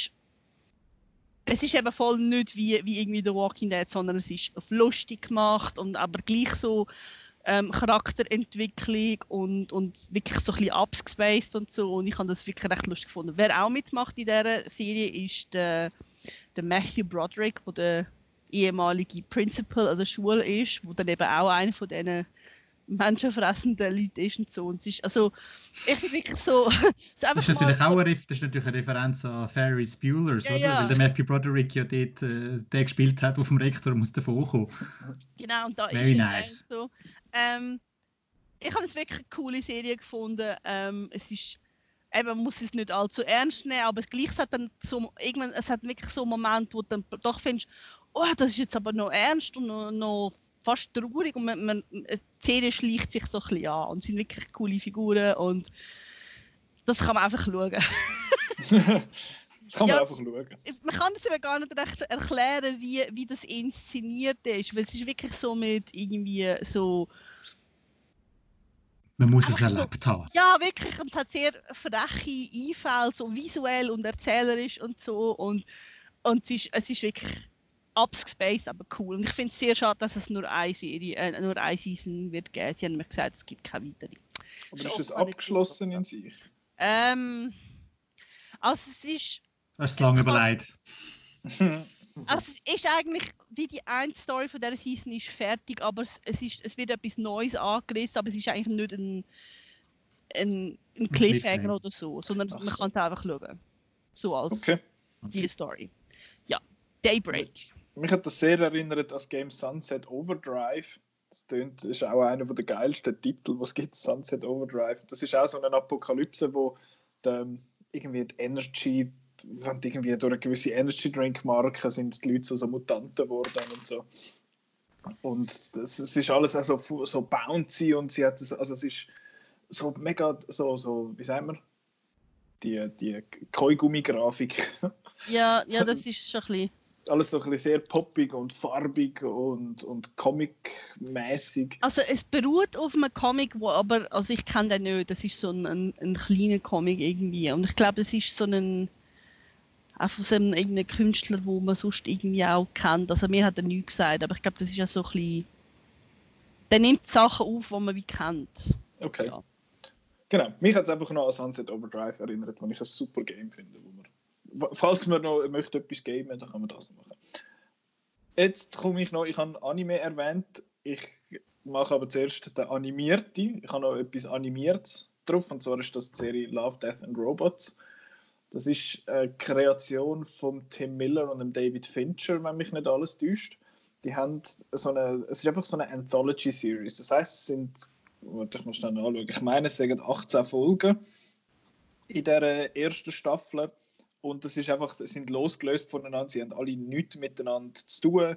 eben voll nicht wie irgendwie The Walking Dead, sondern es ist auf lustig gemacht und aber gleich so Charakterentwicklung und wirklich so ein bisschen abgespaced und so und ich habe das wirklich recht lustig gefunden. Wer auch mitmacht in dieser Serie ist der Matthew Broderick, der der ehemalige Principal an der Schule ist, wo dann eben auch einer von diesen menschenfressenden Leuten ist und so. Und es ist, also, ich bin wirklich so... das ist natürlich auch eine Referenz an Ferris Bueller, oder? Ja. Weil der Matthew Broderick ja dort der gespielt hat auf dem Rektor und muss davon kommen. Genau, und da Very ist nice. So. Ich habe es wirklich eine coole Serie gefunden. Es ist... Eben, man muss es nicht allzu ernst nehmen, aber gleich hat dann so irgendwann, es hat wirklich so Momente, wo du dann doch findest, oh, das ist jetzt aber noch ernst und noch fast traurig und die Serie schleicht sich so ein bisschen an und es sind wirklich coole Figuren und das kann man einfach schauen. Das kann man einfach schauen. Man kann es eben gar nicht recht erklären, wie das inszeniert ist, weil es ist wirklich so mit irgendwie so... Man muss es erlebt haben. Ja, wirklich. Und es hat sehr freche Einfälle, so visuell und erzählerisch und so. Und es ist wirklich abgespaced, aber cool. Und ich finde es sehr schade, dass es nur eine Season wird geben. Sie haben mir gesagt, es gibt keine weitere. Aber ist es abgeschlossen in sich? Also es ist... Hast du lange überlegt? Also es ist eigentlich, wie die eine Story von dieser Season ist fertig, aber es wird etwas Neues angerissen, aber es ist eigentlich nicht ein Cliffhanger oder so, sondern man kann es einfach schauen. So als die Story. Ja, Daybreak. Mich hat das sehr erinnert an das Game Sunset Overdrive. Das ist auch einer der geilsten Titel, die es gibt, Sunset Overdrive. Das ist auch so eine Apokalypse, wo irgendwie die Energy... wenn irgendwie durch eine gewisse Energy-Drink-Marke sind die Leute so Mutanten geworden und so. Und es ist alles auch so bouncy und sie hat es ist so mega, so wie sagen wir, die Koi-Gummi-Grafik. Ja, das ist schon ein bisschen... Alles so ein bisschen sehr poppig und farbig und Comic-mäßig. Also es beruht auf einem Comic, also ich kenne den nicht, das ist so ein kleiner Comic irgendwie und ich glaube, das ist so auch von so einem Künstler, den man sonst irgendwie auch kennt. Also mir hat er nichts gesagt, aber ich glaube, das ist ja so ein bisschen... Der nimmt Sachen auf, die man wie kennt. Okay. Ja. Genau. Mich hat es einfach noch an Sunset Overdrive erinnert, wo ich ein super Game finde. Falls man noch möchte etwas gamen, dann kann man das machen. Jetzt komme ich habe Anime erwähnt. Ich mache aber zuerst den Animierten. Ich habe noch etwas Animiertes drauf, und zwar ist das die Serie Love, Death and Robots. Das ist eine Kreation von Tim Miller und dem David Fincher, wenn mich nicht alles täuscht. Die haben es ist einfach so eine Anthology-Series. Das heisst, es sind, ich muss schnell anschauen, ich meine, es sind 18 Folgen in dieser ersten Staffel. Und das ist einfach, sie sind losgelöst voneinander, sie haben alle nichts miteinander zu tun.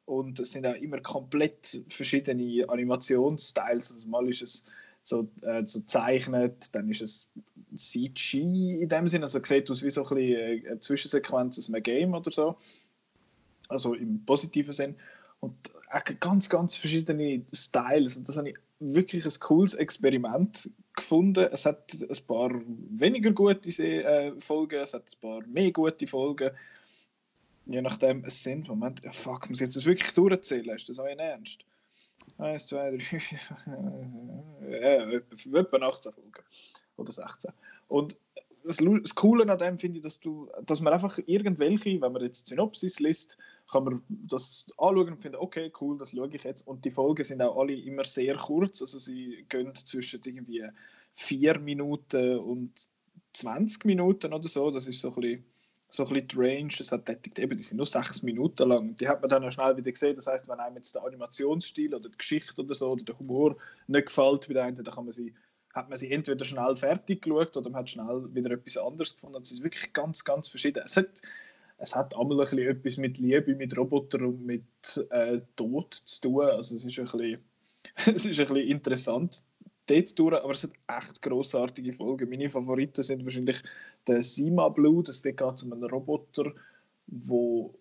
und es sind auch immer komplett verschiedene Animationsstyles. Also mal ist es so gezeichnet, dann ist es CG in dem Sinne, also es sieht aus wie so ein bisschen eine Zwischensequenz aus einem Game oder so, also im positiven Sinn, und ganz, ganz verschiedene Styles, und das habe ich wirklich ein cooles Experiment gefunden. Es hat ein paar weniger gute Folgen, es hat ein paar mehr gute Folgen, je nachdem es sind. Moment, fuck, muss ich jetzt das wirklich durchzählen? Ist das euer Ernst? 1, 2, 3, 4, 5, etwa 18 Folgen. Oder 16. Und das Coole an dem finde ich, dass man einfach irgendwelche, wenn man jetzt Synopsis liest, kann man das anschauen und finden, okay, cool, das schaue ich jetzt. Und die Folgen sind auch alle immer sehr kurz, also sie gehen zwischen irgendwie 4 Minuten und 20 Minuten oder so. Das ist so ein bisschen die Range. Das hat eben, die sind nur 6 Minuten lang. Die hat man dann auch schnell wieder gesehen. Das heisst, wenn einem jetzt der Animationsstil oder die Geschichte oder so oder der Humor nicht gefällt bei der einen, dann hat man sie entweder schnell fertig geschaut oder man hat schnell wieder etwas anderes gefunden. Es ist wirklich ganz, ganz verschieden. Es hat einmal ein bisschen etwas mit Liebe, mit Robotern und mit Tod zu tun. Also es ist ein bisschen interessant dort durch, aber es hat echt grossartige Folgen. Meine Favoriten sind wahrscheinlich der Sima Blue, das geht um einen Roboter, wo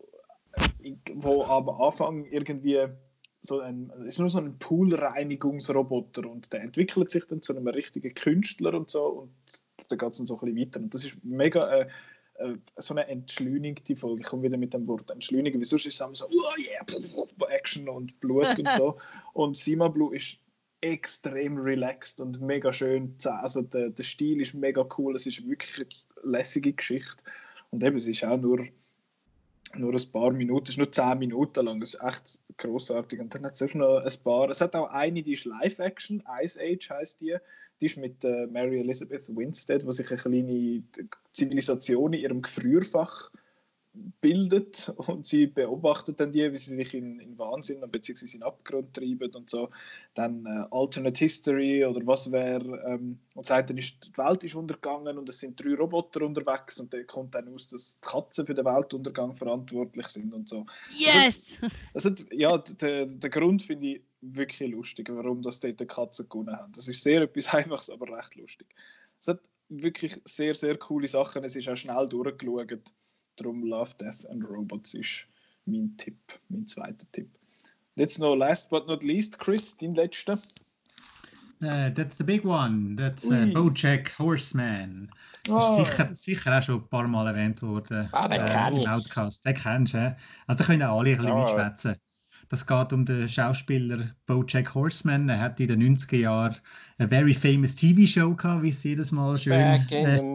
am Anfang irgendwie ist nur so ein Poolreinigungsroboter und der entwickelt sich dann zu einem richtigen Künstler und so, und da geht es dann so ein bisschen weiter. Und das ist mega so eine entschleunigte Folge. Ich komme wieder mit dem Wort entschleunigen, weil sonst ist es immer so Action und Blut und so. Und Sima Blue ist extrem relaxed und mega schön. Also der Stil ist mega cool, es ist wirklich eine lässige Geschichte. Und eben, es ist auch nur ein paar Minuten, es ist nur 10 Minuten lang, das ist echt grossartig. Und dann hat es noch ein paar, es hat auch eine, die ist Live-Action, Ice Age heisst die ist mit Mary Elizabeth Winstead, wo sich eine kleine Zivilisation in ihrem Gefrierfach bildet, und sie beobachtet dann wie sie sich in Wahnsinn bzw. in Abgrund treiben und so. Dann Alternate History oder was wäre, und sagt dann, die Welt ist untergegangen und es sind 3 Roboter unterwegs, und dann kommt dann aus, dass die Katzen für den Weltuntergang verantwortlich sind und so. Yes! Der Grund finde ich wirklich lustig, warum das dort die Katzen gewonnen haben. Das ist sehr etwas Einfaches, aber recht lustig. Es hat wirklich sehr, sehr coole Sachen, es ist auch schnell durchgeschaut. Darum Love, Death and Robots ist mein zweiter Tipp. Und jetzt noch last but not least, Chris, dein letzter. That's the big one. That's BoJack Horseman. Ist sicher auch schon ein paar Mal erwähnt worden im Outcast. Den kennst du, ja? Also da können auch alle ein bisschen mitschwätzen. Das geht um den Schauspieler BoJack Horseman. Er hat in den 90er Jahren eine very famous TV-Show gehabt, wie es jedes Mal schön... Back in the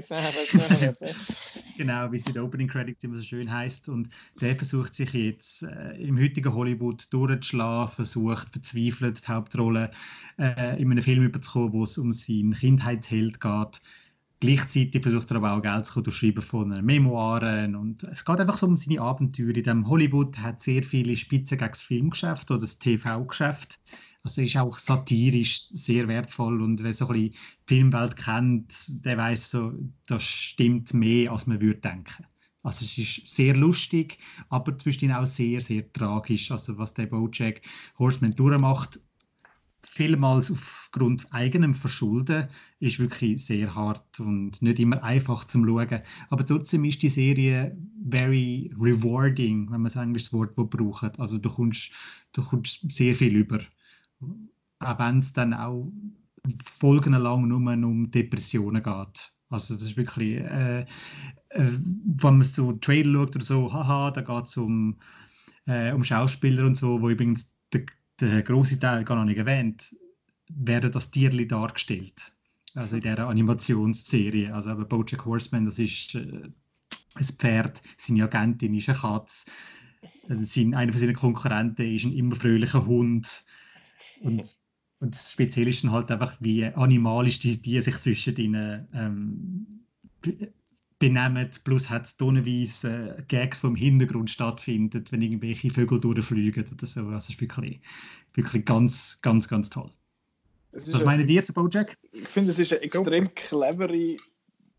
90s. Genau, wie es in den Opening Credits immer so schön heisst. Und der versucht sich jetzt im heutigen Hollywood durchzuschlagen, versucht verzweifelt die Hauptrolle in einem Film überzukommen, wo es um seinen Kindheitsheld geht. Gleichzeitig versucht er aber auch Geld zu schreiben von Memoiren, und es geht einfach so um seine Abenteuer. In dem Hollywood hat sehr viele Spitzen gegen das Filmgeschäft oder das TV-Geschäft. Also ist auch satirisch sehr wertvoll, und wer so ein bisschen die Filmwelt kennt, der weiss so, das stimmt mehr, als man würde denken. Also es ist sehr lustig, aber zwischendurch auch sehr, sehr tragisch. Also was der BoJack Horseman durchmacht, vielmals aufgrund eigenem Verschulden, ist wirklich sehr hart und nicht immer einfach zum Schauen. Aber trotzdem ist die Serie very rewarding, wenn man das englische Wort braucht. Also du kommst sehr viel über. Auch wenn es dann auch folgenlang nur um Depressionen geht. Also das ist wirklich, wenn man so Trailer schaut oder so, haha, da geht es um Schauspieler und so, wo übrigens der grosse Teil gar noch nicht erwähnt, werden das Tierli dargestellt. Also in dieser Animationsserie. Also aber BoJack Horseman, das ist ein Pferd, seine Agentin ist eine Katze, einer von seinen Konkurrenten ist ein immer fröhlicher Hund. Und das Spezielle ist dann halt einfach, wie animalisch die sich zwischen ihnen benehmen. Plus hat es tonnenweise Gags, die im Hintergrund stattfinden, wenn irgendwelche Vögel durchfliegen oder so. Also es ist wirklich ganz, ganz, ganz toll. Was meinen die zu BoJack? Ich finde, es ist eine extrem clevere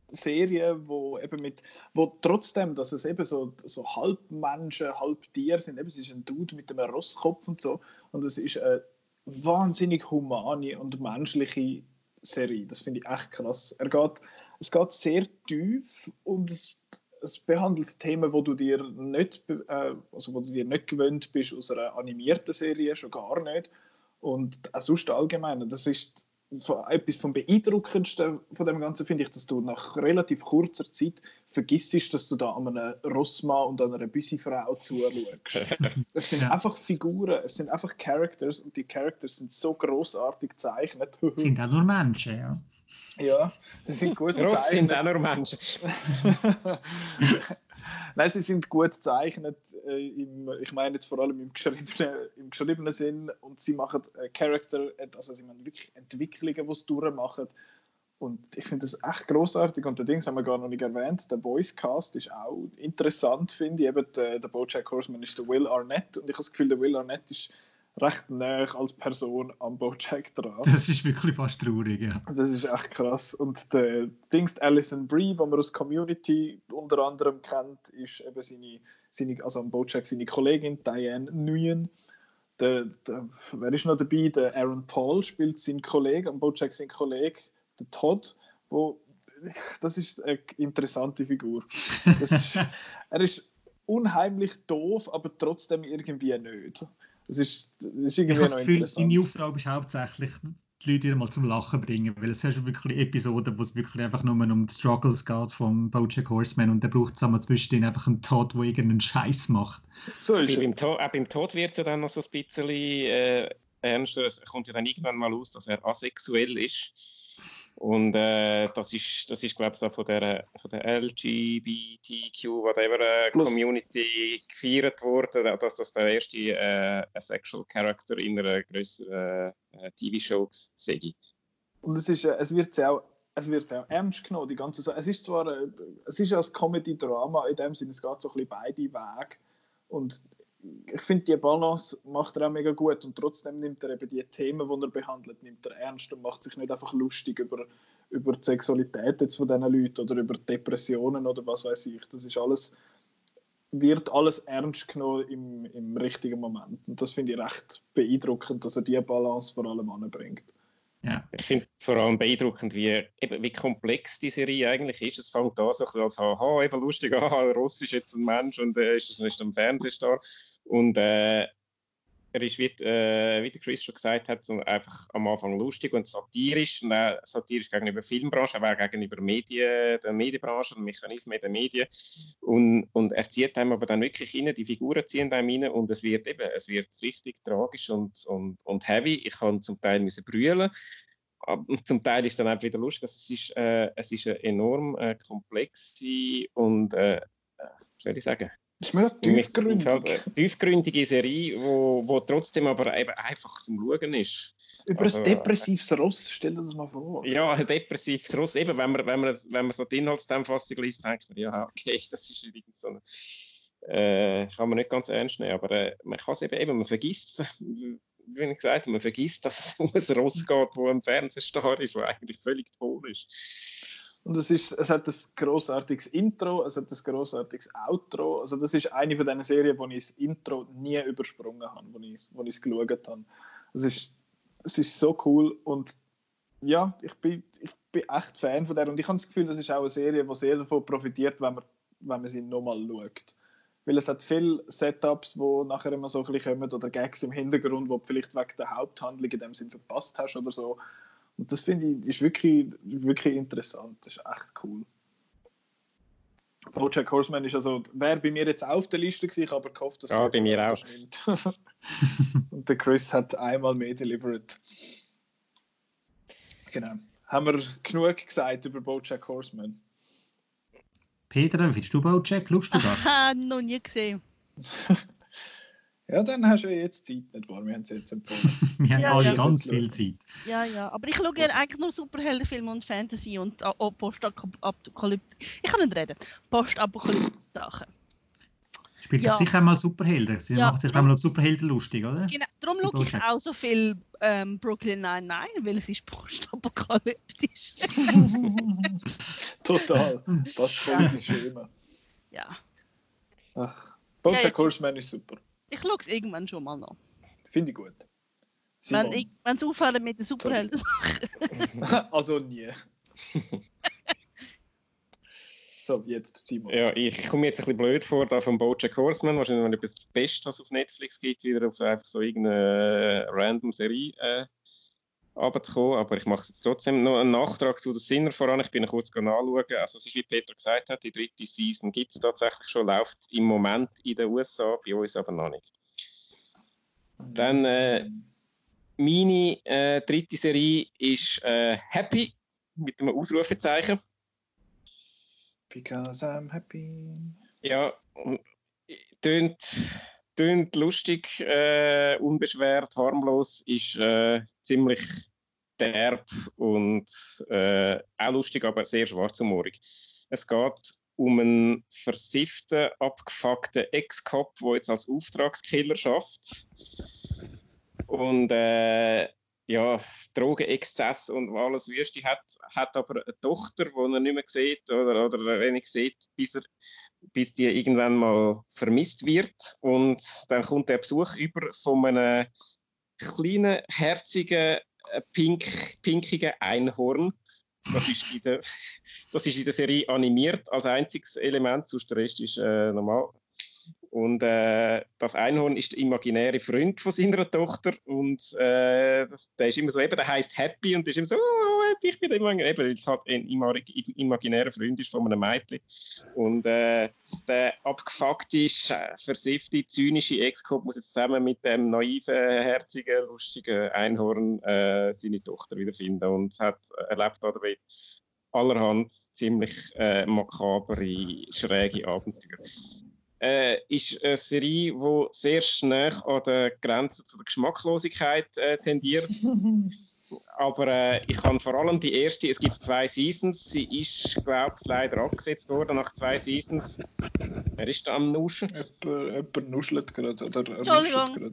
Serien, wo trotzdem, dass es eben so halb Menschen, halb Tiere sind, eben, es ist ein Dude mit einem Rosskopf und so, und es ist eine wahnsinnig humane und menschliche Serie. Das finde ich echt krass. Es geht sehr tief und es behandelt Themen, wo du dir nicht gewöhnt bist aus einer animierten Serie, schon gar nicht. Und auch sonst allgemein. Das ist etwas vom Beeindruckendsten von dem Ganzen, finde ich, dass du nach relativ kurzer Zeit vergissest, dass du da an einem Rossmann und an einer Büssi-Frau zuschaust. Es sind einfach Figuren, es sind einfach Characters, und die Characters sind so grossartig gezeichnet. Sind auch nur Menschen, ja. Ja, sie sind gut gezeichnet. Ross sind auch nur Menschen. Nein, sie sind gut gezeichnet, ich meine jetzt vor allem im geschriebenen Sinn, und sie machen Charakter, also sie machen wirklich Entwicklungen, die sie durchmachen, und ich finde das echt grossartig. Und den Dings haben wir gar noch nicht erwähnt, der Voicecast ist auch interessant, finde ich. Eben der BoJack Horseman ist der Will Arnett, und ich habe das Gefühl, der Will Arnett ist recht nah als Person am BoJack dran. Das ist wirklich fast traurig, ja. Das ist echt krass. Und der Dings Alison Brie, die man aus Community unter anderem kennt, ist eben also am BoJack seine Kollegin Diane Nguyen. Wer ist noch dabei? Der Aaron Paul spielt seinen Kollegen, am BoJack seinen Kollegen, der Todd, das ist eine interessante Figur. Er ist unheimlich doof, aber trotzdem irgendwie nicht. Das ist irgendwie ich habe das Gefühl, interessant. seine Aufgabe ist hauptsächlich, die Leute wieder mal zum Lachen bringen, weil es ist wirklich Episoden, wo es wirklich einfach nur um die Struggles geht vom BoJack Horseman, und der braucht zusammen zwischendrin einfach einen Todd, der irgendeinen Scheiß macht. So ist es. Auch beim Todd wird es ja dann noch so ein bisschen ernster. Es kommt ja dann irgendwann mal aus, dass er asexuell ist. Und das ist glaube ich, so von der LGBTQ Community gefeiert worden, dass das der erste Sexual Character in einer größeren TV-Show sei. Und es wird auch ernst genommen, die ganze Sache. Es ist ein Comedy-Drama, in dem Sinne, es geht so ein bisschen beide Wege. Und ich finde, die Balance macht er auch mega gut, und trotzdem nimmt er eben die Themen, die er behandelt, nimmt er ernst und macht sich nicht einfach lustig über die Sexualität jetzt von diesen Leuten oder über Depressionen oder was weiß ich. Das ist wird alles ernst genommen im richtigen Moment. Und das finde ich recht beeindruckend, dass er diese Balance vor allem anbringt. Ja. Ich finde vor allem beeindruckend, wie komplex die Serie eigentlich ist. Es fängt an so als haha, eben lustig, Ross ist jetzt ein Mensch und ist am Fernsehstar. Und er ist, wie der Chris schon gesagt hat, so einfach am Anfang lustig und satirisch. Und auch satirisch gegenüber der Filmbranche, aber auch gegenüber der Medienbranche, den Mechanismen der Medien. Und er zieht einem aber dann wirklich rein, die Figuren ziehen einem rein, und es wird richtig tragisch und heavy. Ich kann zum Teil brüllen. Und zum Teil ist dann auch wieder lustig. Es ist eine enorm komplexe und, was soll ich sagen? Das ist mir tiefgründige Serie, wo trotzdem aber eben einfach zum Schauen ist. Über ein depressives Ross, stell dir das mal vor. Ja, ein depressives Ross. Eben, wenn man so die Inhaltszusammenfassung liest, denkt man, ja, okay, das ist übrigens so eine, kann man nicht ganz ernst nehmen, aber man kann es eben, man vergisst, wie ich gesagt habe, man vergisst, dass es um ein Ross geht, wo ein Fernsehstar ist, der eigentlich völlig toll ist. Und es hat ein grossartiges Intro, es hat ein grossartiges Outro. Also das ist eine von diesen Serien, wo ich das Intro nie übersprungen habe, wo ich es geschaut habe. Es ist so cool, und ja, ich bin echt Fan von der, und ich habe das Gefühl, das ist auch eine Serie, die sehr davon profitiert, wenn man sie nochmal schaut. Weil es hat viele Setups, die nachher immer so ein bisschen kommen, oder Gags im Hintergrund, die du vielleicht wegen der Haupthandlung in dem Sinn verpasst hast oder so. Und das finde ich ist wirklich interessant. Das ist echt cool. BoJack Horseman wäre bei mir jetzt auch auf der Liste gewesen, ich habe gehofft, dass es bei mir auch nimmt. Und der Chris hat einmal mehr delivered. Genau. Haben wir genug gesagt über BoJack Horseman? Peter, willst du BoJack? Schaust du das? Aha, noch nie gesehen. Ja, dann hast du ja jetzt Zeit, nicht wahr? Wir haben es jetzt empfohlen. Wir haben alle ganz viel Zeit. Ja, aber ich schaue eigentlich nur Superheldenfilme und Fantasy und Postapokalypse. Ich kann nicht reden. Postapokalypse-Sachen. Spielt doch sicher einmal Superhelden. Sie macht sich einmal auf Superhelden lustig, oder? Genau, darum schaue ich auch so viel Brooklyn Nine-Nine, weil es ist postapokalyptisch. Total. Das kommt ins Schema. Ja. Ach, BoJack Horseman ist super. Ich schaue es irgendwann schon mal noch. Finde ich gut. Wenn es aufhört mit den Superhelden-Sachen. Also nie. So, jetzt Simon. Ja, ich komme jetzt ein bisschen blöd vor, da von BoJack Horseman, wahrscheinlich das Beste, was es auf Netflix gibt, wieder auf einfach so irgendeine random Serie runterzukommen, aber ich mache jetzt trotzdem noch einen Nachtrag zu den Sinner voran. Ich bin kurz nachschauen. Also es ist, wie Peter gesagt hat, die 3. Season gibt es tatsächlich schon, läuft im Moment in den USA, bei uns aber noch nicht. Dann meine 3. Serie ist Happy, mit einem Ausrufezeichen. Because I'm happy. Ja, tönt lustig, unbeschwert, harmlos, ist ziemlich derb und auch lustig, aber sehr schwarzhumorig. Es geht um einen versifften, abgefuckten Ex-Cop, der jetzt als Auftragskiller schafft. Und ja, Drogenexzess und alles Wüste hat aber eine Tochter, die er nicht mehr sieht oder wenig sieht, bis die irgendwann mal vermisst wird. Und dann kommt der Besuch über von einem kleinen, herzigen, pinkigen Einhorn. Das ist in der Serie animiert als einziges Element, sonst der Rest ist normal. Und das Einhorn ist der imaginäre Freund von seiner Tochter und der ist immer so, der heisst Happy und der ist immer so, oh, Happy, ich bin imaginär, weil es halt ein imaginärer Freund ist von einem Mädchen. Und der abgefuckte, versiffte, zynische Ex-Cop muss jetzt zusammen mit dem naiven, herzigen, lustigen Einhorn seine Tochter wiederfinden und erlebt dabei allerhand ziemlich makabere, schräge Abenteuer. Ist eine Serie, die sehr schnell an der Grenze zur Geschmacklosigkeit tendiert. Aber ich habe vor allem die erste, es gibt 2 Seasons, sie ist, glaube ich, leider abgesetzt worden nach 2 Seasons. Wer ist da am Nuschen? Jemand nuschelt gerade, oder Entschuldigung.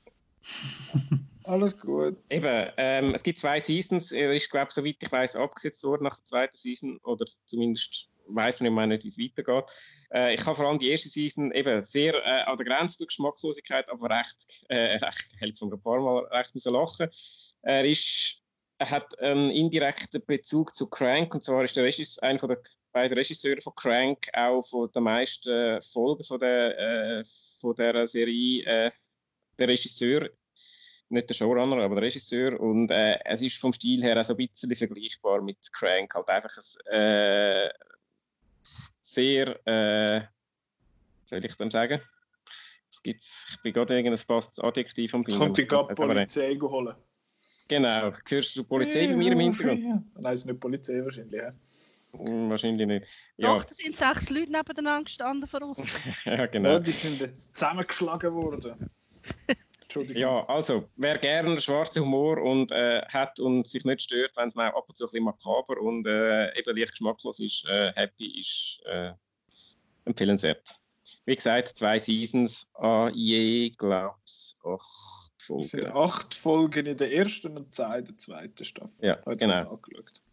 Alles gut. Eben, es gibt 2 Seasons, er ist, glaube ich, soweit ich weiß, abgesetzt worden nach der 2. Season, oder zumindest weiss man nicht, wie es weitergeht. Ich habe vor allem die erste Season eben sehr an der Grenze der Geschmackslosigkeit, aber recht helfen ein paar Mal recht müssen lachen. Er hat einen indirekten Bezug zu Crank, und zwar ist der einer von der beiden Regisseure von Crank auch von den meisten Folgen von der Serie der Regisseur. Nicht der Showrunner, aber der Regisseur. Und es ist vom Stil her auch so ein bisschen vergleichbar mit Crank. Halt einfach ein sehr, soll ich dem sagen? Ich bin gerade irgendein passendes Adjektiv am Finger. Kommt die Polizei holen? Genau. Hörst du die Polizei bei mir im Hintergrund? Nein, es ist nicht die Polizei wahrscheinlich. Ja. Wahrscheinlich nicht. Ja. Doch, da sind 6 Leute nebeneinander gestanden von uns. Ja, genau. Ja, die sind zusammengeschlagen worden. Ja, also, wer gerne schwarzen Humor und hat und sich nicht stört, wenn es mal ab und zu ein bisschen makaber und eben leicht geschmacklos ist, Happy ist empfehlenswert. Wie gesagt, 2 Seasons, je, glaub's, 8 Folgen. Es sind 8 Folgen in der ersten und 10 in der 2. Staffel. Ja, genau. Angeschaut.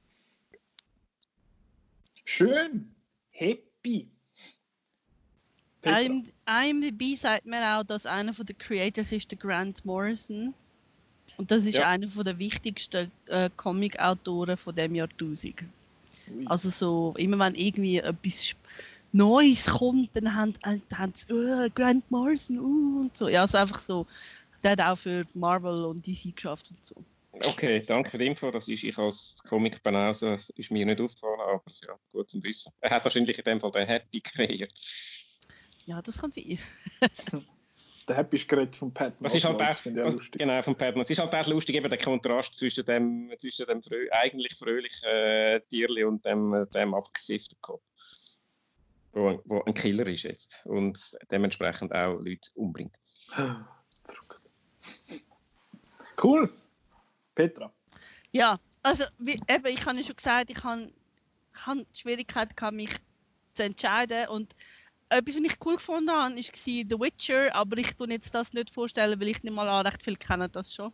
Schön. Happy. IMDb sagt mir auch, dass einer der Creators ist der Grant Morrison. Und das ist einer der wichtigsten Comic-Autoren von dem Jahrtausend. Also so, immer wenn irgendwie etwas Neues kommt, dann haben sie Grant Morrison und so. Ja, also einfach so. Der hat auch für Marvel und DC geschafft und so. Okay, danke für die Info. Das ist ich als Comic-Banause, das ist mir nicht aufgefallen, aber ja, gut zu wissen. Er hat wahrscheinlich in dem Fall den Happy kreiert. Ja, das kann sein. Der Happy ist gerade von Pat. Das ist halt auch, genau, von Pat. Es ist halt auch lustig, eben der Kontrast zwischen dem eigentlich fröhlichen Tierli und dem abgesifften Kopf, wo ein Killer ist jetzt und dementsprechend auch Leute umbringt. Cool. Petra. Ja, also ich habe ja schon gesagt, ich habe die Schwierigkeit gehabt, mich zu entscheiden, und etwas, was ich cool gefunden habe, war The Witcher, aber ich tue jetzt das nicht vorstellen, weil ich nicht mal recht viel kenne das schon.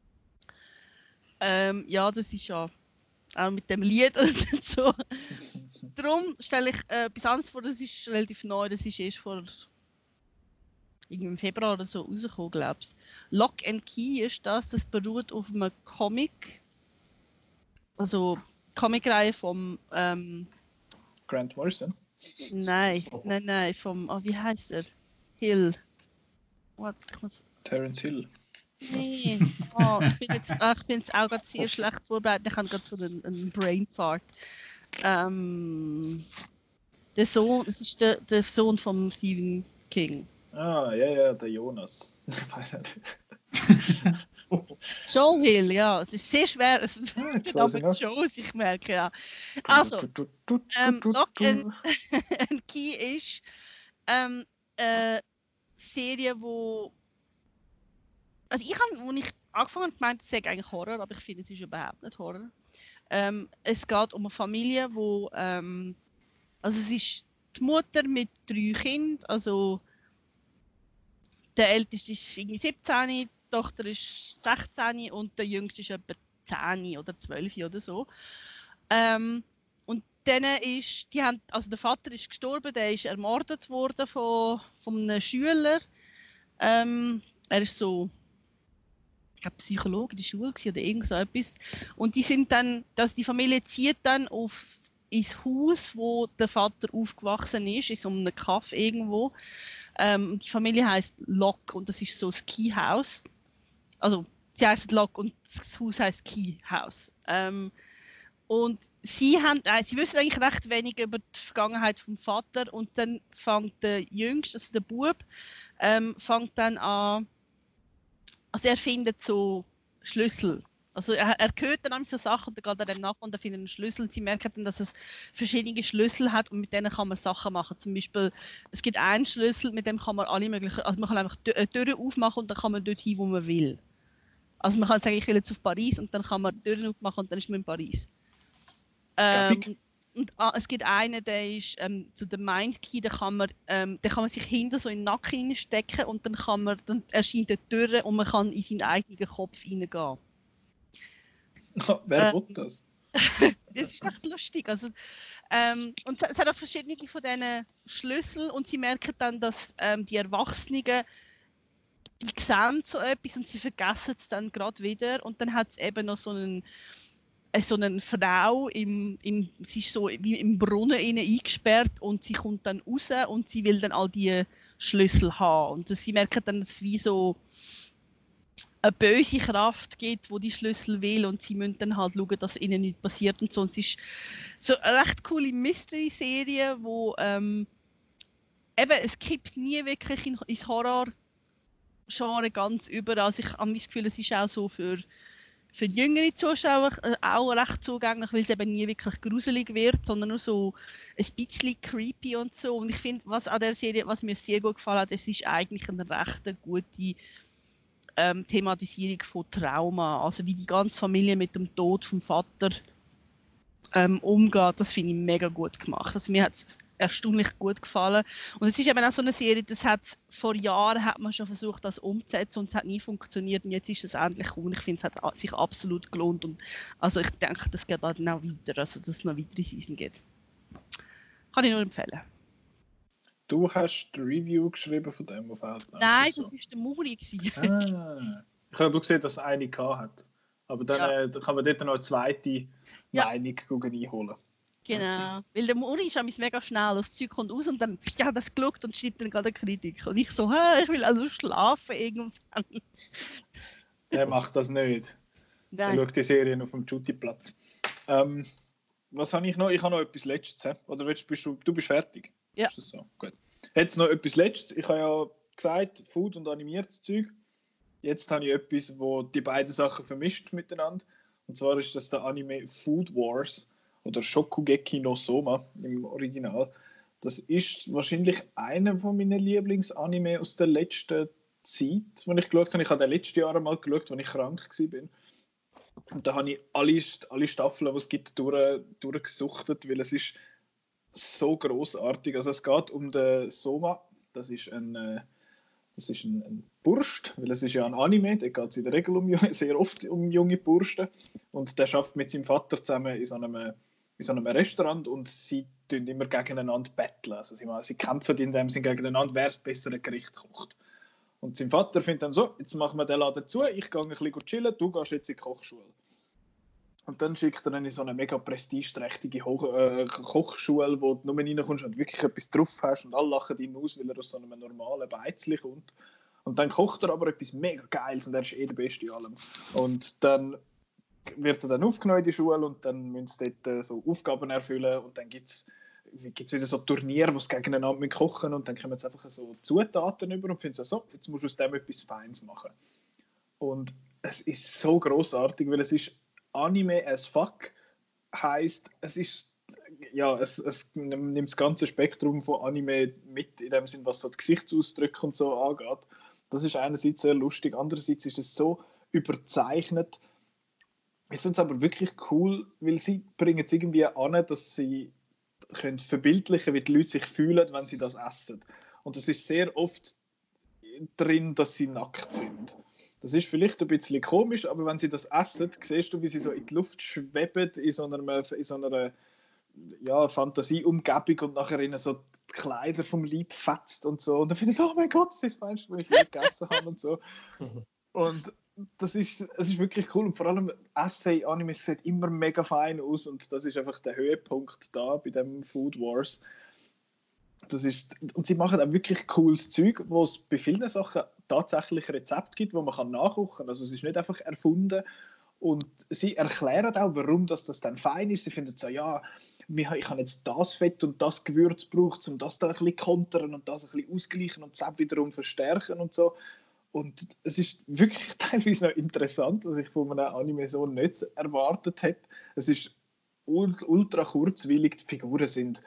Ja, das ist ja auch mit dem Lied und so. darum stelle ich etwas anderes vor, das ist relativ neu, das ist erst vor im Februar oder so rausgekommen, glaube ich. Lock and Key ist das beruht auf einem Comic, also Comicreihe vom Grant Morrison? Nein, vom, wie heißt er? Hill. What? Terence Hill. Nee, ich bin jetzt auch gerade sehr schlecht vorbereitet. Ich habe gerade so einen Brainfart. Der Sohn, es ist der Sohn von Stephen King. Ah, ja, der Jonas. Ich weiß nicht. Joe Hill, ja. Es ist sehr schwer. Der Name Joe, ich merke, ja. Also, Lock and Key ist eine Serie, wo... Also ich habe, als ich angefangen habe, gemeint, es sei eigentlich Horror, aber ich finde, es ist überhaupt nicht Horror. Es geht um eine Familie, wo... also es ist die Mutter mit 3 Kindern, also der Älteste ist irgendwie 17, die Tochter ist 16 und der Jüngste ist etwa 10 oder 12 oder so. Und denen ist, also der Vater ist gestorben, der ist ermordet worden von einem Schüler. Er ist so, ich glaube, Psychologe in der Schule oder irgend so etwas. Und die sind dann, die Familie zieht dann ins Haus, wo der Vater aufgewachsen ist, in so einem Café irgendwo. Die Familie heisst Locke und das ist so das Key House. Also sie heisst Locke und das Haus heisst Key House. Und sie wissen eigentlich recht wenig über die Vergangenheit vom Vater und dann fängt der Jüngste, also der Bub, fängt dann an, also er findet so Schlüssel. Also er hört dann so Sachen und dann geht er dem nach und er findet einen Schlüssel und sie merken dann, dass es verschiedene Schlüssel hat und mit denen kann man Sachen machen. Zum Beispiel, es gibt einen Schlüssel, mit dem kann man alle möglichen, also man kann einfach Türen aufmachen und dann kann man dort hin, wo man will. Also man kann sagen, ich will jetzt auf Paris und dann kann man Türen aufmachen und dann ist man in Paris. Und es gibt einen, der ist zu der Mind Key, da kann man sich hinter so in den Nacken stecken und dann erscheint die Tür und man kann in seinen eigenen Kopf hineingehen. Wer will das? Das ist echt lustig. Also, und es hat auch verschiedene von diesen Schlüsseln und sie merken dann, dass die Erwachsenen die sehen so etwas und sie vergessen es dann gerade wieder und dann hat es eben noch so eine Frau, sie ist so wie im Brunnen eingesperrt und sie kommt dann raus und sie will dann all die Schlüssel haben. Und sie merken dann, dass es wie so eine böse Kraft gibt, die die Schlüssel will und sie müssen dann halt schauen, dass ihnen nichts passiert und so. Und es ist so eine recht coole Mystery-Serie, wo eben, es kippt nie wirklich ins Horror-Genre ganz über. Also ich habe das Gefühl, es ist auch so für jüngere Zuschauer auch recht zugänglich, weil es eben nie wirklich gruselig wird, sondern nur so ein bisschen creepy und so. Und ich finde, was an der Serie, was mir sehr gut gefallen hat, es ist eigentlich eine recht gute Thematisierung von Trauma, also wie die ganze Familie mit dem Tod vom Vater umgeht, das finde ich mega gut gemacht. Also mir hat es erstaunlich gut gefallen. Und es ist eben auch so eine Serie, vor Jahren hat man schon versucht, das umzusetzen und es hat nie funktioniert und jetzt ist es endlich gekommen und ich finde, es hat sich absolut gelohnt und also ich denke, das geht dann auch weiter, also dass es noch weitere Season gibt. Kann ich nur empfehlen. Du hast die Review geschrieben von dem auf Outlook? Nein, das war der Muri. Ich habe nur gesehen, dass es eine hat. Aber dann kann man dort noch eine zweite Meinung einholen. Genau, weil der Muri ist mega schnell, das Zeug kommt raus und dann hat das geschaut und schreibt dann gerade eine Kritik. Und ich so, ich will also schlafen irgendwann. Er macht das nicht. Nein. Er schaut die Serien auf dem Jutti-Platz. Was habe ich noch? Ich habe noch etwas Letztes. Oder du bist fertig? Ja. Ist das so? Gut. Jetzt noch etwas Letztes. Ich habe ja gesagt, Food und animiertes Zeug. Jetzt habe ich etwas, wo die beiden Sachen vermischt miteinander. Und zwar ist das der Anime Food Wars oder Shokugeki no Soma im Original. Das ist wahrscheinlich einer von meinen Lieblingsanime aus der letzten Zeit, die ich geschaut habe. Ich habe den letzten Jahr mal geschaut, als ich krank war. Und da habe ich alle Staffeln, die es gibt, durchgesuchtet, weil es ist so grossartig. Also es geht um den Soma. Das ist ein Burst, weil es ist ja ein Anime, da geht es in der Regel sehr oft um junge Bursten. Und der arbeitet mit seinem Vater zusammen in so einem so einem Restaurant und sie tun immer gegeneinander betteln. Also sie kämpfen in dem Sinne gegeneinander, wer das bessere Gericht kocht. Und sein Vater findet dann so, jetzt machen wir den Laden zu, ich gehe ein bisschen chillen, du gehst jetzt in die Kochschule. Und dann schickt er dann in so eine mega prestigeträchtige Kochschule, wo du nur reinkommst und wirklich etwas drauf hast und alle lachen ihn aus, weil er aus so einem normalen Beizli kommt. Und dann kocht er aber etwas mega Geiles und er ist der Beste in allem. Und dann wird er dann aufgenommen in die Schule und dann müssen sie dort so Aufgaben erfüllen und dann gibt es wieder so Turniere, wo sie gegeneinander kochen und dann kommen jetzt einfach so Zutaten über und finden so, jetzt musst du aus dem etwas Feines machen. Und es ist so grossartig, weil es ist Anime as fuck, heisst, es ist, ja, es nimmt das ganze Spektrum von Anime mit, in dem Sinn, was so die Gesichtsausdrücke und so angeht. Das ist einerseits sehr lustig, andererseits ist es so überzeichnet. Ich finde es aber wirklich cool, weil sie bringen es irgendwie an, dass sie können verbildlichen, wie die Leute sich fühlen, wenn sie das essen. Und es ist sehr oft drin, dass sie nackt sind. Das ist vielleicht ein bisschen komisch, aber wenn sie das essen, siehst du, wie sie so in die Luft schweben, in so einer ja, Fantasieumgebung und nachher ihnen so die Kleider vom Leib fetzt und so. Und dann finde ich so, oh mein Gott, das ist das Feinste, was ich je gegessen habe und so. Und es ist wirklich cool. Und vor allem Essay-Anime sieht immer mega fein aus und das ist einfach der Höhepunkt da bei dem Food Wars. Und sie machen auch wirklich cooles Zeug, wo es bei vielen Sachen tatsächlich Rezepte gibt, wo man nachkochen kann. Also es ist nicht einfach erfunden. Und sie erklären auch, warum das dann fein ist. Sie finden so, ja, ich habe jetzt das Fett und das Gewürz gebraucht, um das da ein bisschen kontern und das ein bisschen ausgleichen und das wiederum verstärken und so. Und es ist wirklich teilweise noch interessant, was ich von einem Anime so nicht erwartet hätte. Es ist ultra kurzweilig, die Figuren sind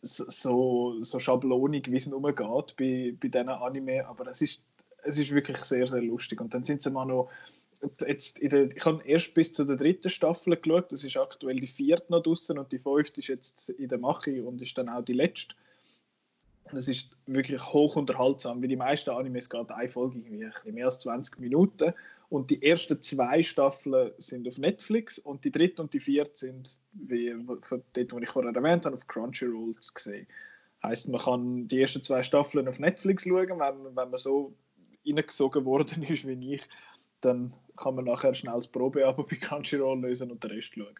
so schablonig, wie es nur geht bei diesen Anime, aber es ist wirklich sehr, sehr lustig. Und dann sind sie mal noch jetzt ich habe erst bis zur 3. Staffel geschaut, das ist aktuell die 4. noch draussen und die 5. ist jetzt in der Mache und ist dann auch die letzte. Das ist wirklich hoch unterhaltsam, wie die meisten Animes geht eine Folge irgendwie ein bisschen mehr als 20 Minuten und die ersten 2 Staffeln sind auf Netflix und die 3. und die 4. sind, wie dort, wo ich vorher erwähnt habe, auf Crunchyroll zu sehen. Heisst, man kann die ersten 2 Staffeln auf Netflix schauen, wenn man so reingesogen worden ist wie ich, dann kann man nachher schnell das Probeabo bei Crunchyroll lösen und den Rest schauen.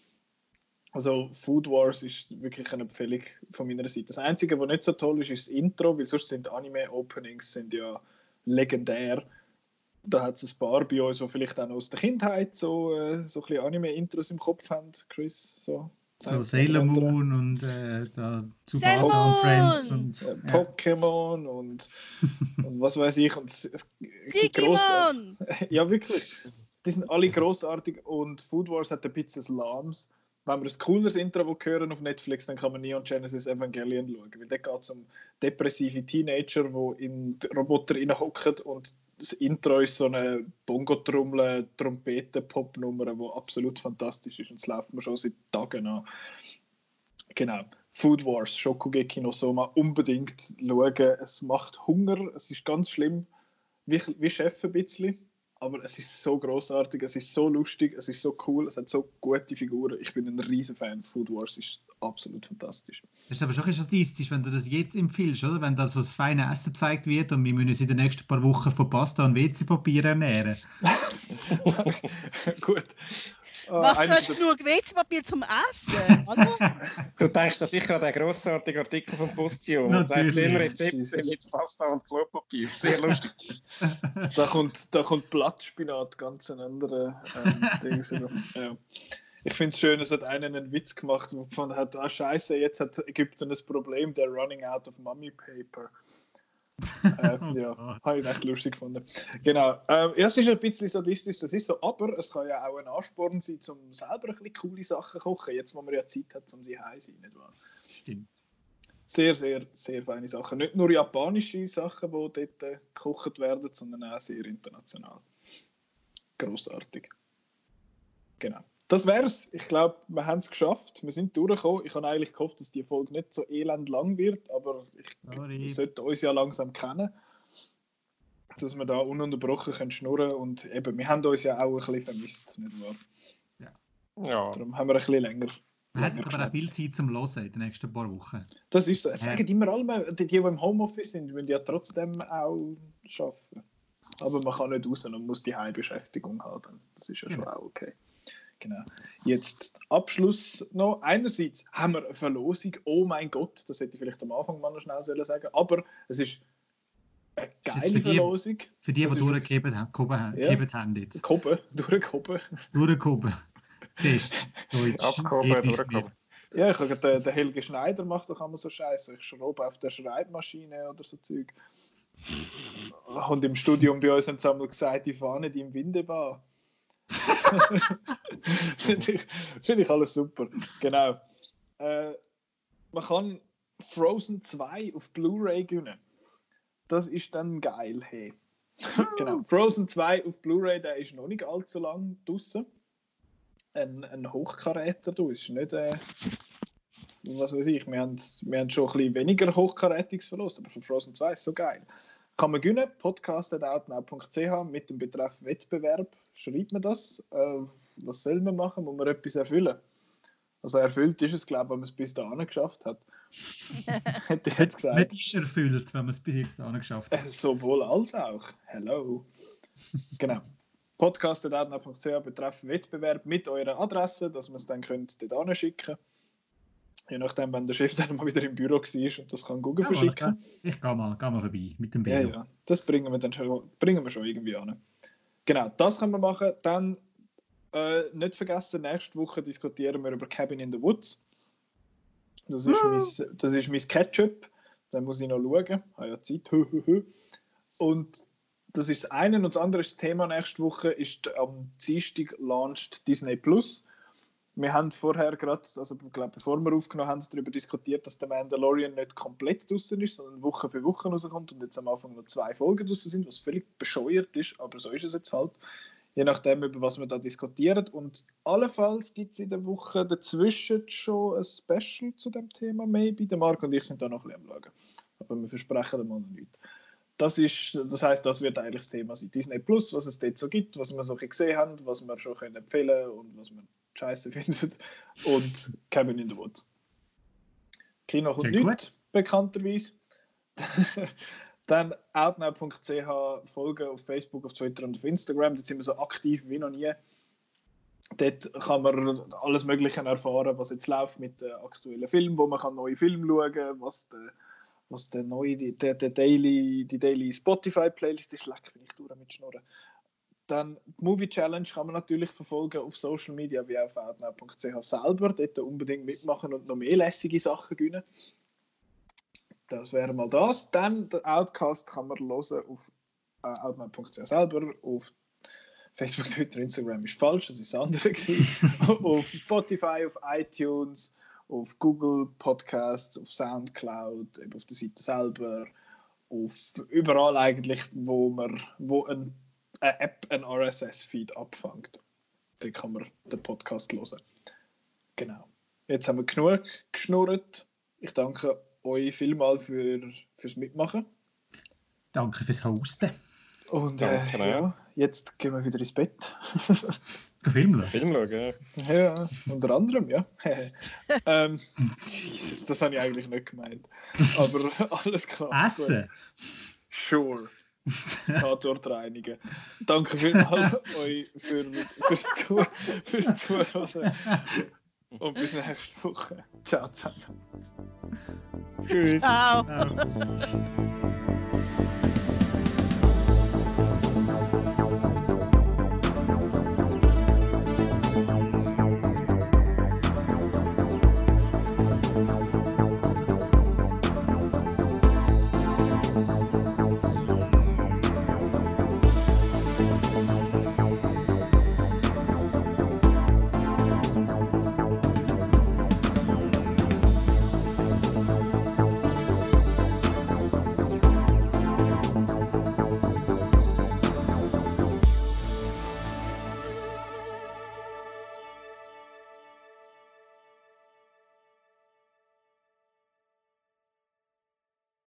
Also Food Wars ist wirklich eine Empfehlung von meiner Seite. Das Einzige, was nicht so toll ist, ist das Intro, weil sonst sind Anime-Openings legendär. Da hat es ein paar bei uns, die vielleicht auch noch aus der Kindheit so ein bisschen Anime-Intros im Kopf haben, Chris. So Sailor Moon und da Tsubasa und Friends und Pokémon und was weiß ich. Und Digimon! Ja, wirklich. Die sind alle grossartig und Food Wars hat ein bisschen Slams. Wenn wir ein cooleres Intro hören auf Netflix, dann kann man Neon Genesis Evangelion schauen. Weil da geht es um depressive Teenager, die in Roboter hocken und das Intro ist so eine Bongo-Trommel, Trompeten-Pop-Nummer, die absolut fantastisch ist und das läuft mir schon seit Tagen an. Genau. Food Wars, Shokugeki no Soma, unbedingt schauen. Es macht Hunger, es ist ganz schlimm, wie Chef ein bisschen. Aber es ist so grossartig, es ist so lustig, es ist so cool, es hat so gute Figuren. Ich bin ein riesen Fan. Food Wars ist absolut fantastisch. Das ist aber schon statistisch, wenn du das jetzt empfiehlst, oder? Wenn da so das feine Essen gezeigt wird und wir müssen uns in den nächsten paar Wochen von Pasta und WC-Papier ernähren. Gut. Was, du hast genug WC-Papier zum Essen? Du denkst da sicher an den grossartigen Artikel von Postio und sagt 10 Rezepte mit Pasta und Klopapier. Sehr lustig. Da kommt Blattspinat, ganz ein anderer Ding. Ja. Ich finde es schön, es hat einen Witz gemacht, der gefunden hat, Scheiße, jetzt hat Ägypten ein Problem, they're running out of mummy paper. Ja, habe ich echt lustig gefunden. Genau. Ja, es ist ein bisschen sadistisch, das ist so, aber es kann ja auch ein Ansporn sein, um selber ein bisschen coole Sachen zu kochen, jetzt wo man ja Zeit hat, um sie heim zu sein, nicht wahr? Stimmt. Sehr, sehr, sehr feine Sachen. Nicht nur japanische Sachen, die dort gekocht werden, sondern auch sehr international. Grossartig. Genau. Das wär's. Ich glaube, wir haben es geschafft. Wir sind durchgekommen. Ich habe eigentlich gehofft, dass die Folge nicht so elend lang wird, aber wir sollten uns ja langsam kennen, dass wir da ununterbrochen schnurren können. Und eben, wir haben uns ja auch ein bisschen vermisst, nicht wahr? Ja. Darum haben wir ein bisschen länger Man hat jetzt aber auch viel Zeit zum Hören in den nächsten paar Wochen. Das ist so. Es sagen immer alle, die im Homeoffice sind, müssen ja trotzdem auch arbeiten. Aber man kann nicht raus und muss die Heimbeschäftigung haben. Das ist ja schon auch okay. Genau. Jetzt Abschluss noch. Einerseits haben wir eine Verlosung. Oh mein Gott, das hätte ich vielleicht am Anfang mal noch schnell sagen. Aber es ist eine geile Verlosung. Für die durchgehoben haben jetzt. Durchgehoben. Siehst du, Deutsch. Abgehoben, durchgehoben. Ja, ich habe den Helge Schneider macht doch immer so Scheiße. Ich schraube auf der Schreibmaschine oder so Zeug. Und im Studium bei uns haben sie einmal gesagt, ich fahre nicht im Windebahn. Finde ich alles super. Genau. Man kann Frozen 2 auf Blu-ray gewinnen. Das ist dann geil. Hey. Genau. Frozen 2 auf Blu-ray, der ist noch nicht allzu lang draussen. Ein Hochkaräter, du ist nicht, was weiß ich, wir haben schon ein bisschen weniger Hochkarätiges verlost, aber von Frozen 2 ist so geil. Kann man gewinnen, podcast.outnow.ch mit dem Betreff Wettbewerb. Schreibt man das? Was soll man machen? Muss man etwas erfüllen? Also erfüllt ist es, glaube ich, wenn man es bis dahin geschafft hat. Hätte ich jetzt gesagt. Nicht ist erfüllt, wenn man es bis jetzt dahin geschafft hat. Sowohl als auch. Hello. Genau. Podcast.outnow.ch betreff Wettbewerb mit eurer Adresse, dass man es dann dort hinschicken könnt. Je nachdem, wenn der Chef dann mal wieder im Büro war und das kann Google verschicken. Ich gehe mal vorbei mit dem Büro. Ja, das bringen wir schon irgendwie an. Genau, das können wir machen. Dann nicht vergessen, nächste Woche diskutieren wir über Cabin in the Woods. Das ist mein Ketchup. Dann muss ich noch schauen. Ich habe ja Zeit. Und das ist das eine. Und das andere ist das Thema nächste Woche. Ist am Dienstag launcht Disney Plus. Wir haben vorher gerade, also ich glaube, bevor wir aufgenommen haben, darüber diskutiert, dass der Mandalorian nicht komplett draußen ist, sondern Woche für Woche rauskommt und jetzt am Anfang noch 2 Folgen draußen sind, was völlig bescheuert ist, aber so ist es jetzt halt. Je nachdem, über was wir da diskutieren. Und allenfalls gibt es in der Woche dazwischen schon ein Special zu dem Thema, maybe. Der Marc und ich sind da noch ein bisschen am Schauen. Aber wir versprechen da mal noch nichts. Das heisst, das wird eigentlich das Thema sein. Disney Plus, was es dort so gibt, was wir so gesehen haben, was wir schon empfehlen können und was wir scheiße finden. Und Cabin in the Woods. Kino kommt nicht, bekannterweise. Dann outnow.ch folgen auf Facebook, auf Twitter und auf Instagram. Dort sind wir so aktiv wie noch nie. Dort kann man alles Mögliche erfahren, was jetzt läuft mit den aktuellen Filmen, wo man neue Filme schauen kann, was der neue, die Daily Spotify-Playlist ist. Leck, bin ich durch mit Schnurren. Dann die Movie Challenge kann man natürlich verfolgen auf Social Media wie auf outnow.ch selber. Dort unbedingt mitmachen und noch mehr lässige Sachen gewinnen. Das wäre mal das. Dann den Outcast kann man hören auf outnow.ch selber, auf Facebook, Twitter, Instagram ist falsch, das ist das andere gewesen. Auf Spotify, auf iTunes, auf Google Podcasts, auf Soundcloud, eben auf der Seite selber, auf überall eigentlich, wo eine App einen RSS-Feed abfängt. Dann kann man den Podcast hören. Genau. Jetzt haben wir genug geschnurrt. Ich danke euch vielmals fürs Mitmachen. Danke fürs Hosten. Und ja, jetzt gehen wir wieder ins Bett. Film schauen, ja, unter anderem, ja. Jesus, das habe ich eigentlich nicht gemeint. Aber alles klar. Essen? Sure. Tatort reinigen. Danke vielmals euch fürs Zuhören. Und bis nächste Woche. Ciao zusammen. Tschüss. Ciao.